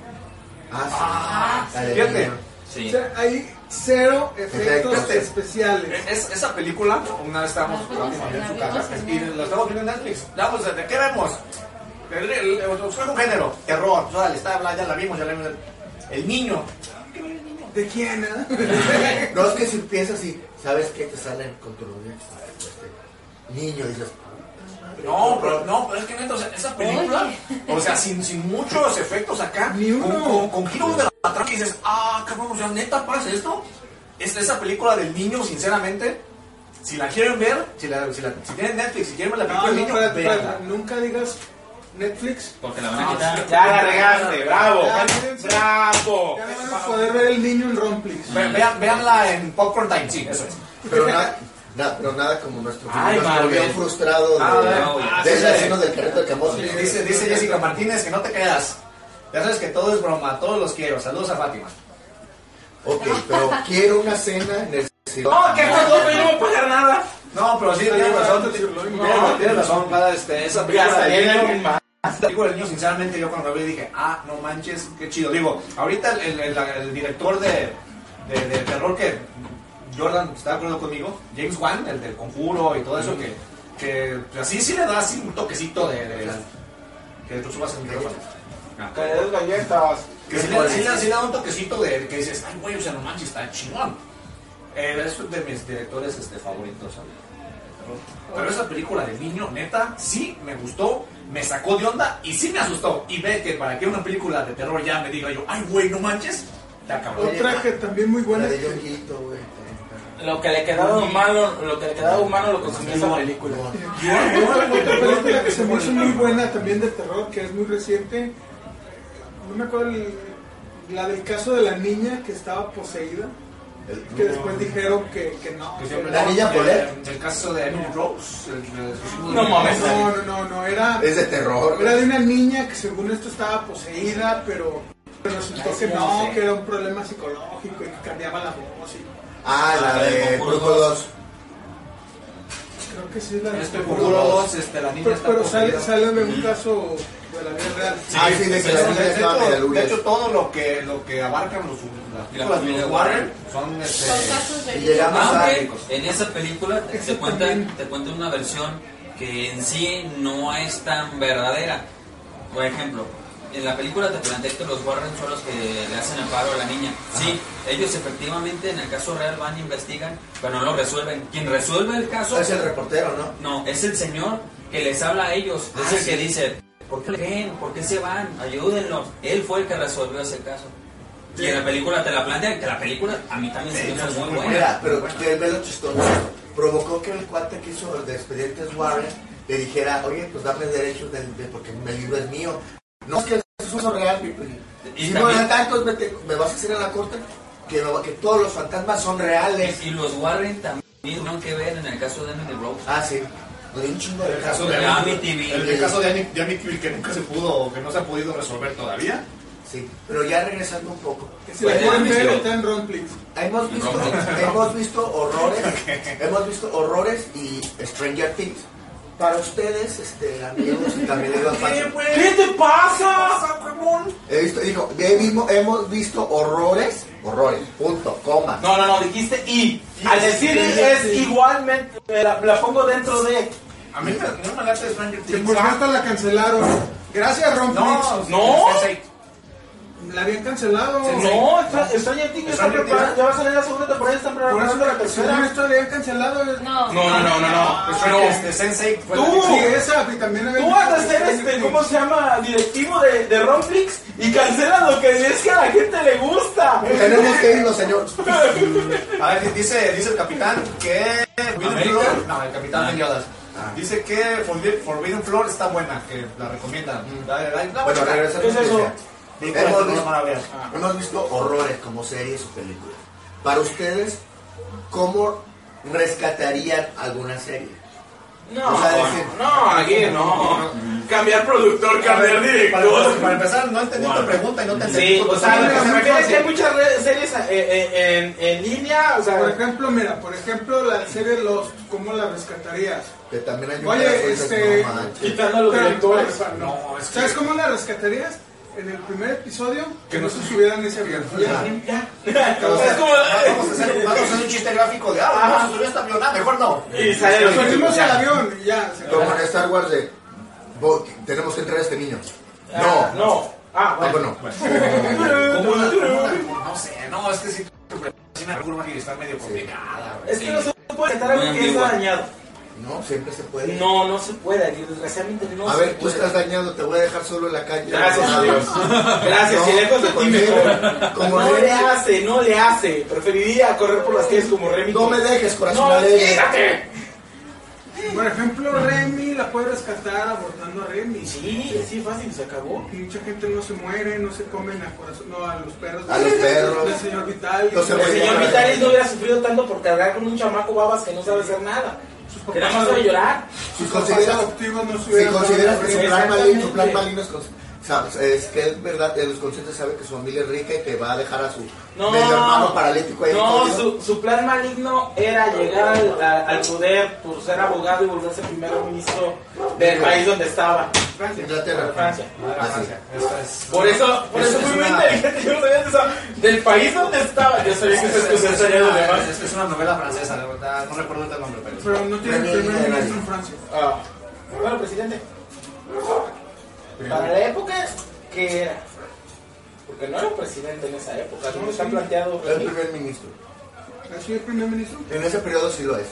Ah, sí. La de Fíjate. niño. Sí. O sea, hay cero efectos Efectos. especiales. Es, esa película, una vez estábamos La vimos, jugando en la su vimos casa, en y Netflix. la estamos viendo en Netflix. Vamos, ¿de qué vemos? El, el, el- escoge un género, terror. Pues, órale, está, ya la vimos, ya la vimos. El niño. ¿De quién? eh? No, es que si piensas y sabes que te salen con tu novia, este, niño, dices, No, pero, no, pero es que neta, o sea, esa película, o sea, sin, sin muchos efectos acá, Ni uno. con, con, con giros de la trama que dices, ah, cabrón, o sea, neta pasa esto. Es esa película del niño, sinceramente, si la quieren ver, si, la, si, la, si tienen Netflix, si quieren ver la No, película no, del niño, espérate, véanla. espérate, nunca digas Netflix. Porque la van a quitar. Ya la regaste, bravo. Ya, fíjense. Bravo. Ya no van a poder ver el niño en Romplix. Ve- vean- Véanla en Popcorn Time, sí, eso es. pero na- Na, pero nada como nuestro Ay, nuestro Marvel. león frustrado de, Ah, ah, de sí, la sí. escena del carrito de camote. Dice, dice Jessica Martínez que no te creas. Ya sabes que todo es broma, todos los quiero. Saludos a Fátima. Ok, pero quiero una cena en el cine. No, que no, no, yo no voy a pagar nada. No, pero sí, tienes razón. Tienes, tienes razón, cada, este, esa película hasta de viene niño, un más. esa película de niño, sinceramente, yo cuando la vi dije, ah, no manches, qué chido. Digo, ahorita el, el, el, el director de, de, de terror que Jordan está de acuerdo conmigo, James Wan, el del Conjuro y todo eso, que, que así sí le da así un toquecito de, de, de que tú subas el micrófono. Que le des galletas. Que sí le, sí le- sí le da un toquecito de que dices, ay, güey, o sea, no manches, está chingón. Eh, es de mis directores este, favoritos. ¿sabes? Pero esa película de niño, neta, sí me gustó, me sacó de onda y sí me asustó. Y ve que para que una película de terror ya me diga yo, ay, güey, no manches, te acabó. Otra que también muy buena. La de es que- Yonguito, güey. Lo que le quedaba humano, lo que le quedaba humano lo consumió esa película. Otra película que se me hizo muy buena también de terror, que es muy reciente. No me acuerdo el- la del caso de la niña que estaba poseída. Que después dijeron que, que no. Que que siempre- La niña el- Paulette. El caso de Emily Rose. el- el- No mames. No, no, no, no, era. Es de terror. Era de una niña que según esto estaba poseída, pero resultó Ay, que sí, no, sí. que era un problema psicológico y que cambiaba la voz. Y Ah, la de Brujo dos. creo que sí, la de Este Conjuro dos, este, la niña Pero, está pero sale, poseída. sale de un caso de la vida real. Ah, sí, de que De la hecho, niña de estaba hecho- media luz. de hecho, todo lo que, lo que abarcan los, las películas de los Warren son, este, Son casos Y verídicos. llegamos a... Aunque en esa película te, Ese te cuentan, también. te cuentan una versión que en sí no es tan verdadera. Por ejemplo, en la película te plantea que los Warren son los que le hacen el paro a la niña. Sí, ellos efectivamente en el caso real van, investigan, pero no lo resuelven. Quien resuelve el caso Es el reportero, ¿no? no, es el señor que les habla a ellos. Ah, es el sí. que dice, ¿por qué le creen? ¿Por qué se van? Ayúdenlos. Él fue el que resolvió ese caso. Y en la película te la plantean, que la película a mí también se me hizo muy buena. Mira, pero que ve lo chistoso. Provocó que el cuate que hizo de Expedientes Warren le dijera, oye, pues dame derechos del, de, porque el libro es mío. No, es que eso es real, Pipe. Y Si no también- es real, entonces me, te- me vas a decir en la corte que, no- que todos los fantasmas son reales. Y, y los Warren también tuvieron que ver en el caso de Emily Rose. Ah, sí. Me dio un chingo de el caso casos. de de Amy- Amityville. el, el caso de Amy- de Amityville que nunca se pudo, o que no se ha podido resolver todavía. Sí, pero ya regresando un poco. Si la Bueno, pueden ver, amigo. está en Ronflix. Hemos visto, hemos visto horrores, hemos visto horrores y Stranger Things. Para ustedes, este, amigos, y también digo a Pancho, ¿Qué te pasa? he visto, dijo, he visto- hemos visto horrores, horrores, punto, coma. No, no, no, dijiste y. Al decir y es igualmente, la, la pongo dentro de. A mí me- no me late Stranger Que Things. por cierto la cancelaron. Gracias, Ronflix. No, No. Sense8. La habían cancelado. No, está, Stranger Things está Stranger preparada, Things. ya va a salir la segunda temporada y están Por eso preparando la según tercera. esto la habían cancelado. No. No, no, no, no, no. Stranger- este, Sense eight fue la Tú. que- Sí, esa, y también habían Tú vas a ser este, ¿cómo se llama? Directivo de, de Ronflix y cancelas lo que es que a la gente le gusta. Tenemos que irnos, señor. A ver, dice, dice el capitán que Forbidden ¿América? Floor, no, el capitán de Yodas. Dice que Forbidden Forbidden Floor está buena, que la recomienda. La- la- la- Bueno, la- regresando ¿Qué es a la eso? idea. Películas Hemos que no visto, van a ver. hemos visto horrores como series o películas. Para ustedes, ¿cómo rescatarían alguna serie? No, O sea, decir- no, aquí no. Cambiar productor, cambiar Para, director. para empezar, no entendí tu pregunta y no te entendí Sí, tu o sea, lo que se pregunta. refiere es que hay muchas re- series eh, eh, en, en línea, o sea, Por ejemplo, mira, por ejemplo, la serie Lost, ¿cómo la rescatarías? Que también hay un Oye, pedazo que dices, este- no manches. quitando a los Pero- directores. no, No, es que- ¿sabes cómo la rescatarías? En el primer episodio, que no se subieran en ese avión. Ya. O sea, Es como- vamos a hacer, vamos a hacer un chiste gráfico de, ah, vamos a subir esta avión, ah, mejor no. Y sale los Nos subimos ya. al avión y ya. se Como acabó. en Star Wars de, "Bo- tenemos que entrar a este niño. Ah, No, no. Ah, Ah, bueno. bueno. ¿Cómo la- cómo la- No sé, no, es que sí, sí me curva que está medio complicada. güey. Es que no se puede quitar algo Muy que está ambigua. dañado. No, siempre se puede. No, no se puede, desgraciadamente no A se ver, tú puede. estás dañado, te voy a dejar solo en la calle. Gracias a Dios. Gracias, No, y lejos de ti conmigo, mejor. como No Remy. le hace, no le hace. Preferiría correr por las calles como Remy. No me dejes, corazón No, alegre. quítate. Por ejemplo, Remy la puede rescatar abortando a Remy. Sí, así fácil, se acabó. Y mucha gente no se muere, no se comen a, corazón, no, a los perros. A los perros. Del señor Vitalis. Los El señor Vitalis no hubiera sufrido tanto por cargar con un chamaco babas que no sabe hacer nada. Que nada más sabe llorar. Si Sus consideras, papás adoptivos no se si hubieran consideras dado que su la plan vida. maligno, su plan maligno es, cons- sabes, es que es verdad, el consciente sabe que su familia es rica y que va a dejar a su No, medio hermano paralítico ahí. no, jodido. su, su plan maligno era llegar al, a- al poder por ser abogado y volverse primer ministro del país donde estaba. Francia. Inglaterra. Francia. Ah, sí. Esta es- Por eso, por es- eso es fui muy una- inteligente. Yo no sabía de eso. Del país donde estaba. Yo sabía que Es, esas es- cosas es serían lo una, demás. es- es una novela francesa, la verdad, no recuerdo ahorita el nombre, pero... Pero no tiene Remy primer Vitalis. ministro en Francia. Ah, bueno, presidente. Para la época que era. Porque no era un presidente en esa época. ¿Cómo está planteado? El primer ministro. ¿Así es primer ministro? En ese periodo sí lo es.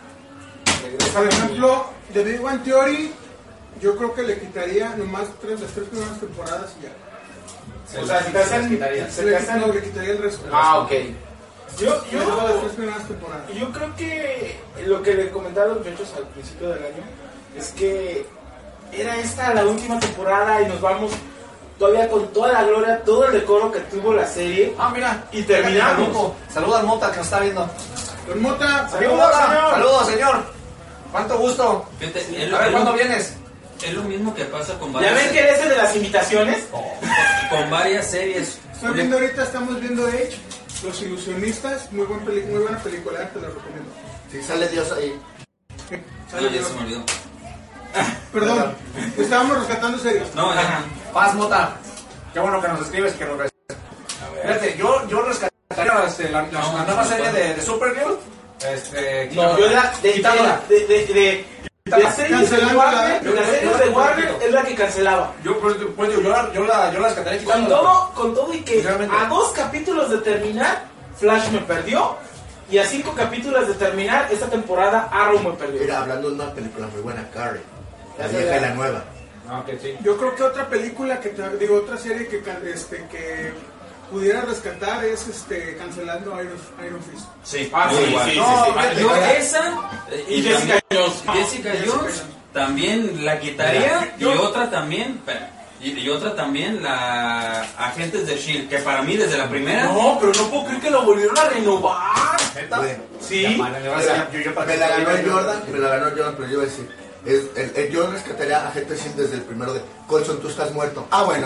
Por ejemplo, The Big Bang Theory, yo creo que le quitaría nomás tres, las tres primeras temporadas y ya. O sea, si te hacen. Se Le, te hacen- no, le quitaría el resto. Ah, ok. Yo, Yo las yo, tres primeras temporadas. yo creo que lo que le comentaba a los muchachos al principio del año es que era esta la última temporada y nos vamos todavía con toda la gloria, todo el decoro que tuvo la serie. Ah, mira. Y terminamos. Saludos. Saluda al Mota que nos está viendo. Don Mota, Amigo Saludos, Mota. señor. Saludos, señor. ¿Cuánto gusto? Fíjate, es, A lo, ver, es ¿cuándo lo- vienes? es lo mismo que pasa con ¿Ya varias, ven que eres el de las invitaciones? con varias series. estoy viendo ahorita, estamos viendo Edge, Los Ilusionistas, muy, buen peli- muy buena película, te la recomiendo. Si sale Dios ahí. Sí, No, sale ya Dios. se me olvidó. Perdón, estábamos rescatando series. No, ya. Paz, Mota. Qué bueno que nos escribes y que nos ves. Fíjate, yo, yo rescataría este, la, la, la nueva serie de, de Supergirl. Este, No, yo la de, de, quitándola. de, de, de, de las series de Cancelándola. Warner, Yo- las yo- series yo- de yo- Warner yo- es la que cancelaba. Yo, pues, pues, digo, yo, la, yo, la, yo la rescataría Con quitándola. todo, con todo y que Sinceramente. a dos capítulos de terminar, Flash me perdió. Y a cinco capítulos de terminar, esta temporada, Arrow me perdió. Mira, hablando de una película muy buena, Carrie. La Ya vieja y sé. la nueva. Ah, ok, sí. Yo creo que otra película que te- digo otra serie que can- este que pudiera rescatar es este cancelando Iron, Iron Fist. Sí, Ah, Yo sí, igual. sí, No, sí, sí. fíjate, Yo vaya. esa eh, Y Jessica también- Jones. Jessica Jessica Jones Jones. también la quitaría y Yo- otra también espera, y, y otra también la Agentes de Shield, que para mí desde la primera No, pero no puedo creer que lo volvieron a renovar. ¿Neta? Bueno, Sí. Ya, madre, me vas a- yo- yo para me que- la ganó el Jordan, me la ganó el Jordan, pero yo iba a decir, es, el, el- yo rescataría a Agente Shield desde el primero de Colson, tú estás muerto. Ah, bueno.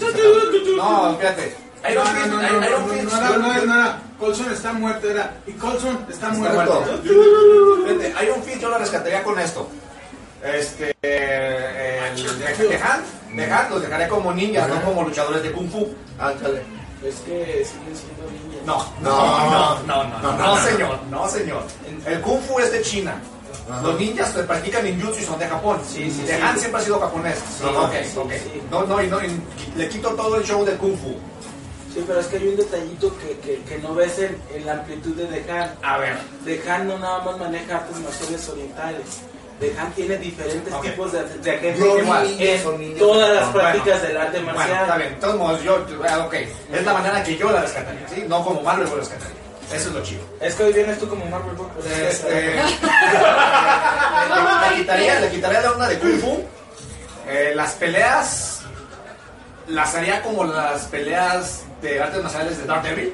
No, fíjate. No, Iron no, Fist, no, no, Iron no, no, Fist. no, era, no, era, no era. Colson está muerto, era. Y Colson está muerto. muerto. Fíjate, Iron Fist yo la rescataría con esto. Este, eh, el de, de Han, de Han los dejaría como ninjas, no como luchadores de Kung Fu. Ándale. Es que siguen siendo niñas. No, No, no, no, no, no, no, no, no. señor, no, señor. El Kung Fu es de China. Ajá. Los ninjas que practican ninjutsu y son de Japón. Sí, sí, de sí. Han siempre ha sido japonés. Sí, ok, sí, ok. sí. No, no, y no, y le quito todo el show de Kung Fu. Sí, pero es que hay un detallito que, que, que no ves en, en la amplitud de Dehan. A ver. Dehan no nada más maneja artes marciales orientales. Dehan tiene diferentes Ok. tipos de, de agentes Los igual, ninjas en son ninjas. todas las Bueno, prácticas del arte marcial. Bueno, está bien. De todos modos, yo, ah, ok. Es la manera que yo la rescataría, ¿sí? No como Marvel lo rescataría. Eso es lo chido. Es que hoy vienes tú como Marvel Book. Este, le, le quitaría, le quitaría la onda de Kung Fu. Eh, las peleas las haría como las peleas de artes marciales de Daredevil.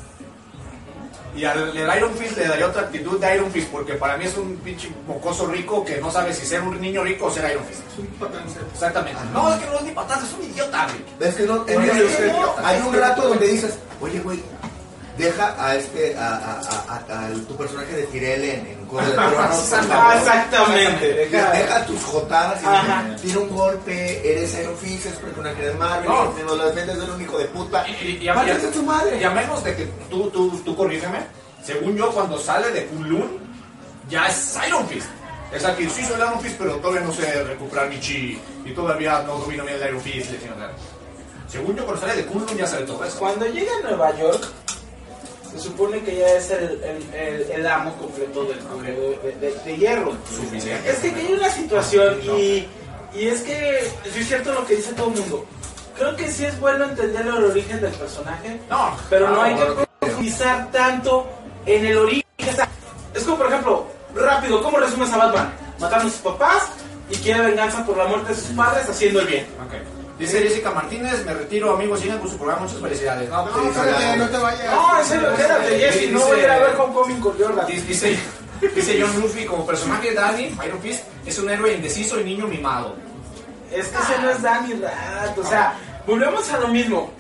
Y al el Iron Fist le daría otra actitud de Iron Fist, porque para mí es un pinche mocoso rico que no sabe si ser un niño rico o ser Iron Fist. Es un patancero. Exactamente. No, es que no es ni patas, es un idiota, güey. ¿Ves que no? En Oye, este- es idiota. hay un rato donde dices, oye, güey, deja a este, a, a, a, a- a tu personaje de Tyrell en, en Juego de Tronos. por Ah, favor. exactamente. Deja, Deja, deja tus jotadas y Ajá. tiene un golpe, eres Iron Fist, es personaje de Marvel, No. no lo defiendes del único de puta. Y, y, y a, Márgate y a- a tu madre. y a menos de que tú, tú, tú corrígeme, según yo, cuando sale de Kunlun, ya es Iron Fist. Es aquí, sí soy Iron Fist, pero todavía no sé recuperar mi chi y todavía no domino bien el Iron Fist. le- Según yo, cuando sale de Kunlun ya sabe todo eso. Cuando llega a Nueva York, se supone que ya es el, el, el, el amo completo del mundo de, de, de hierro. Suficiente. Es que hay una situación y, y es que sí es cierto lo que dice todo el mundo. Creo que sí es bueno entender el origen del personaje, No, pero no hay no, que profundizar tanto en el origen. O sea, es como, por ejemplo, rápido, ¿cómo resumes a Batman? mataron a sus papás y quiere venganza por la muerte de sus padres haciendo el bien. Okay. Dice Jessica Martínez, me retiro, amigos, sigan con su programa, muchas felicidades. No, No, espérate, no te vayas. No, en serio, quédate, Jessy, no voy a ir a ver Homecoming con Jordan. Dice, dice John Luffy, como personaje de Danny, Iron Fist, es un héroe indeciso y niño mimado. Es que ese no es Danny Rand, o sea, volvemos a lo mismo.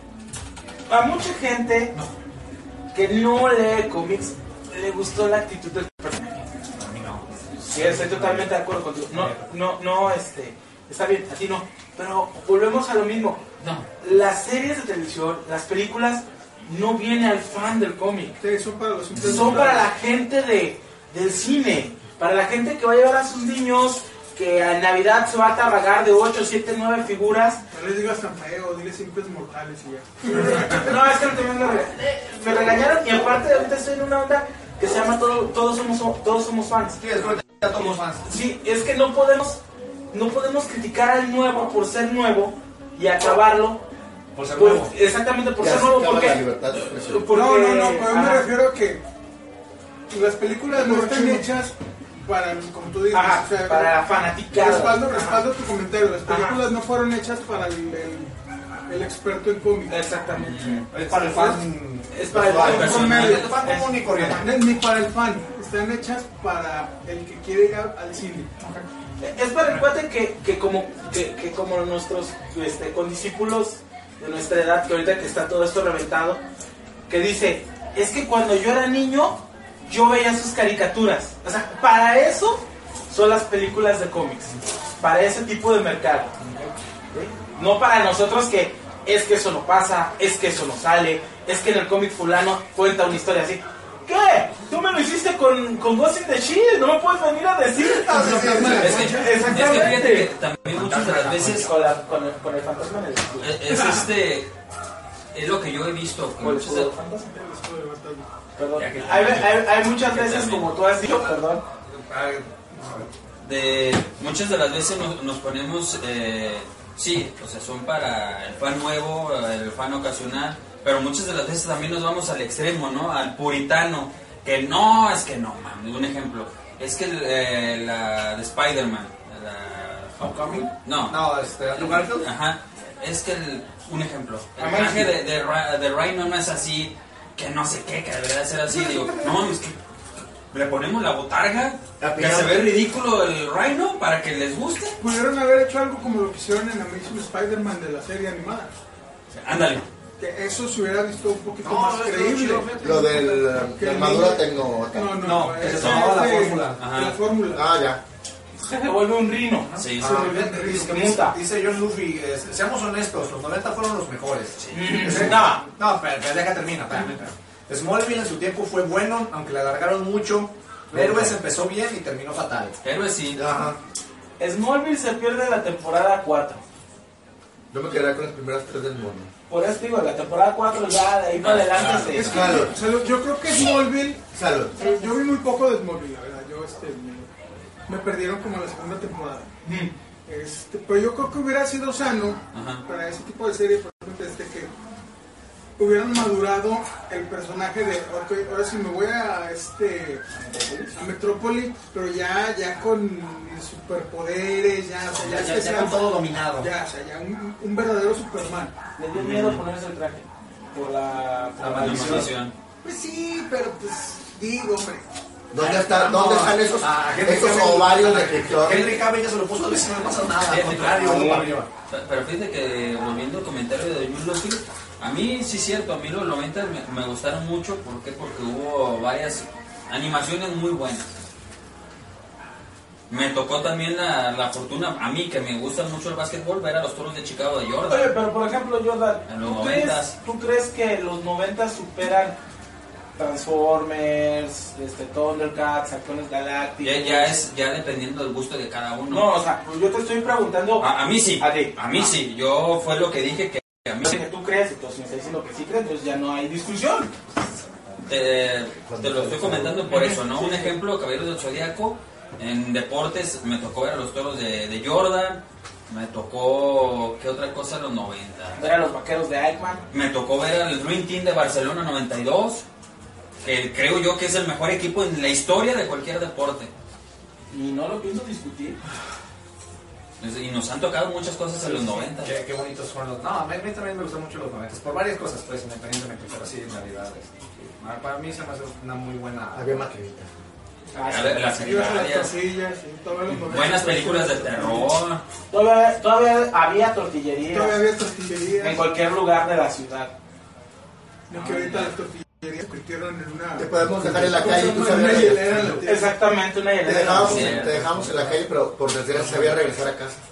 A mucha gente que no lee cómics le gustó la actitud del personaje. A mí no. Sí, estoy totalmente de acuerdo contigo. No, no, no, este, está bien, a ti no. Pero volvemos a lo mismo. No. Las series de televisión, las películas, no viene al fan del cómic. Sí, son para los simples Son mortales. para la gente de, del cine. Para la gente que va a llevar a sus niños, que en Navidad se va a tragar de ocho, siete, nueve figuras. No les digas tan feo, dile simples mortales y ya. No, es que no te me, me regañaron y aparte ahorita estoy en una onda que se llama todo, todos somos todos somos fans. Sí, después ya todos somos fans. Sí, es que no podemos no podemos criticar al nuevo por ser nuevo y acabarlo Por ser por- nuevo. exactamente por Ya ser se nuevo acaba porque la libertad de expresión. porque- No, no, no, pero yo me ajá. refiero a que las películas no están hechas para, como tú dices, Ajá, o sea, para la fanaticada. Respaldo, Ajá. respaldo tu comentario. Las Ajá. películas no fueron hechas para el, el, el experto en cómics. Exactamente. Es para el fan. Es para el casual, fan personal, promedio. el fan común y corriente. Ni para el fan, están hechas para el que quiere ir al al cine. Es para el cuate que, que como que, que como nuestros este, condiscípulos de nuestra edad, que ahorita que está todo esto reventado, que dice, es que cuando yo era niño, yo veía sus caricaturas. O sea, para eso son las películas de cómics. Para ese tipo de mercado. ¿Sí? No para nosotros que es que eso no pasa, es que eso no sale, es que en el cómic fulano cuenta una historia así. ¿Qué? ¿Tú me lo hiciste con, con Ghost in the Shield? ¿No me puedes venir a decir? Es que, es que Exactamente. fíjate que también muchas de las veces Con, la- con el, con el fantasma en el escudo. es, es este es lo que yo he visto que Con el muchas de- escudo fantasma. El escudo de batalla. Perdón. Ya que- Hay, hay, hay muchas que veces, también. como tú has dicho, perdón. de muchas de las veces nos, nos ponemos eh, sí, o sea, son para el fan nuevo, el fan ocasional, pero muchas de las veces también nos vamos al extremo, ¿no? Al puritano, que no, es que no, man, un ejemplo, es que eh, la de Spider-Man, la Homecoming. no, No, este, Andrew Garfield. ajá, es que el- un ejemplo, el Amazing. traje de, de, Ra- de Rhino no es así, que no sé qué, que debería ser así, digo, no, es que le ponemos la botarga, La que se pijama. ve ridículo el Rhino para que les guste. Pudieron haber hecho algo como lo que hicieron en Amazing Spider-Man de la serie animada. Ándale. Que eso se hubiera visto un poquito No, más no, no, creíble. no, no, Lo de Que la el armadura niño- tecnológica. No, no, No, no. que se esa tomaba es la de- fórmula. Ajá. La fórmula. Ah, ya. Se devuelve un rino. Sí. Ah, Sí, fíjate, sí, dice, que muta. dice John Luffy, eh, seamos honestos, los noventa fueron los mejores. Mm, No, no, espera, espera, deja termina, espérame, espérame. Smallville en su tiempo fue bueno, aunque le alargaron mucho. Héroes empezó bien y terminó fatal. Héroes sí. Ajá. Smallville se pierde la temporada cuatro. Yo me quedaría con las primeras tres del mundo. Por eso digo, la temporada cuatro ya de ahí para adelante se... Es que Salud. salud, yo creo que Smallville, Salud. eh, yo vi muy poco de Smallville, la verdad. Yo este, me, me perdieron como la segunda temporada. Este, pero yo creo que hubiera sido sano Ajá. para ese tipo de serie, por ejemplo, este, que hubieran madurado el personaje de, ok, ahora sí me voy a este a Metrópolis, pero ya ya con superpoderes, ya, o sea, ya, Ya, es ya, que ya sea- con todo dominado. ya, o sea, ya un, un verdadero Superman. Le dio miedo ponerse el traje. Por la, por La la maldición. Maldición. Pues sí, pero pues digo, hombre. ¿Dónde, está, No, ¿dónde están esos, a Henry esos Cavill- ovarios de Krypton? Henry Cavill ya se lo puso a veces no le pasa nada, al Fíjate, contrario, pero- va para arriba. Pero fíjate que volviendo al comentario de John Luffy, a mí sí es cierto, a mí los noventa me, me gustaron mucho, ¿por qué? Porque hubo varias animaciones muy buenas. Me tocó también la, la fortuna, a mí que me gusta mucho el básquetbol, ver a los Toros de Chicago de Oye, Jordan. pero por ejemplo, Jordan, En los ¿tú crees, noventas. ¿tú crees que los noventas superan Transformers, este, Thundercats, Halcones Galácticos? Ya, ya es ya dependiendo del gusto de cada uno. No, o sea, pues yo te estoy preguntando... A, a mí sí, A ti. a mí sí, yo fue lo que dije que a mí Que tú crees, entonces si me estás diciendo que sí crees, entonces ya no hay discusión. Te, te lo estoy comentando por eso, ¿no? Un ejemplo, Caballeros del Zodíaco, en deportes me tocó ver a los Toros de, de Jordan, me tocó, ¿qué otra cosa en los noventa? Ver a los vaqueros de Eichmann. Me tocó ver al Dream Team de Barcelona noventa y dos, que creo yo que es el mejor equipo en la historia de cualquier deporte. Y no lo pienso discutir. Y nos han tocado muchas cosas en los noventa. Qué, qué bonitos fueron los... No, a mí, a mí también me gustan mucho los noventas. Por varias cosas, pues, independientemente. Pero sí, en realidad, este, para mí se me hace una muy buena... Había maquinita. Ah, sí. La- las Ibas a las secretarias. casillas, sí, todavía los noventas. Buenas películas de terror. Todavía, todavía había tortillerías Todavía había tortillerías. en cualquier lugar de la ciudad. No, que ahorita las tortillerías se convirtieron en una... Te podemos dejar en la cosa calle, tú muy- sabías. una hielera en la tierra. Exactamente, una Te hielera. dejamos, Sí. te dejamos en la calle, pero por desgracia sabía regresar a casa.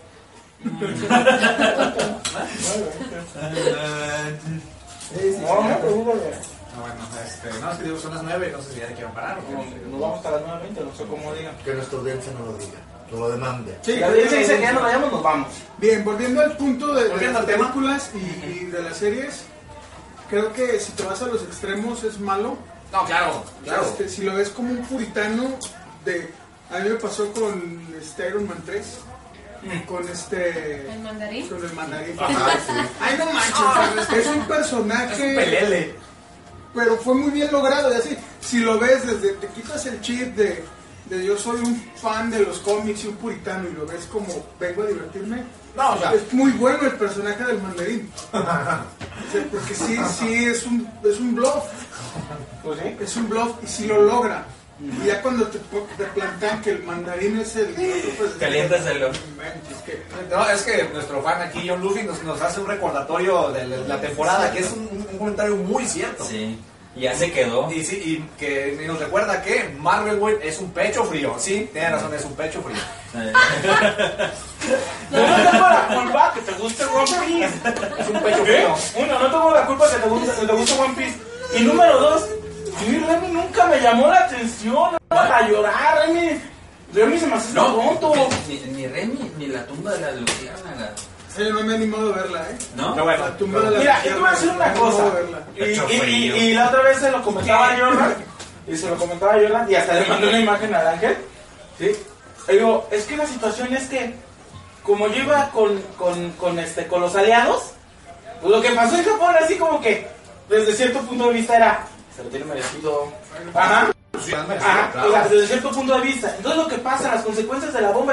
No, no, pregúntale. No, bueno, este, no, es que digo, son las nueve, no sé si ya quieren parar o qué. Nos vamos hasta las nueve veinte, no sé cómo digan. Que nuestra audiencia no lo diga, no lo demande. Sí, La audiencia dice que ya nos vayamos, nos vamos. Bien, volviendo al punto de, de Volviendo las al tema. películas y, y de las series, creo que si te vas a los extremos es malo. No, claro, claro. Este, si lo ves como un puritano, de, a mí me pasó con este Iron Man tres, con este... ¿El mandarín? Con el mandarín. Ajá, sí. Ay, no manches, es un personaje... Es un pelele. Pero fue muy bien logrado, y así, si lo ves desde, te quitas el chip de, de yo soy un fan de los cómics y un puritano, y lo ves como vengo a divertirme, No, o sea, es muy bueno el personaje del mandarín. O sea, porque sí, sí, es un, es un bluff, Pues sí. es un bluff, y sí lo logra. Y ya cuando te, te plantean que el mandarín es el... Pues, Calientas el ojo. es que, no, es que nuestro fan aquí, John Luffy, nos, nos hace un recordatorio de la, la temporada, que es un, un comentario muy cierto. Sí. Y ya se quedó. Y sí, y que nos recuerda que Marvel Boy es un pecho frío. Sí, tiene razón, es un pecho frío. Eh, No, no tengo la culpa que te guste One Piece. Es un pecho ¿Qué? frío. Uno, no tengo la culpa que te guste, que te guste One Piece. Y número dos, a mí Remy nunca me llamó la atención. No para llorar, Remy. Remy se me hace No, tonto. ni, ni Remy ni la tumba de la luciérnaga. sí, no me he animado a verla, ¿eh? ¿No? Qué bueno. La tumba de la Mira, yo te voy a decir una no me he animado cosa. a verla. Y, y, y, y la otra vez se lo comentaba a Jordan. Y se lo comentaba a Jordan. Y hasta le mandé una imagen al ángel. ¿Sí? Y digo, es que la situación es que, como yo iba con, con, con, este, con los aliados, pues lo que pasó en Japón, así como que, desde cierto punto de vista era, se lo tiene merecido. Ajá. Sí, es merecido, Ajá. claro. O sea, desde cierto punto de vista. Entonces lo que pasa, las consecuencias de la bomba.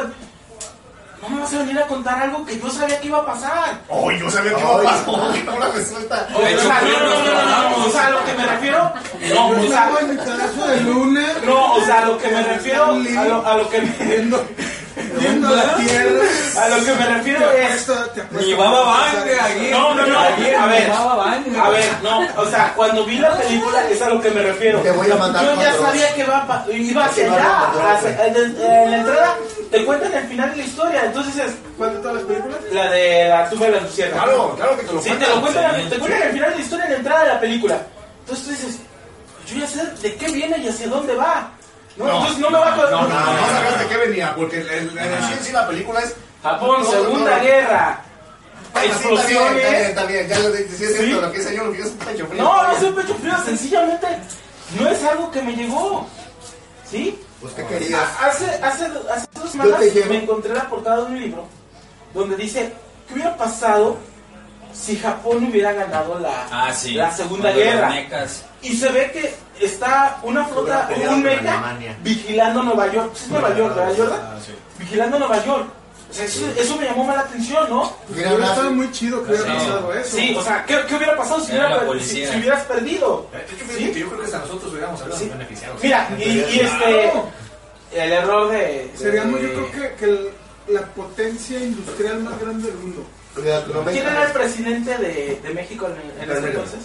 No me vas a venir a contar algo que yo sabía que iba a pasar. ¡Ay, yo sabía que iba a pasar! ¡Ay, no la resulta! O sea, no, no, no, no, no, o sea, a lo que me refiero, no, o sea, Yo en mi pedazo de luna, no, o sea, a lo que me refiero, a lo, a lo que me, viendo, viendo la tierra. a lo que me refiero Te es, apuesto, te apuesto Ni que Baba vas a Vanga pasar aquí. eso. no, no, no, a ver, Baba Vanga. a ver, no, o sea, cuando vi la película es a lo que me refiero. Te voy a mandar Yo ya fotos. sabía que va pa- iba hacia Te voy a allá, mandar hacia- en, en la entrada te cuentan el final de la historia, entonces es ¿Cuál de todas las películas? la de la tumba de la luciérnaga. Claro, claro que te lo Sí, cuentan. te lo cuentan, Sí. te cuentan el final de la historia en la entrada de la película. Entonces tú dices, pues yo ya sé de qué viene y hacia dónde va. No, entonces no me va a No, no, no, no sabías de qué venía, porque el, el, en el sí en sí la película es... Japón, No, Segunda no, no. Guerra. Bueno, sí, está bien, está bien, Explosiones. está bien, ya lo dije, sí es Sí. cierto, lo que dice yo, lo que es un pecho frío. No, no soy pecho frío, sencillamente no es algo que me llegó. ¿Sí? Pues, ¿qué querías? Hace, hace, hace dos Yo semanas te llevo. me encontré la portada de un libro donde dice, ¿qué hubiera pasado si Japón hubiera ganado la, Ah, sí. la Segunda Cuando los Guerra? mecas. Y se ve que está una flota, Hubiera peleado un con meca, Alemania. vigilando Nueva York. ¿Es Nueva York, verdad, Jordan? Ah, sí. Vigilando Nueva York. O sea, eso, eso me llamó más la atención, ¿no? Mira, Hubiera una- estado muy chido que hubiera Sí. pasado eso. Sí, o sea, ¿qué, qué hubiera pasado si, Era hubiera- la si, policía. si hubieras perdido? De hecho, fíjate ¿Sí? que yo creo que hasta nosotros hubiéramos salido Sí. beneficiados. Mira, y, y este, el error de... de- Seríamos, yo creo que, que el- la potencia industrial más grande del mundo. de Latinoamérica. ¿Quién era el presidente de, de México en, en ese Pedro. entonces?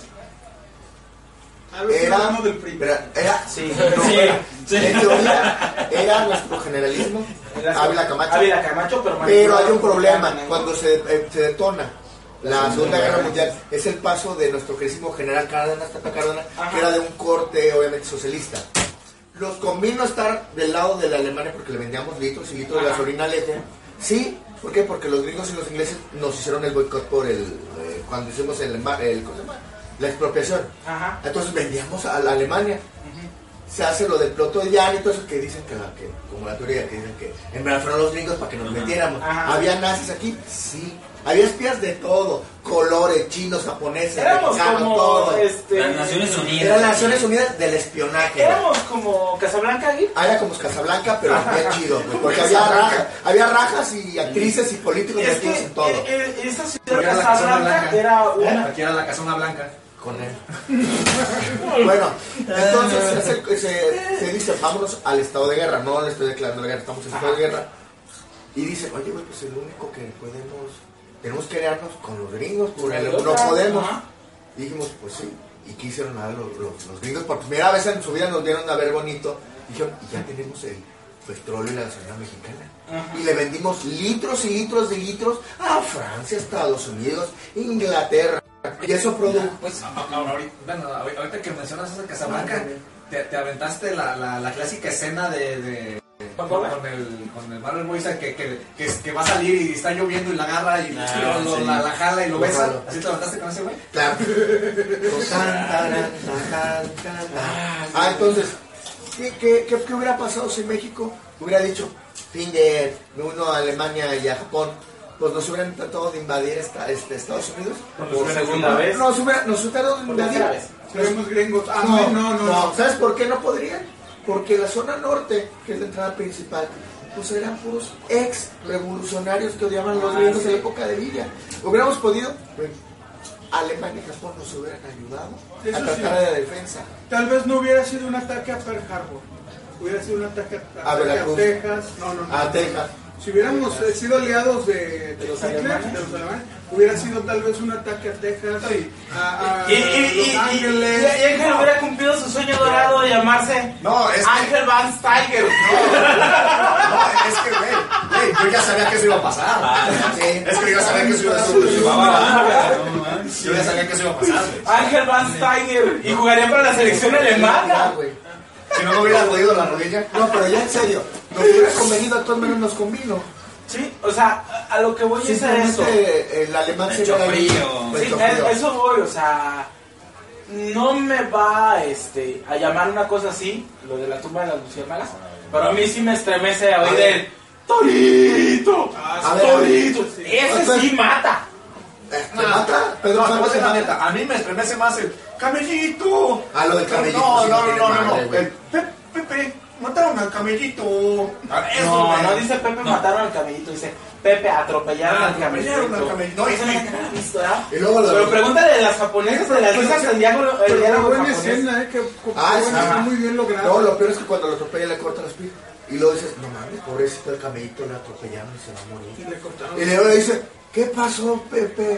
A ver si Era, hablamos del P R I. era, era, Sí. no, Sí, era- sí. en teoría, era nuestro generalismo, Ávila Camacho, Ávila Camacho, pero... pero hay un problema, manipulado. cuando se, eh, se detona la Segunda Guerra Mundial, es el paso de nuestro queridísimo general Cárdenas, Tata Cárdenas, Ajá. que era de un corte obviamente socialista. Nos convino estar del lado de la Alemania porque le vendíamos litros y litros de Ajá. gasolina al eje. Sí, ¿por qué? Porque los gringos y los ingleses nos hicieron el boicot por el, eh, cuando hicimos el, el, ¿cómo se llama? La expropiación. Ajá. Entonces vendíamos a la Alemania. se hace lo del Plotoyán y todo eso que dicen que, la, que como la teoría que dicen que en verdad fueron los gringos para que nos metiéramos. Ajá. ¿Había nazis aquí? Sí. Había espías de todo, colores, chinos, japoneses, éramos mexicanos, como, todo. Este, las Naciones Unidas. Eran las Naciones Unidas del espionaje. Éramos como Casablanca aquí. Ah, era como Casablanca, pero bien chido, güey, porque había rajas, había rajas y actrices y políticos es metidos que, en todo. Eh, eh, esta ciudad de Casablanca era una... Aquí era la Casona Blanca. Con él. Bueno, entonces se, se, se dice, vámonos al estado de guerra. No le estoy declarando la guerra, estamos en estado de guerra. Y dice, oye, güey, pues el único que podemos, tenemos que aliarnos con los gringos, por el, no podemos. Y dijimos, pues sí. ¿Y qué hicieron nada los, los, los gringos? Por primera vez en su vida nos dieron a ver bonito. Y dijeron, y ya tenemos el petróleo y la gasolina mexicana. Ajá. Y le vendimos litros y litros de litros a Francia, Estados Unidos, Inglaterra. Y eso produjo. Pues, ahorita, bueno, ahorita que mencionas esa Casablanca, te, te aventaste la, la, la clásica escena de. de con, con el con el Marvel Boys que, que, que, que va a salir y está lloviendo y la agarra y ah, lo, sí. la, la jala y lo besa. Jalo. ¿Así te aventaste con ese güey? Claro. Ah, entonces, ¿qué, qué, qué, ¿qué hubiera pasado si México hubiera dicho, fin de uno a Alemania y a Japón? Pues nos hubieran tratado de invadir esta, este, Estados Unidos. Por segunda vez. Nos hubieran nos hubieran invadido. Seremos gringos. Ah, no, no, no, no. ¿Sabes por qué no podrían? Porque la zona norte, que es la entrada principal, pues eran puros ex revolucionarios que odiaban los gringos ah, sí. en la época de Villa. Hubiéramos podido, bueno, Alemania y Japón nos hubieran ayudado Eso a tratar sí. de defensa. Tal vez no hubiera sido un ataque a Pearl Harbor, hubiera sido un ataque a, a, a Texas. No, no, no. A Texas. Si hubiéramos eh, sido aliados de, de, los alemanes, de los alemanes, hubiera sido tal vez un ataque a Texas, a, a y, y, Los Ángeles. Y, y, y Ángel hubiera cumplido su sueño dorado de llamarse no, es Ángel Van Steiger. No, no, es que, güey, yo ya sabía que eso iba a pasar. Ah, sí. Es que yo ya sabía que eso iba a pasar. Yo ya sabía que eso iba a pasar. Ángel Van Steiger. Y jugaría para la selección alemana. Si no me hubiera jodido la rodilla. No, pero ya en serio, nos hubiera convenido, a todos menos nos convino. Sí, o sea, a, a lo que voy es a eso. El alemán se frío. Sí, a eso voy, o sea, no me va este, a llamar una cosa así, lo de la tumba de las luciérnagas, pero a mí sí me estremece a oír el Torito, ah, Torito, sí. Ese sí mata. ¿Te mata? Pedro, no, te la neta, a mí me estremece más el camellito. Ah, lo del camellito. No, no, no, no, no, no. El Pepe, mataron al camellito. Eso, no, no dice Pepe, no. Mataron al camellito, dice Pepe, atropellaron ah, al camellito. Al camellito. No, eso no lo he visto, ¿ah? Y luego lo Pero pregúntale de las japonesas, de las hijas del diálogo. El diálogo buena escena, eh, que ah, está muy bien logrado. No, lo peor es que cuando lo atropella le corta las piernas. Y luego dices, no mames, pobrecito el camellito, le atropellaron y se va a morir. Y le cortaron. Y luego le dice, ¿qué pasó, Pepe?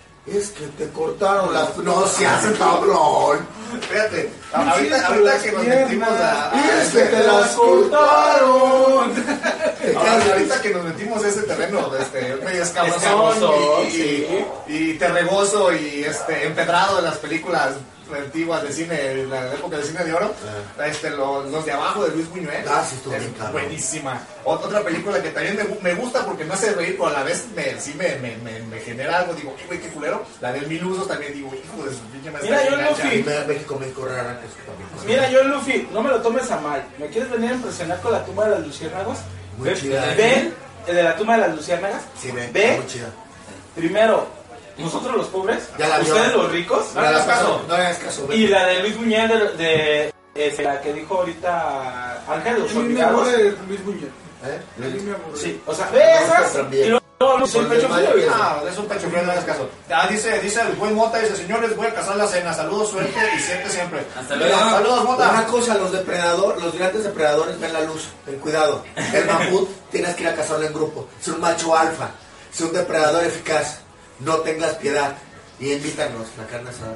Es que te cortaron las... No se hacen cabrón. Fíjate, ahorita, ahorita que nos metimos a... Y es que te las cortaron. Ahorita que nos metimos a ese terreno, este, medio escabroso y, y, y terregoso y este, empedrado en las películas antiguas de cine, en la época del cine de oro, ah. este, los, los de abajo de Luis Buñuel. Ah, sí, estuvo es bien caro. Buenísima. Otra película que también me, me gusta porque me hace reír, pero a la vez me, sí me, me, me, me genera algo. Digo, güey, qué culero. La del Mil Usos también digo, hijo de su pinche madre. Mira, yo Luffy. México, México, rara, que es también. Mira, yo Luffy, no me lo tomes a mal. ¿Me quieres venir a impresionar con la tumba de las luciérnagas? Muy chida. ¿Ven el de la tumba de las luciérnagas? Sí, ven. ¿Ven? Muy chida. Primero, nosotros los pobres, ya la ustedes vio. los ricos, no le hagas caso, no le hagas caso. Y la de Luis Buñuel de, de, de la que dijo ahorita Ángel, los olvidados. de Luis Buñuel. ¿Eh? Sí, o sea, ve esas y luego no, el pecho frío. Ah, es un pecho frío, no le hagas caso. Ah, dice, dice el buen Mota, dice, señores, voy a cazar la cena, saludos, suerte y siempre, siempre. Hasta luego. Saludos, Mota. Una cosa, los depredadores, los grandes depredadores ven la luz, ten cuidado. El mamut tienes que ir a cazarlo en grupo, es un macho alfa, es un depredador eficaz. No tengas piedad y invítanos la carne asada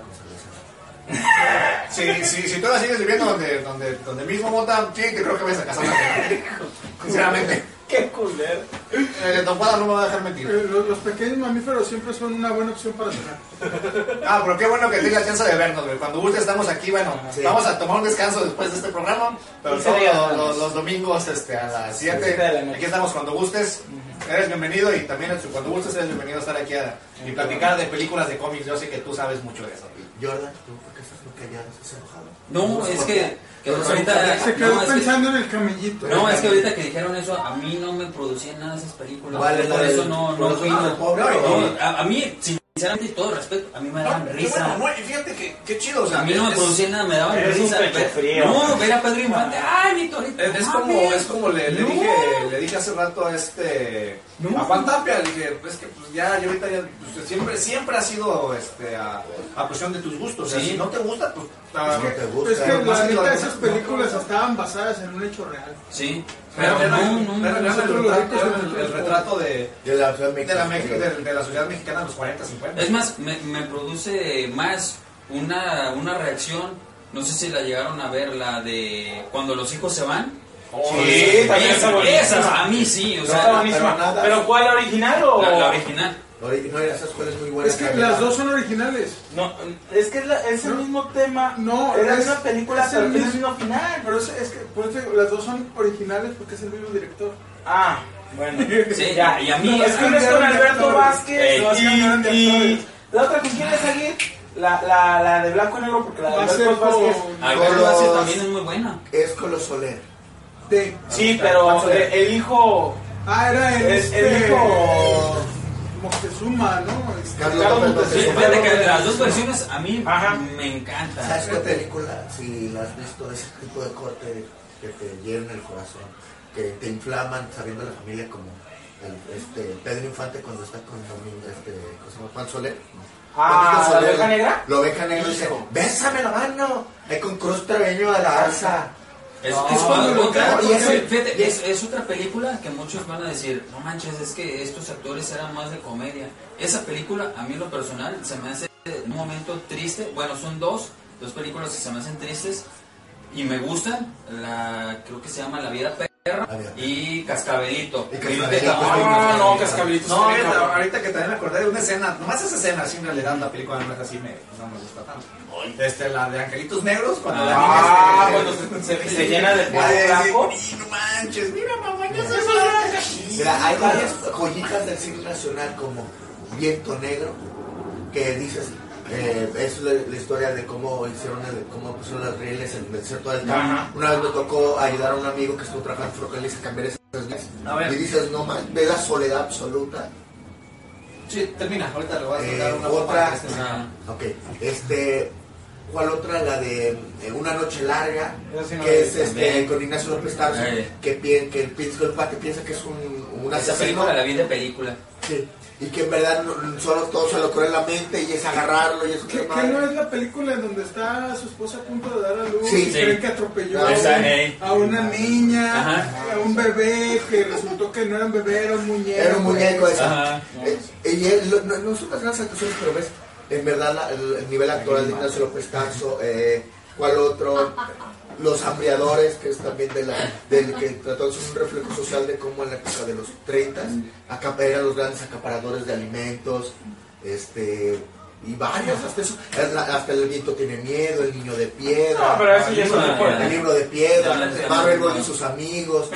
con cerveza. Si sí, sí, sí, tú la sigues viviendo donde, donde, donde mismo Mota, sí, que creo que vayas a casar la carne. Sinceramente. Qué culero. El Don Juan no me va a dejar mentir. Los, los pequeños mamíferos siempre son una buena opción para cenar. Ah, pero qué bueno que tienes la chance de vernos, güey. Cuando guste estamos aquí, bueno, sí. Vamos a tomar un descanso después de este programa. Pero todos los, los, los domingos este, a las siete, aquí estamos cuando gustes. Eres bienvenido y también cuando gustes eres bienvenido a estar aquí a, y platicar de películas de cómics. Yo sé que tú sabes mucho de eso. Jordan, ¿tú por qué estás muy callado? ¿Estás enojado? No, es que, que No, ahorita... Se quedó no, es que- pensando en el camellito. No, es que ahorita que dijeron eso, a mí no me producían nada esas películas. Vale, por la eso del- no, por no los fui. hijos No, del pobre. no, a, a mí, sinceramente, y todo respeto, a mí me daban No, qué risa. bueno, muy- fíjate que qué chido, o sea, A mí no me es- producían nada, me daban eres un risa. pecho Ver- frío. No, ver a Pedro Infante, ay, mi torito. Es, es no como, mames. es como le, le No. dije, le dije hace rato a este, No. a Juan Tapia, le dije, pues que pues ya, yo ahorita ya, pues, siempre, siempre ha sido, este, a, a cuestión de tus gustos, o sea, Sí. si no te gusta, pues, No ah, te gusta. Es que Pero más la que neta lo- esas películas estaban basadas en un hecho real. Sí, Pero pero vean no, el- no, vean- vean nosotros el los retrato- ricos vean el- el retrato de, De la ciudad de la, mexicana. Mex- de, de la sociedad mexicana en los cuarenta, cincuenta. Es más, me, me produce más una, una reacción, no sé si la llegaron a ver, la de cuando los hijos se van. Sí, también Esa- está buenísima. esas, a mí sí, o No, sea, está buenísima. pero nada. ¿Pero cuál, la original o...? la, la original. Ori- No, esa escuela es muy buena. Es que también. las dos son originales. No, es que es, la- es el No. mismo tema. No, es la es- misma película, es pero el tiene el mismo- mismo final. Pero es, es que por eso digo, las dos son originales porque es el mismo director. Ah, bueno. Sí, ya. y a mí No, Es que uno es con cambiaron de Alberto actores. Vázquez Ey, no, sí cambiaron de y, actores. y la otra con quién es seguir. La, la, la de blanco y negro, porque la de Va a ser Alberto Vázquez. con- Alberto Con Vázquez los- también es muy buena. Es con los Soler. De, Sí, pero eh, el hijo. ah, era el, El, este, el hijo. Moctezuma, ¿no? Este, Carlos Carlos López Montes- Sí, Moctezuma. fíjate que de las dos versiones a mí Ajá. me encanta. ¿Sabes qué película? Si la has visto, ese tipo de corte que te hieren el corazón, que te inflaman sabiendo la familia como el, este, Pedro Infante cuando está con Domingo, este, ¿cómo se llama? Juan Soler. Ah, Domingo ¿la Soler, oveja negra? La oveja negra dice, bésame la mano, ahí con Cruz Treveño a la alza. Es, No, es cuando lo otra, cantan, y ese- fíjate, es, es otra película que muchos van a decir, no manches, es que estos actores eran más de comedia. Esa película, a mí en lo personal, se me hace un momento triste. Bueno, son dos, dos películas que se me hacen tristes y me gustan. La, creo que se llama La vida perra La vida perra. y Cascabelito. Y Cascabelito. Ah, no, Cascabelito. No, ahorita, ahorita que también me acordé de una escena, nomás esa escena, sí, en realidad la película no es así, me, no me gusta tanto. Este, la de Angelitos Negros, cuando la Ah, niña cuando se, se, se llena de Ay, polvo blanco. sí, no manches, mira mamá, ya se Mira, hay varias joyitas del cine nacional como Viento Negro, que dices, eh, es la, la historia de cómo hicieron el, cómo pusieron las rieles en el desierto del campo. Ajá. Una vez me tocó ayudar a un amigo que estuvo trabajando en Ferrocarriles a cambiar esas vías. A ver. Y dices, no man, ve la soledad absoluta. Sí, termina, ahorita le voy a Eh, tocar una otra, forma de este- Ah, ok, este, ¿cuál otra? La de eh, Una Noche Larga, Esa sí no que la es vi este, también. con Ignacio López Tarso, Eh. que, pi- que el, piensa- el cuate piensa que es un, un esa asesino. película la vi de película. Sí, y que en verdad no- solo todo se lo ocurre en la mente y es agarrarlo y es ¿Qué, otra qué no madre. es la película en donde está su esposa a punto de dar a luz Sí, y sí. creen que atropelló Ah, a, esa, un- eh. a una niña, Ajá. a un bebé que resultó que no era un bebé, era un muñeco? Era un muñeco ese. Ajá. Eh, y él, lo- no, no son las grandes actuaciones, pero ves, en verdad la- el, el nivel actoral de Ignacio López Tarso, eh, ¿cuál otro? Los Hambriadores, que es también de la, del que trató de ser un reflejo social de cómo en la época de los treinta acá eran los grandes acaparadores de alimentos, este, y varios, hasta eso, hasta El Viento Tiene Miedo, El Niño de Piedra, No, pero eso ya es Ah, otro ya. El Libro de Piedra, Ya, Marvel ya, Boy ya. y sus amigos,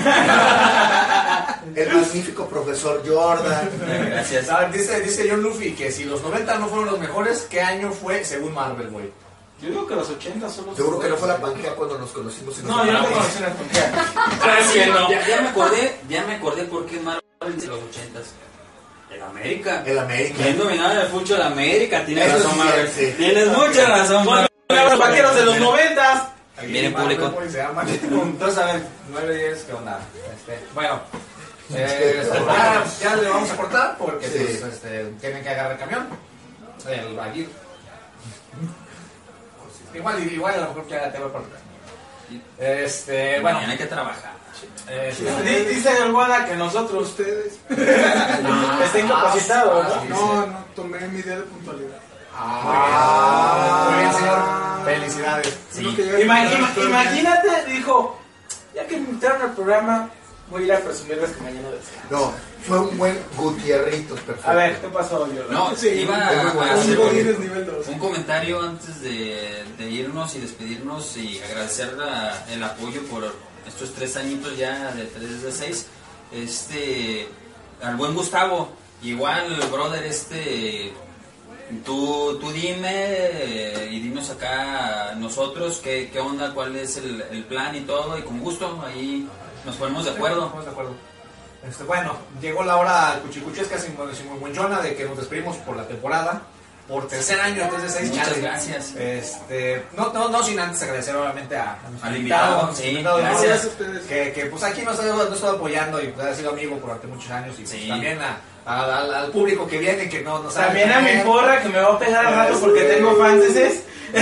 El magnífico Profesor Jordan. Gracias. Ah, dice, dice John Luffy que si los noventa no fueron los mejores, ¿qué año fue según Marvel, güey? Yo digo que los ochenta son los Seguro que no fue la mejores. Pangea cuando nos conocimos en No, yo no los- conocí la Pangea. Ah, sí, ya, ya me acordé, ya me acordé por qué Marvel de los ochentas. El América. El América. ¿Quién dominaba el fucho de la América? Tienes Eso razón, sí, Marvel. sí. Tienes mucha razón, Marvel. Los vaqueros de los noventas. Viene público. Marvel Boy se llama. Entonces, a ver, nueve diez, ¿qué onda? Este, bueno, eh, ya, ya le vamos a cortar porque Sí. pues, este, tienen que agarrar el camión. El Baguir. Igual, igual a lo mejor ya te voy a cortar. Este, bueno. Mañana hay que trabajar. eh, sí. Di- Dice el Guada que nosotros Ustedes. está incapacitado, Ah, ¿no? No, no, tomé mi día de puntualidad. Ah, muy bien, señor. Felicidades. Lo que Sí. ya- Ima- ya ima- estoy- imagínate, dijo, ya que me invitaron al programa, voy a ir a presumirles que mañana descanso. No, fue un buen Gutierritos, perfecto. A ver, ¿qué pasó, yo? No, Sí, iba muy a, bueno. a Un hacer Godínez nivel dos. un comentario antes de, de irnos y despedirnos y agradecer la- el apoyo por estos tres añitos ya de tres de seis. Este, al buen Gustavo, igual, brother, este, Tú, tú dime eh, y dinos acá nosotros qué, qué onda, cuál es el, el plan y todo, y con gusto ahí nos ponemos de acuerdo. Sí, nos ponemos de acuerdo. Este, bueno, llegó la hora cuchicuchesca simulguinchona de que nos despedimos por la temporada, por tercer año después de seis. Muchas chale. gracias. Este, no, no, no sin antes agradecer obviamente a, a nuestro Al invitado, a sí, invitado, gracias. ¿no? que, que pues aquí nos ha, nos ha estado apoyando y pues, ha sido amigo durante muchos años y pues, Sí. también a, a- al, al público que viene que no nos sabe También a mi comer. porra que me va a pegar al rato porque tengo fanses.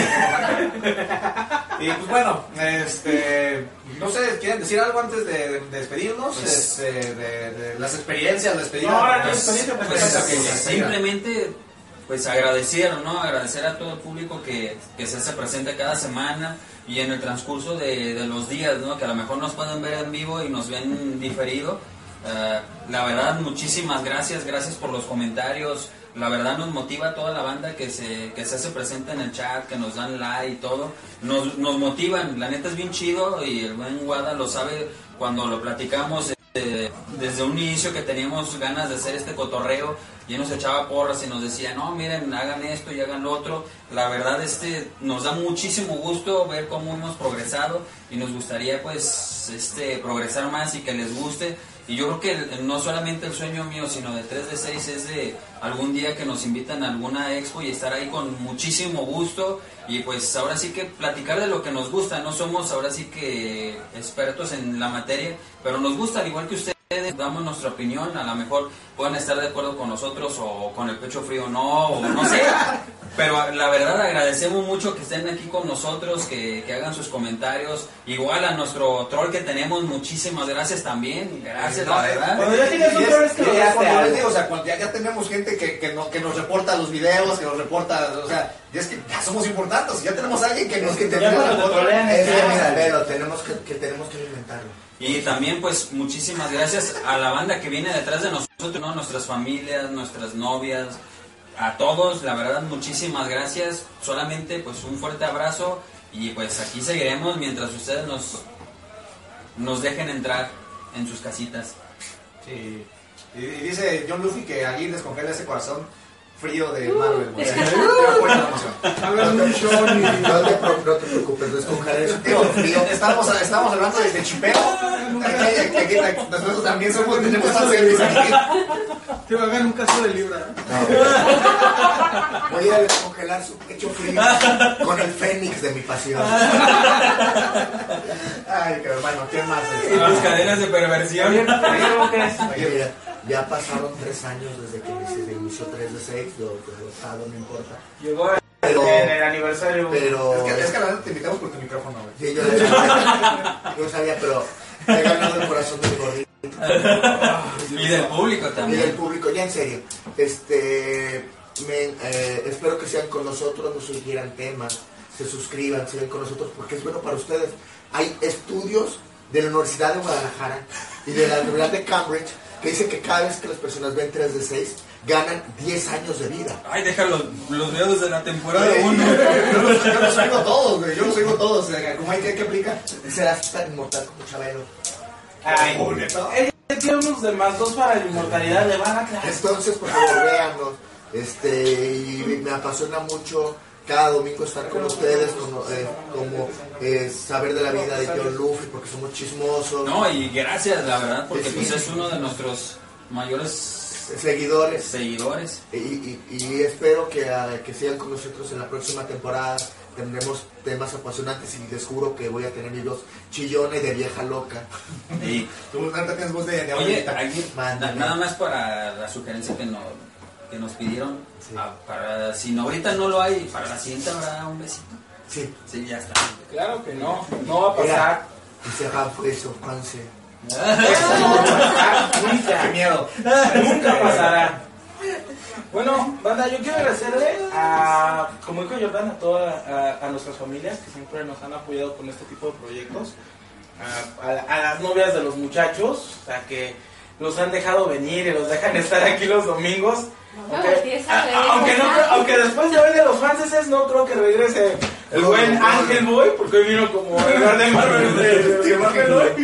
Y pues bueno, este, no sé, ¿quieren decir algo antes de, de- de despedirnos? Pues- Este, de, de las experiencias, despedidas. No, la Pues, experiencia, Pues, pues, eh, pues, simplemente pues agradecer, ¿no? Agradecer a todo el público que, que se hace presente cada semana y en el transcurso de, de los días, ¿no? Que a lo mejor nos pueden ver en vivo y nos ven diferido. Eh, la verdad, muchísimas gracias, gracias por los comentarios. La verdad nos motiva a toda la banda que se, que se hace presente en el chat, que nos dan like y todo. Nos, nos motivan, la neta es bien chido y el buen Guada lo sabe cuando lo platicamos eh, desde un inicio que teníamos ganas de hacer este cotorreo y él nos echaba porras y nos decía, no, miren, hagan esto y hagan lo otro. La verdad este nos da muchísimo gusto ver cómo hemos progresado y nos gustaría pues este progresar más y que les guste. Y yo creo que el- no solamente el sueño mío, sino de tres de seis es de algún día que nos invitan a alguna expo y estar ahí con muchísimo gusto. Y pues ahora sí que platicar de lo que nos gusta. No somos ahora sí que expertos en la materia, pero nos gusta, al igual que ustedes, damos nuestra opinión. A lo mejor pueden estar de acuerdo con nosotros o con el pecho frío no, o no sé. Pero la verdad agradecemos mucho que estén aquí con nosotros, que, que hagan sus comentarios. Igual a nuestro troll que tenemos, muchísimas gracias también. Gracias, la verdad. Cuando ya tienes un Y es- troll es que y lo es gaste cuando les algo. digo, o sea, cuando ya, ya tenemos gente que, que, no- que nos reporta los videos, que nos reporta, o sea, ya es que ya somos importantes, ya tenemos a alguien que nos que Ya tenemos cuando la te foto. trolean, Es es que, que- mira, Pero tenemos que, que tenemos que alimentarlo. Y también pues muchísimas gracias a la banda que viene detrás de nosotros, ¿no? Nuestras familias, nuestras novias, a todos, la verdad muchísimas gracias. Solamente pues un fuerte abrazo y pues aquí seguiremos mientras ustedes nos, nos dejen entrar en sus casitas. Sí. Y, y dice John Luffy que allí descongela ese corazón frío de Marvel. güey. Buena emoción. Hagan un show y no te, pro- no te preocupes, descongelar eso. Digo, estamos, estamos hablando de, de chipeo. Aquí- aquí- aquí- aquí- Nosotros también somos, tenemos tan serios aquí. Te hagan un caso de libra. Voy a descongelar su pecho frío con el fénix de mi pasión. Ay, pero bueno, ¿qué más? Y las cadenas de perversión. Oye, ¿qué es? Oye, mira, ya pasaron tres años desde que se inició tres de seis, lo que lo pasado no importa. Llegó el- Pero- en el aniversario. Pero... Es que, es que a la verdad te invitamos por tu micrófono, güey. Sí, yo lo sabía, yo lo sabía, pero he ganado el corazón del gordito. Y del público Y también. del público, ya en serio. Este, me, eh, espero que sean con nosotros, nos sugieran temas, se suscriban, sigan con nosotros, porque es bueno para ustedes. Hay estudios de la Universidad de Guadalajara y de la Universidad de Cambridge que dicen que cada vez que las personas ven tres de seis, ganan diez años de vida. Ay, deja los, los videos de la temporada Yo uno. los, yo los oigo todos, güey. Yo los oigo todos. O sea, ¿cómo hay que, que aplica? Serás tan inmortal como Chabelo. Ay, Oh, ¿neta? ella tiene unos de más dos para la inmortalidad, le van a clase. Entonces, por favor, véanlos. Este, y me apasiona mucho cada domingo estar con ustedes, como, eh, como eh, saber de la vida de John Luffy, porque somos chismosos. No, y gracias, la verdad, porque Sí. pues es uno de nuestros mayores Seguidores. seguidores. Y, y- y espero que, ah, que sigan con nosotros en la próxima temporada. Tendremos temas apasionantes y les juro que voy a tener mi voz chillona y de vieja loca. Y, Tú ahorita tienes voz de, de oye, abuelita. aquí, Mándame. na- nada más para la sugerencia que nos, que nos pidieron. Sí. ah, para, si no, ahorita no lo hay, para la siguiente habrá un besito. Sí. Sí, ya está. Claro que no, no va a pasar. Y se va por eso, Juanse. Eso no va a pasar nunca. Qué miedo. Nunca pasará. Bueno, banda, yo quiero agradecerle a, como dijo Jordan, a todas a, a nuestras familias que siempre nos han apoyado con este tipo de proyectos, a, a- a las novias de los muchachos, o sea, que los han dejado venir y los dejan estar aquí los domingos. No, Aunque, sí, esa a- a- regresa. aunque, no, creo- aunque después de ver de los franceses no creo que regrese el No, buen no, no. Ángel Boy, porque hoy vino como el lugar de Marvel de, de Marvel Boy.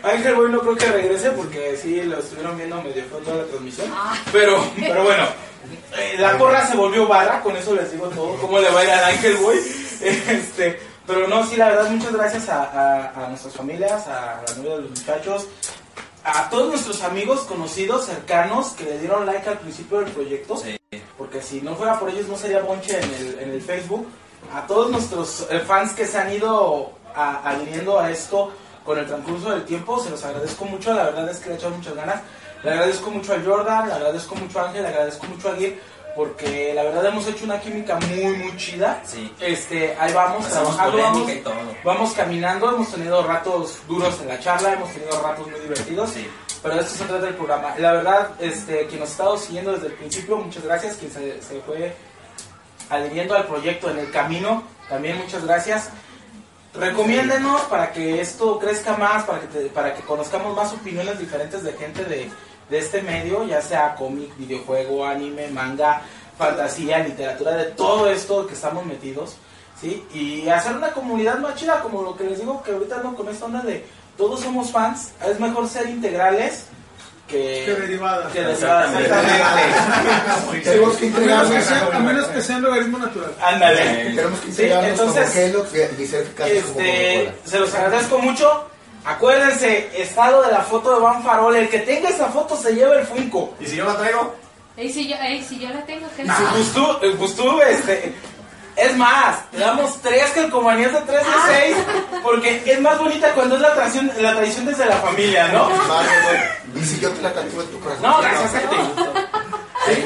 Ángel Boy no creo que regrese porque sí lo estuvieron viendo medio feo toda la transmisión. Pero, pero bueno, eh, la porra se volvió barra, con eso les digo todo, cómo le va a ir al Ángel Boy. Este, pero no, sí, la verdad, muchas gracias a, a, a nuestras familias, a la novia de los muchachos, a todos nuestros amigos conocidos, cercanos, que le dieron like al principio del proyecto. Sí. Porque si no fuera por ellos no sería bonche en el, en el Facebook. A todos nuestros eh, fans que se han ido a, adhiriendo a esto con el transcurso del tiempo, se los agradezco mucho. La verdad es que le he echado muchas ganas. Le agradezco mucho a Jordan, le agradezco mucho a Ángel, le agradezco mucho a Gir, porque la verdad hemos hecho una química muy muy chida. Sí. Este, ahí vamos Hacemos trabajando, vamos, y todo. vamos caminando, hemos tenido ratos duros en la charla, hemos tenido ratos muy divertidos. Sí. Pero de esto se trata el programa. La verdad, este, quien nos ha estado siguiendo desde el principio, muchas gracias. Quien se, se fue adhiriendo al proyecto en el camino, también muchas gracias. Recomiéndenos para que esto crezca más, para que, te, para que conozcamos más opiniones diferentes de gente de, de este medio, ya sea cómic, videojuego, anime, manga, fantasía, literatura, de todo esto que estamos metidos, ¿sí? Y hacer una comunidad más chida, como lo que les digo, que ahorita no con esta onda de todos somos fans, es mejor ser integrales que, que derivadas. Que derivadas, tenemos que integrarnos, a menos que sea en logaritmo natural. Ándale. Tenemos que integrarnos, sí, entonces, como Kellogg y ser casi este, como Coca-Cola. Se los agradezco mucho. Acuérdense, estado de la foto de Van Farol. El que tenga esa foto se lleva el Funko. ¿Y si yo la traigo? ¿Y si yo, eh, si yo la tengo? ¿Qué? Y si pues tú, pues tú, este... Es más, te damos tres calcomanías de tres de seis, porque es más bonita cuando es la tradición, la tradición desde la familia, ¿no? Y si yo te la tatúo en tu corazón. No, gracias a ti.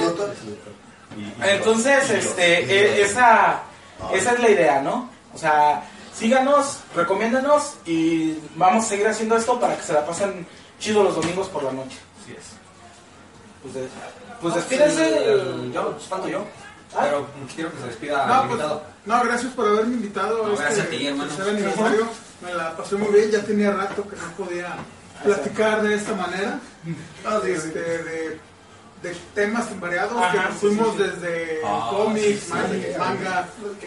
Entonces, este, esa, esa es la idea, ¿no? O sea, síganos, recomiéndanos y vamos a seguir haciendo esto para que se la pasen chido los domingos por la noche. Así es. Pues, de, pues despídense. El, yo, pues falto yo. Pero quiero que se despida no, el pues, invitado. No, gracias por haberme invitado No, a gracias este a ti, hermano. tercer aniversario. Me la pasé muy bien, ya tenía rato que no podía platicar de esta manera. Este, de, de temas tan variados. Ajá, que nos fuimos sí, sí. desde oh, cómics, sí, sí, manga,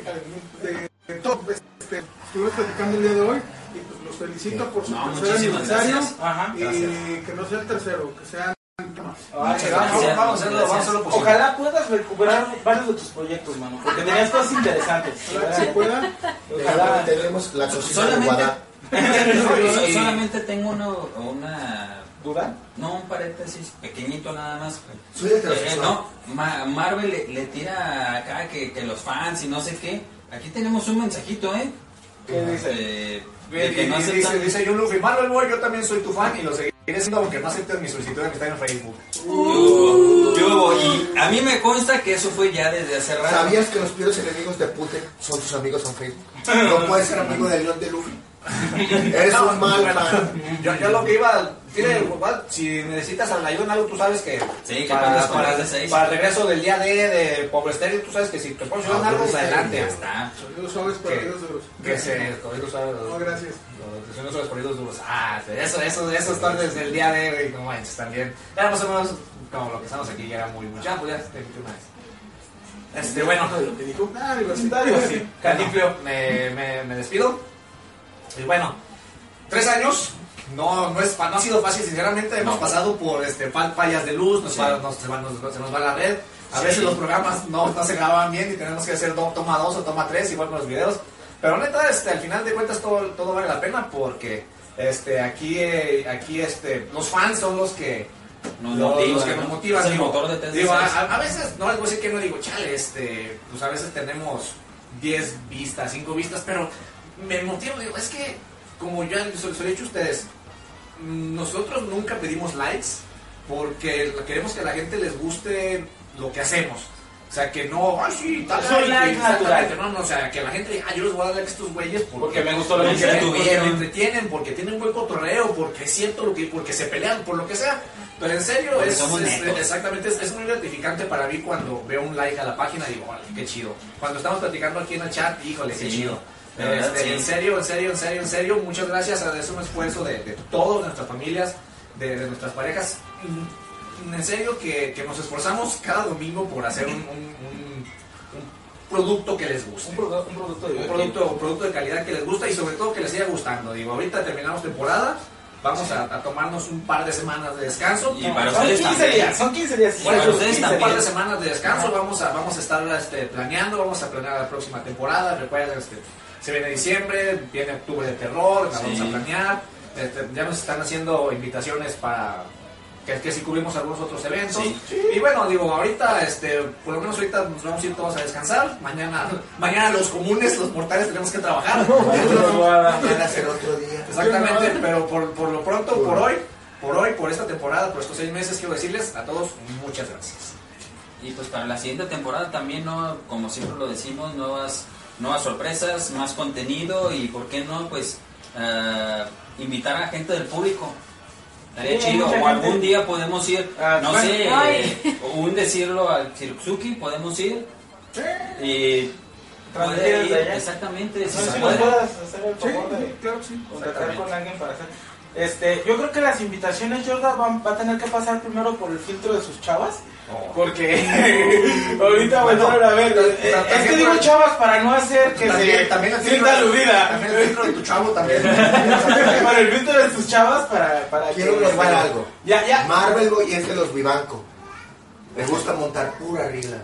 de, de todo. Este, estuvimos platicando el día de hoy y pues los felicito por su no, tercer aniversario. Ajá, y gracias. Que no sea el tercero, que sean Ay, vamos, vamos a hacerlo, vamos a hacerlo posible. Ojalá puedas recuperar varios de tus proyectos, mano, porque tenías cosas interesantes. Ojalá se pueda. Ojalá tenemos la cocina de Guadalajara. No, solamente tengo uno, una duda. No, un paréntesis pequeñito nada más. Soy eh, no, Ma Marvel le, le tira acá que, que los fans y no sé qué. Aquí tenemos un mensajito, ¿eh? ¿Qué dice? Eh, de que no dice, dice, dice John Luffy, Marvel Boy, yo también soy tu fan y lo seguiré siendo aunque no aceptes mi solicitud de amistad en Facebook. Uh, yo, y a mí me consta que eso fue ya desde hace rato. ¿Sabías que los peores enemigos de Putin son tus amigos en Facebook? No puedes ser amigo del León de Luffy. Eres no, un mal man. Yo, yo lo que iba, tiene, si necesitas ayuda en algo, tú sabes que, sí, que para, para, de para el regreso del día D de Pobre Estéreo, tú sabes que si te pones ayudar en algo, pues adelante. Ya está. Sonidos suaves para oídos duros. Que se, sonidos suaves. No, gracias. Sonidos suaves para oídos duros. Ah, eso, eso, eso está desde el día D, güey, no manches, también. Ya más o menos como lo que estamos aquí, ya era muy, muy. Ya, pues ya te invité una vez. Este, bueno. Lo que dijo, ah, universitario. Sí, Cantinflio, me, me, me despido. Y bueno, tres años, no, no, es, no ha sido fácil, sinceramente. Hemos no. pasado por este, fallas de luz, nos, sí. va, nos, se, va, nos, se nos va la red. A sí. veces los programas no, no se grababan bien y tenemos que hacer do, toma dos o toma tres, igual con los videos. Pero neta, este, al final de cuentas todo, todo vale la pena porque este, aquí, eh, aquí este, los fans son los que nos los, motivan, los que nos motivan. Digo, motor de digo a, a veces, no les voy a decir que no digo, chale, este, pues a veces tenemos diez vistas, cinco vistas, pero me motivo, digo, es que como ya les he dicho a ustedes, nosotros nunca pedimos likes porque queremos que a la gente les guste lo que hacemos. O sea, que no, ay, sí, tal, soy like natural. No, no, o sea, que la gente diga, ah, yo les voy a dar like a estos güeyes porque, porque me gustó lo que me entretienen, entretienen, porque tienen un buen cotorreo, porque es cierto, lo que, porque se pelean, por lo que sea. Pero en serio, es, es, es, exactamente, es, es muy gratificante para mí cuando veo un like a la página y digo, órale, qué chido. Cuando estamos platicando aquí en el chat, híjole, qué sí. chido. Este, sí. En serio, en serio, en serio, en serio, muchas gracias. Es un esfuerzo de, de todas nuestras familias, de, de nuestras parejas. En serio que, que nos esforzamos cada domingo por hacer un, un, un, un producto que les guste. Un, pro, un, producto de un, producto, un producto de calidad que les gusta y sobre todo que les siga gustando. Digo, ahorita terminamos temporada vamos a, a tomarnos un par de semanas de descanso. Y para son ustedes quince también. días, son quince días. Bueno, para ustedes ustedes un par de también. semanas de descanso, vamos a, vamos a estar este, planeando, vamos a planear la próxima temporada. Recuerden, este, se viene diciembre, viene octubre de terror, la vamos Sí. a planear. Este, ya nos están haciendo invitaciones para que, que si cubrimos algunos otros eventos. Sí. Y bueno, digo, ahorita, este, por lo menos ahorita nos vamos a ir todos a descansar. Mañana, mañana los comunes, los mortales tenemos que trabajar. Mañana será otro día. Exactamente, pero por, por lo pronto, por hoy, por hoy, por esta temporada, por estos seis meses, quiero decirles a todos muchas gracias. Y pues para la siguiente temporada también, ¿no? Como siempre lo decimos, nuevas, nuevas sorpresas, más contenido y, ¿por qué no? Pues uh, invitar a gente del público. Estaría Sí, chido. mucha O algún gente. día podemos ir, Ah, no bueno. sé, Ay. eh, o un decirlo al Circuzuki, podemos ir. Y Transmitir poder desde ir, allá. exactamente, si No sé se si puede. nos puedas hacer el favor Sí, de claro que sí. contactar con alguien para hacer. Este, yo creo que las invitaciones, Jordan, van, va a tener que pasar primero por el filtro de sus chavas. Porque ahorita Bueno, volvieron a ver. eh, eh, también es que por digo el- chavas para no hacer que También, se también el sienta filtro- aludida. También el filtro de tu chavo también. Para el filtro de tus chavas para, para Quiero que. probar algo. Ya, ya. Marvel Boy es de los Vivanco. Me gusta montar pura rila.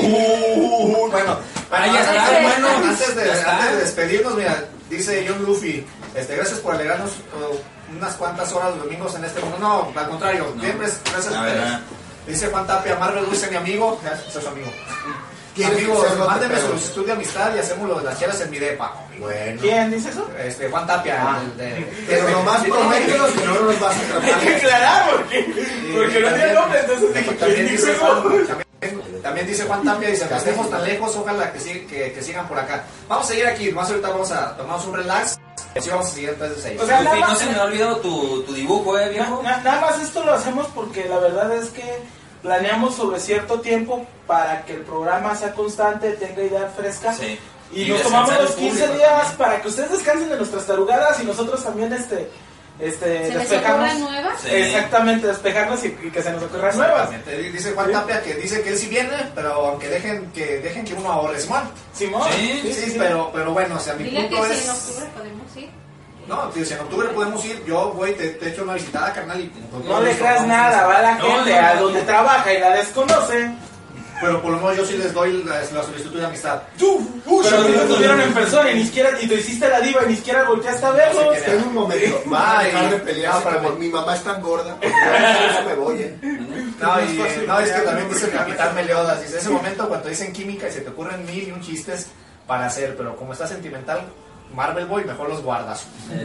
Uh, bueno, Ah, ya está, antes, bueno, antes de, ya está. antes de despedirnos, mira, dice John Luffy, este, gracias por alegrarnos uh, unas cuantas horas los domingos en este mundo. No, al contrario, No. siempre es gracias La a ustedes. verdad. Dice Juan Tapia, Marvel Luis, mi amigo, ya soy su amigo. ¿Quieres Amigos, que sea lo mándenme que su pedo? solicitud de amistad y hacemos lo de las chelas en mi depa. Bueno. ¿Quién dice eso? Este, Juan Tapia, Ah. el de- Pero nomás prométenos que no nos vas a Hay que atrapar. aclarar porque, porque no tiene nombre, entonces dije, También ¿quién dice, dijo Juan, eso? también, también dice Juan Tapia, dice, no estemos tan lejos, ojalá que, sig- que, que sigan por acá. Vamos a seguir aquí, más ahorita vamos a tomarnos un relax, y así vamos a seguir tres de seis. O sea, Luffy, nada no más- se me ha olvidado tu, tu dibujo, ¿eh, viejo? Na- na- nada más esto lo hacemos porque la verdad es que planeamos sobre cierto tiempo para que el programa sea constante, tenga idea fresca. Sí. Y, Y nos descansar tomamos el los quince público días también. para que ustedes descansen de nuestras tarugadas y nosotros también este este ¿Se les despejarnos. ocurren nuevas? Sí. Exactamente, despejarnos y, y que se nos ocurran nuevas. Exactamente. Dice Juan Tapia que dice que él sí viene, pero aunque dejen que dejen que uno ahorre, Simón. Simón. Sí, Sí, pero, pero bueno, o sea, mi Dile que punto si es... en octubre podemos ir. No, tío, si en octubre podemos ir, yo voy, te, te echo una visitada, carnal, y... No le creas nada, va la No, gente no, no. a donde trabaja y la desconoce. Pero por lo menos yo sí les doy la, la solicitud de amistad. Pero a ti te tuvieron en persona y ni siquiera, y te hiciste la diva y ni siquiera volteaste a verlos. No sé quién En un momento, va a dejar de pelearse No, pero como me- mi mamá es tan gorda. Por eso me voy, ¿eh? No, y, no, es que también dice el Capitán Meliodas, dice, ese momento cuando dicen química y se te ocurren mil y un chistes para hacer, pero como está sentimental, Marvel Boy, mejor los guardas.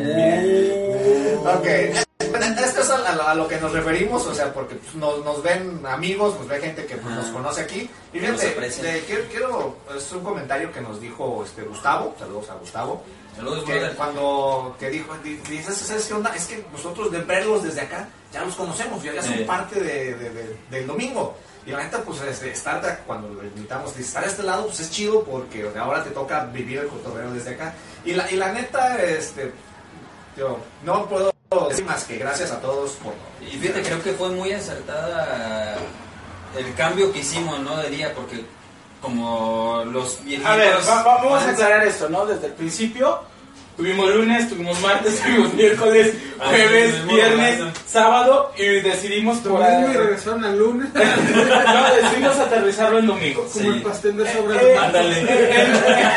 Ok, esto es a, a- a lo que nos referimos, o sea, porque pues, nos, nos ven amigos, nos ve gente que pues, nos Ajá. conoce aquí. Y Nos fíjate, aprecian. de- quiero, quiero- es un comentario que nos dijo este Gustavo, saludos a Gustavo, Saludos, que brother. cuando que dijo, di- dices, ¿sabes qué onda? Es que nosotros de verlos desde acá ya los conocemos, ya, ya son Sí. parte de, de- de- del domingo. Y la neta, pues, este, estar de- cuando lo invitamos, dice, estar a este lado, pues es chido porque o sea, ahora te toca vivir el cotorreo desde acá. Y la, y la neta, este, yo no puedo decir más que gracias a todos por... Y fíjate, creo que fue muy acertada el cambio que hicimos, ¿no? De día, porque como los viejitos... A ver, va- va- vamos a van- aclarar esto, ¿no? Desde el principio tuvimos lunes, tuvimos martes, tuvimos miércoles, Ah, jueves, tuvimos viernes, martes. sábado y decidimos por Domingo y regresaron al lunes. no, decidimos aterrizarlo el domingo. Como Sí. el pastel de sobras. Eh, Ándale.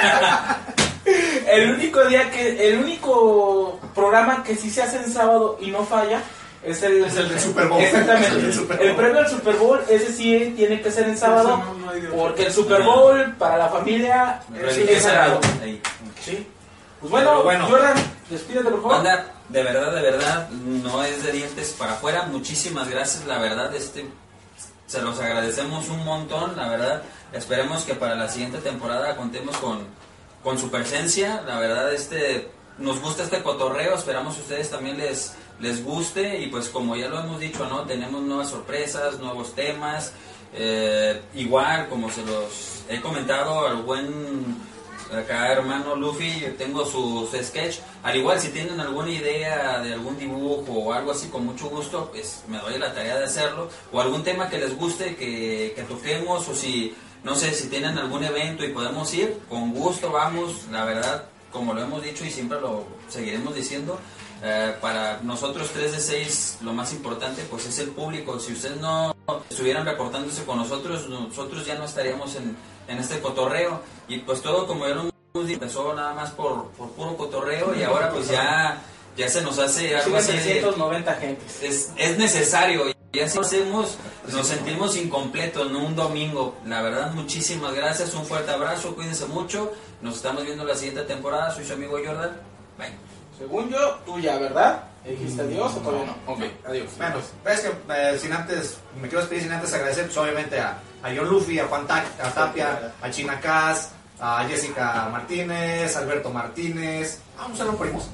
El único día que, el único programa que sí se hace en sábado y no falla es el, Es el del Super Bowl. Exactamente. Es el del Super Bowl. El previo al Super Bowl, ese sí tiene que ser en sábado, Ese no, no hay de otro. porque el Super Bowl para la familia es sagrado. Ahí. Sí. Pues bueno, Pero bueno. Jordan, despídete por favor. Banda, de verdad, de verdad, no es de dientes para afuera. Muchísimas gracias, la verdad, este, se los agradecemos un montón, la verdad. Esperemos que para la siguiente temporada contemos con, con su presencia. La verdad, este, nos gusta este cotorreo, esperamos que a ustedes también les, les guste. Y pues como ya lo hemos dicho, ¿no? Tenemos nuevas sorpresas, nuevos temas. Eh, igual, como se los he comentado al buen... acá hermano Luffy, yo tengo sus sketch. Al igual, si tienen alguna idea de algún dibujo o algo así, con mucho gusto, pues me doy la tarea de hacerlo. O algún tema que les guste que, que toquemos, o si, no sé, si tienen algún evento y podemos ir, con gusto vamos. La verdad, como lo hemos dicho y siempre lo seguiremos diciendo, Eh, para nosotros tres de seis lo más importante pues es el público. Si ustedes no estuvieran reportándose con nosotros, nosotros ya no estaríamos en, en este cotorreo. Y pues todo, como ya lo hemos dicho, empezó nada más por, por puro cotorreo y ahora pues ya, ya se nos hace algo así de, trescientos noventa gentes. Es, es necesario. Y así lo hacemos, nos sentimos incompletos, no un domingo. La verdad, muchísimas gracias, un fuerte abrazo, cuídense mucho. Nos estamos viendo la siguiente temporada. Soy su amigo Jordan. Bye. Según yo, tú ya, ¿verdad? ¿Dijiste adiós o todavía no? Ok, adiós. Bueno, es que eh, sin antes, me quiero despedir sin antes agradecer, pues obviamente a, a John Luffy, a Juan Ta- a Tapia, a China Cas, a Jessica Martínez, a Alberto Martínez. Ah, un saludo primos.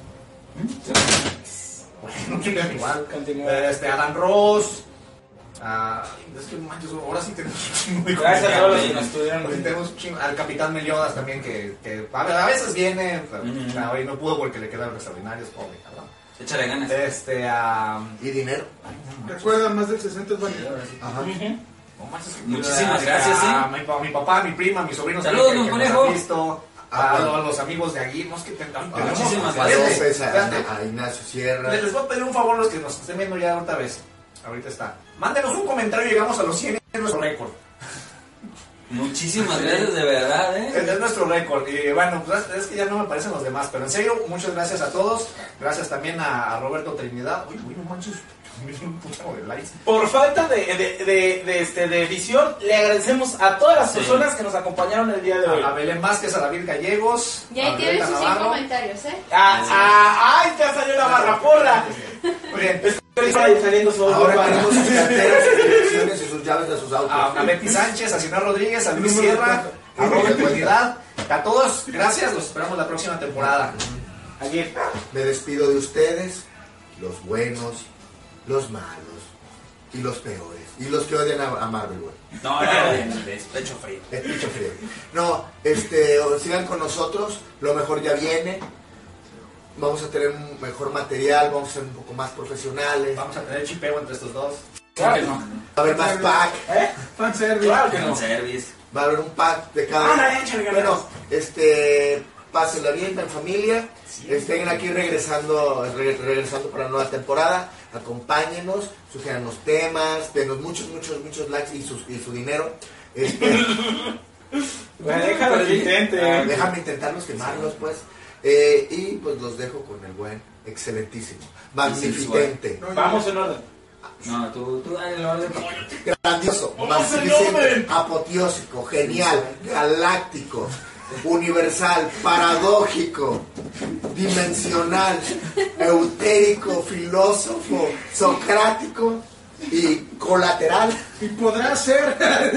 Bueno, igual. Este, Alan Ross. Ah, es que manches, ahora sí tenemos un chingo de Gracias a todos los que nos estuvieron. Tenemos un chingo, al Capitán Meliodas también, que, que a, ver, a veces viene, pero uh-huh. hoy no pudo porque le quedaron extraordinarios, pobre cabrón. Échale ganas. Este, uh, y dinero. Recuerda, más del sesenta es válido. Ajá. Uh-huh. Muchísimas gracias, ¿eh? A mi, a mi papá, a mi prima, a mis sobrinos. Saludos, que, que nos han visto. A, a los amigos de allí, no es que tengan. Muchísimas gracias. A, a Ignacio Sierra. Les, les voy a pedir un favor, los que nos estén viendo ya otra vez. Ahorita está. Mándenos un comentario, llegamos a los cien, es nuestro récord. Muchísimas gracias, de verdad, ¿eh? Es, es nuestro récord. Y bueno, pues es que ya no me parecen los demás, pero en serio, muchas gracias a todos. Gracias también a, a Roberto Trinidad. Uy, uy, no manches. Por falta de, de, de, de, este, de visión, le agradecemos a todas las personas sí. que nos acompañaron el día de hoy. A, a Belén Vázquez, a David Gallegos. Y ahí tienen sus cien comentarios, ¿eh? A, a, ¡Ay, ya salió la barraporra! Muy bien. Estoy saliendo su Ahora tenemos sus carteras, sus direcciones y sus llaves de sus autos. A, a Betty Sánchez, a Sinor Rodríguez, a Luis Sierra, a Robert Trinidad. A todos, gracias. Los esperamos la próxima temporada. Ayer. Me despido de ustedes, los buenos, los malos y los peores y los que odian a, a Marvel, güey. No, no, no, es pecho frío. Es pecho frío. No, este, sigan con nosotros, lo mejor ya viene. Vamos a tener un mejor material, vamos a ser un poco más profesionales. Vamos a tener chipeo entre estos dos. Claro que no. Va a haber más pack. ¿Eh? Fanservice. Claro que no. Fanservice. Va a haber un pack de cada uno. Bueno, este, pásenla bien en familia. Estén aquí regresando, re, regresando para la nueva temporada. Acompáñenos, sugéranos temas, denos muchos, muchos, muchos likes y, sus, y su dinero. Este, bueno, déjalo que intente. Déjame intentarlos, quemarlos, pues. Eh, y pues los dejo con el buen, excelentísimo, magnificente. No, vamos en orden. No, tú, tú dale el orden. Grandioso, magnificente, apoteósico, genial, galáctico, universal, paradójico, dimensional, eutérico, filósofo, socrático y colateral. Y podrá ser.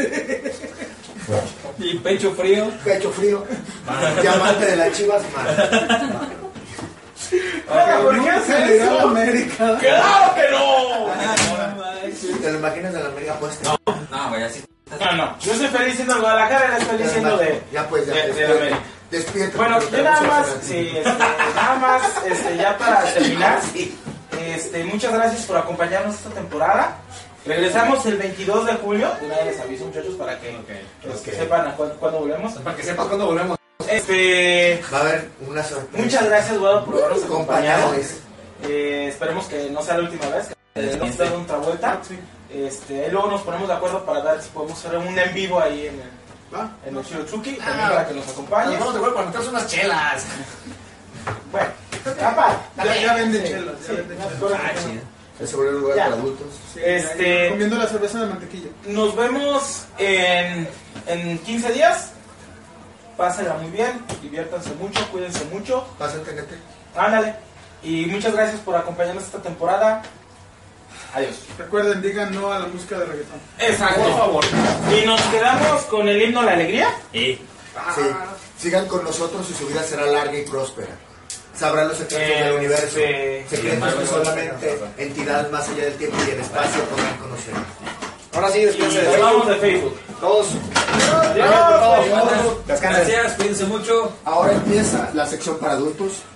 Y pecho frío. Pecho frío. Diamante de las Chivas, man. ¿Por qué hace eso? América? ¡Claro que no! ¿Te lo imaginas en la América puesta? No, no, güey, así. No, no. Yo soy feliz siendo el Guadalajara, él feliz siendo de. Ya pues, ya. De, de la América. Despídete. Bueno, yo nada más, sí, este, nada más, este, ya para terminar, este, muchas gracias por acompañarnos esta temporada. Regresamos el veintidós de julio. De una vez les aviso, muchachos, para que, okay. Pues, okay. que sepan a cu cuándo volvemos. Para que sepas cuándo volvemos. Este. Va a haber una sorpresa. Muchas gracias, Guado, por habernos acompañado. Eh, esperemos que no sea la última vez, que nos dé otra vuelta. Este, luego nos ponemos de acuerdo para ver si podemos hacer un en vivo ahí en el, ¿Ah? en el Shirotsuki, ah, también para que nos acompañe. Nos vamos de acuerdo para meternos unas chelas. Bueno, capaz. Ya, ya venden chelas. Sí, sí, se volvió un lugar ya. para adultos. Sí, este, comiendo la cerveza de mantequilla. Nos vemos en, en quince días. Pásenla muy bien, diviértanse mucho, cuídense mucho. Pásense, nete. Ándale. Y muchas gracias por acompañarnos esta temporada. Adiós. Recuerden, digan no a la música de reggaetón. Exacto. Por favor. Y nos quedamos con el himno a la alegría. Sí. Sí. Sigan con nosotros y su vida será larga y próspera. Sabrán los secretos eh, del universo. Sí. Secretos que solamente entidades más allá del tiempo y el espacio podrán conocer. Ahora sí, despídense de Facebook. de Facebook. Todos. Adiós. Adiós. Gracias, cuídense mucho. Ahora empieza la sección para adultos.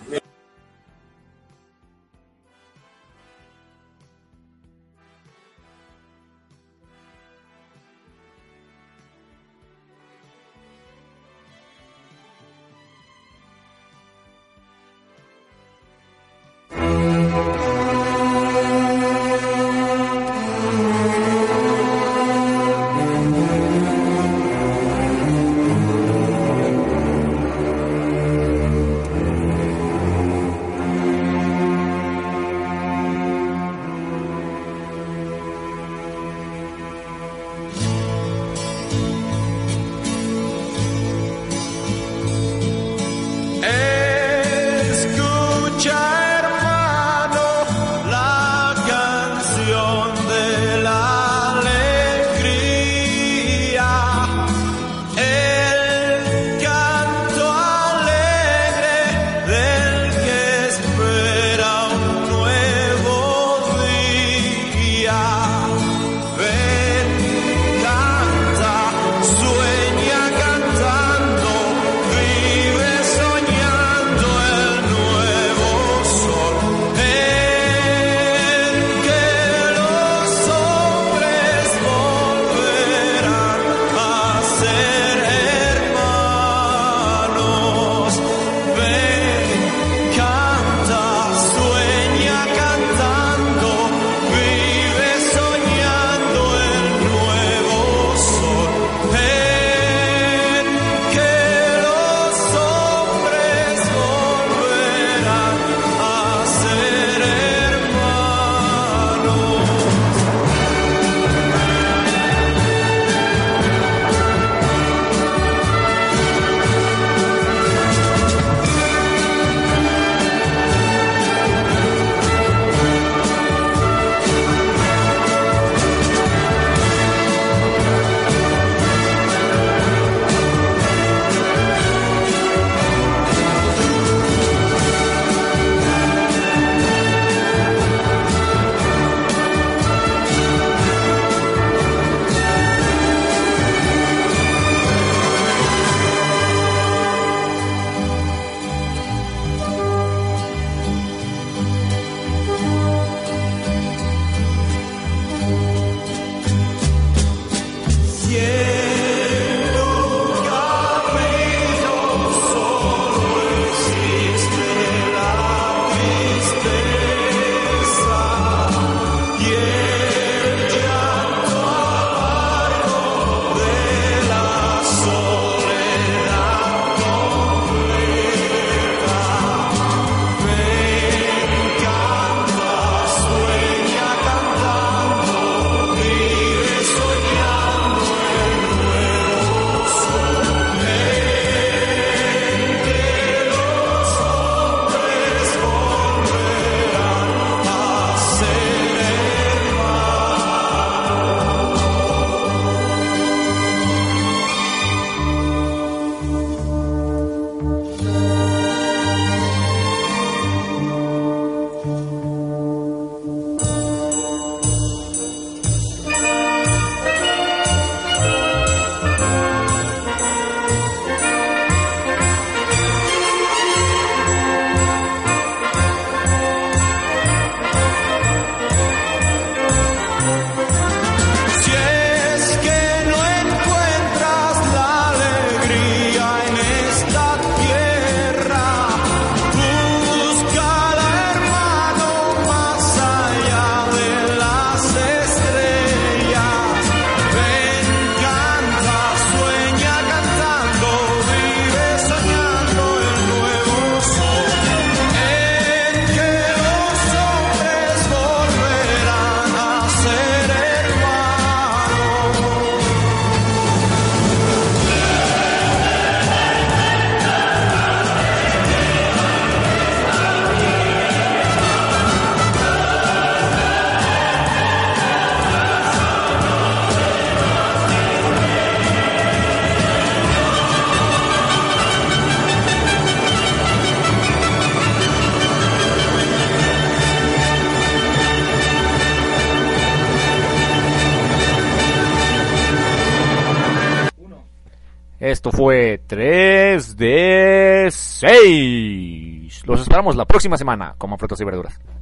Thank you. Esto fue tres de seis. Los esperamos la próxima semana como Frutas y Verduras.